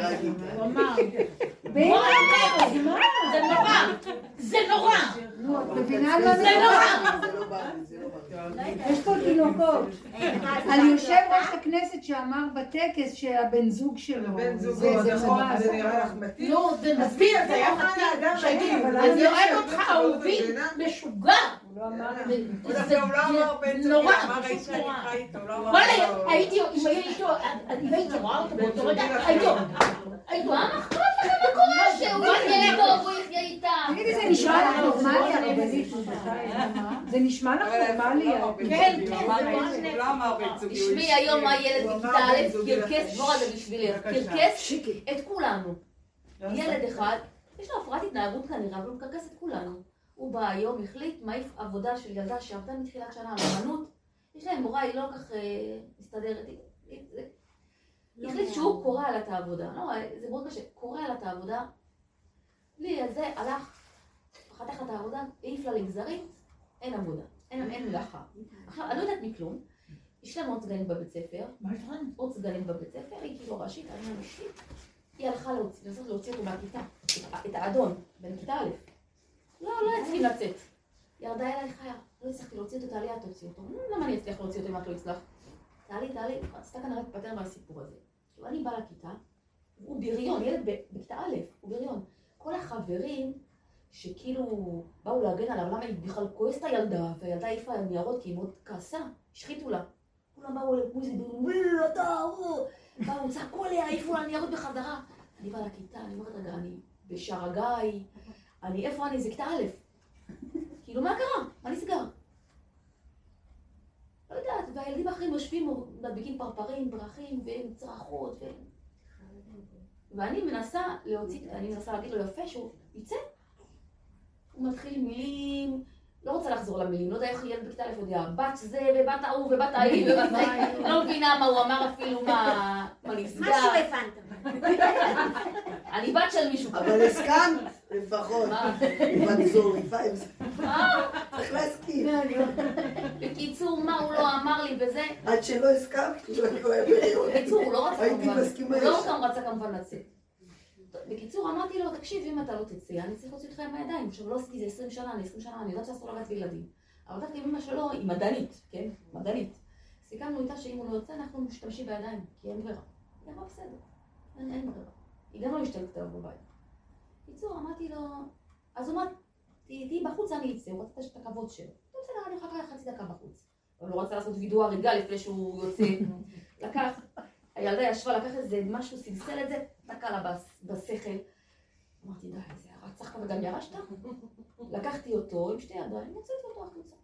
[SPEAKER 8] זה נורא! זה נורא!
[SPEAKER 5] מבינה מה
[SPEAKER 8] זה נורא!
[SPEAKER 5] יש פה תינוקות. על יושב ראש הכנסת שאמר בטקס שהבן זוג שלו.
[SPEAKER 3] בן זוג, זה נראה לך מתאים?
[SPEAKER 8] לא, זה מסביר, זה היה מתאים. אני אוהב אותך אהובי, משוגע.
[SPEAKER 3] זה נורא.
[SPEAKER 8] וואלה, אם הייתי רואה אותו באותו רגע, הייתי מה אכפת לכם מה קורה?
[SPEAKER 9] שהוא יהיה טוב, הוא יחיה איתה.
[SPEAKER 5] תגידי, זה נשמע לך נורמלי? זה נשמע לך נורמלי?
[SPEAKER 9] כן,
[SPEAKER 6] לא אמר בייצוגיות.
[SPEAKER 9] תשמעי, היום הילד בכיתה א' קרקס, דבורה זה בשבילך, קרקס את כולנו. ילד אחד, יש לו הפרעת התנהגות כנראה, אבל הוא מקרקס את כולנו. הוא בא היום, החליט, מעיף עבודה של ילדה שעבדה מתחילת שנה על אמנות. יש להם מורה, היא לא כך מסתדרת. החליט שהוא קורא עליה את העבודה. לא, זה מאוד קשה. קורא עליה את העבודה. לי, אז זה הלך, חתך לה את העבודה, העיף לה לגזרים, אין עבודה, אין מלאכה. עכשיו, אני לא יודעת מכלום. יש להם עוד סגנית בבית ספר.
[SPEAKER 8] מה יש לכם?
[SPEAKER 9] עוד סגנית בבית ספר, היא כאילו ראשית, אני אנושית. היא הלכה להוציא אותו מהכיתה, את האדון, בין כיתה א'. לא הצליחים לצאת. ירדה אליי חיה, לא הצלחתי להוציא אותו, תעלי, את תוציא אותו. למה אני אצליח להוציא אותו אם את לא הצלחת? תעלי, רצתה כנראה להתפטר מהסיפור הזה. אני באה לכיתה, הוא בריון, ילד בכיתה א', הוא בריון. כל החברים שכאילו באו להגן עליו, למה היא בכלל כועסת את הילדה, והילדה העיפה ניירות כי היא מאוד כעסה, השחיתו לה. כולם באו אליו, כמו איזה בריון, אתה, באו, צעקו עליה, העיפו לה ניירות בחזרה. אני באה לכיתה, אני אומרת, רגע, אני בשער הגיא, איפה אני? זה כיתה א'. כאילו, מה קרה? מה נסגר? לא יודעת, והילדים האחרים יושבים, מדביקים פרפרים, פרחים, וצרחות, ואני מנסה להגיד לו יפה שהוא יצא. הוא מתחיל מילים, לא רוצה לחזור למילים, לא יודע איך ילד בכיתה א' יודע, בת זה ובת ההוא ובת ההיא ובת ההיא, לא מבינה מה הוא אמר אפילו, מה נסגר.
[SPEAKER 4] משהו הבנת.
[SPEAKER 9] אני בת של מישהו.
[SPEAKER 7] אבל הסכמת, לפחות. בת זו, לפעמים זה. צריך להסכים.
[SPEAKER 9] בקיצור, מה הוא לא אמר לי וזה?
[SPEAKER 7] עד שלא הסכמת, הוא לא היה בריון.
[SPEAKER 9] בקיצור, הוא לא רצה
[SPEAKER 7] הייתי
[SPEAKER 9] כמובן.
[SPEAKER 7] מסכימה
[SPEAKER 9] הוא לא
[SPEAKER 7] ישר.
[SPEAKER 9] רצה כמובן לצאת. בקיצור, אמרתי לו, תקשיב, אם אתה לא תצא, אני צריך להוציא אותך עם הידיים. עכשיו, לא עשיתי זה 20 שנה, אני יודעת שאסור לגעת בילדים. אבל דווקא עם אמא שלו, היא מדענית, כן? מדענית. סיכמנו איתה שאם הוא לא יוצא, אנחנו משתמשים בידיים, כי אין ברירה. היא אמרה בסדר, אין ברירה. היא גם לא משתלטת עליו בבית. בקיצור, אמרתי לו, אז הוא אמר, תהיי בחוץ, אני אצא, הוא רצה את הכבוד שלו. בסדר, אני אחכה חצי דקה בחוץ. אבל הוא רצה לעשות וידוא הריגה לפני שהוא יוצא. לקח, הילדה ישבה, לקח איזה משהו, סלסל את זה, תקע לה בשכל. אמרתי, די, זה רצחת וגם ירשת? לקחתי אותו עם שתי ידיים, מוצאתי אותו החוצה.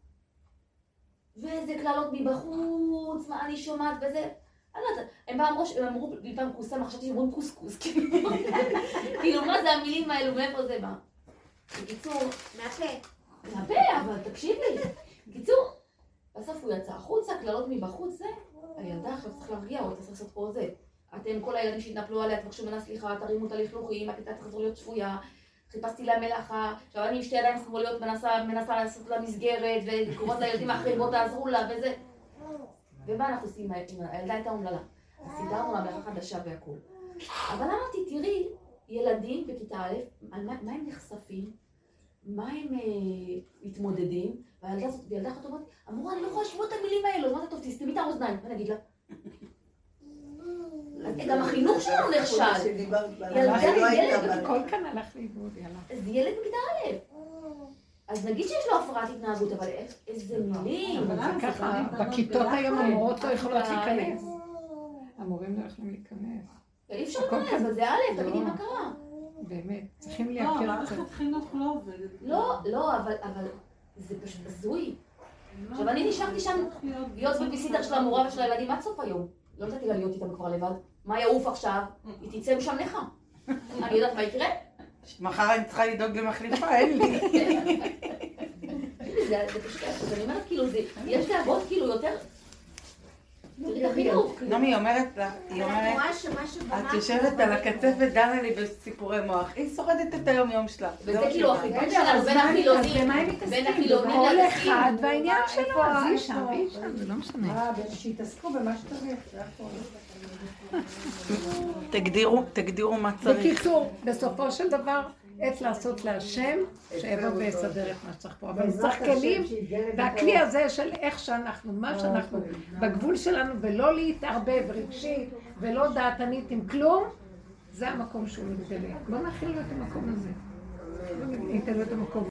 [SPEAKER 9] ואיזה קללות מבחוץ, מה אני שומעת וזה. אני לא יודעת, הם אמרו לי פעם קוסם, חשבתי שהם אומרים קוסקוס, כאילו מה זה המילים האלו, מאיפה זה בא? בקיצור, מהפה, אבל תקשיב לי. בקיצור, בסוף הוא יצא החוצה, קללות מבחוץ, זה. הילדה עכשיו צריך להרגיע, הוא צריך לעשות פה זה. אתם, כל הילדים שהתנפלו עליה, תבקשו ממנה סליחה, תרימו את הלכלוכים, הכיתה תחזור להיות שפויה. חיפשתי לה מלאכה, עכשיו אני עם שתי ידיים שמאליות מנסה לעשות לה מסגרת, וקוראות לילדים האחרים, בוא תעזרו לה וזה. ומה אנחנו עושים? הילדה הייתה אומללה. אז סידרנו לה מלאכה חדשה והכל. אבל אמרתי, תראי, ילדים בכיתה א', על מה הם נחשפים? מה הם מתמודדים? והילדה הזאת, וילדה אחת אומרת, אמורה, אני לא יכולה לשמוע את המילים האלו. אמרת, טוב, תסתמי את האוזניים. מה נגיד לה? גם החינוך שלנו נכשל.
[SPEAKER 1] ילד, הכל כאן הלך לאיבוד, יאללה.
[SPEAKER 9] זה ילד בכיתה א'. אז נגיד שיש לו הפרעת התנהגות, אבל איזה מילים.
[SPEAKER 1] אבל זה ככה, בכיתות היום המורות לא יכולות להיכנס. המורים לא יכולים להיכנס.
[SPEAKER 9] אי אפשר להיכנס, אבל זה א', תגידי מה קרה.
[SPEAKER 1] באמת, צריכים
[SPEAKER 6] לא,
[SPEAKER 1] להכיר את זה.
[SPEAKER 6] מערכת חינוך לא עובדת.
[SPEAKER 9] לא, אבל זה פשוט הזוי. עכשיו אני נשארתי שם להיות בביסיטר של המורה ושל הילדים עד סוף היום. לא נתתי לה להיות איתם כבר לבד. מה יעוף עכשיו? היא תצא משם נכה. אני יודעת מה יקרה?
[SPEAKER 6] מחר אני צריכה לדאוג למחליפה, אין לי.
[SPEAKER 9] זה פשוט, אז אני אומרת כאילו, יש דאגות כאילו יותר... תראי את החינוך.
[SPEAKER 6] נעמי, היא אומרת לה, את יושבת על הקצפת ודנה לי בסיפורי מוח. היא שורדת את היום יום שלה.
[SPEAKER 9] וזה כאילו החיבור שלנו בין החילונים,
[SPEAKER 1] כל אחד והעניין שלו, אז היא שם, זה לא משנה.
[SPEAKER 5] שיתעסקו במה שצריך, זה הכל.
[SPEAKER 6] תגדירו מה צריך.
[SPEAKER 1] בקיצור, בסופו של דבר, עת לעשות להשם, שיבוא ויסדר את מה שצריך פה. אבל צריך כלים, והכלי הזה של איך שאנחנו, מה שאנחנו, בגבול שלנו, ולא להתערבב רגשית, ולא דעתנית עם כלום, זה המקום שהוא מתגלה. בוא נכיל לו את המקום הזה. ניתן לו את המקום.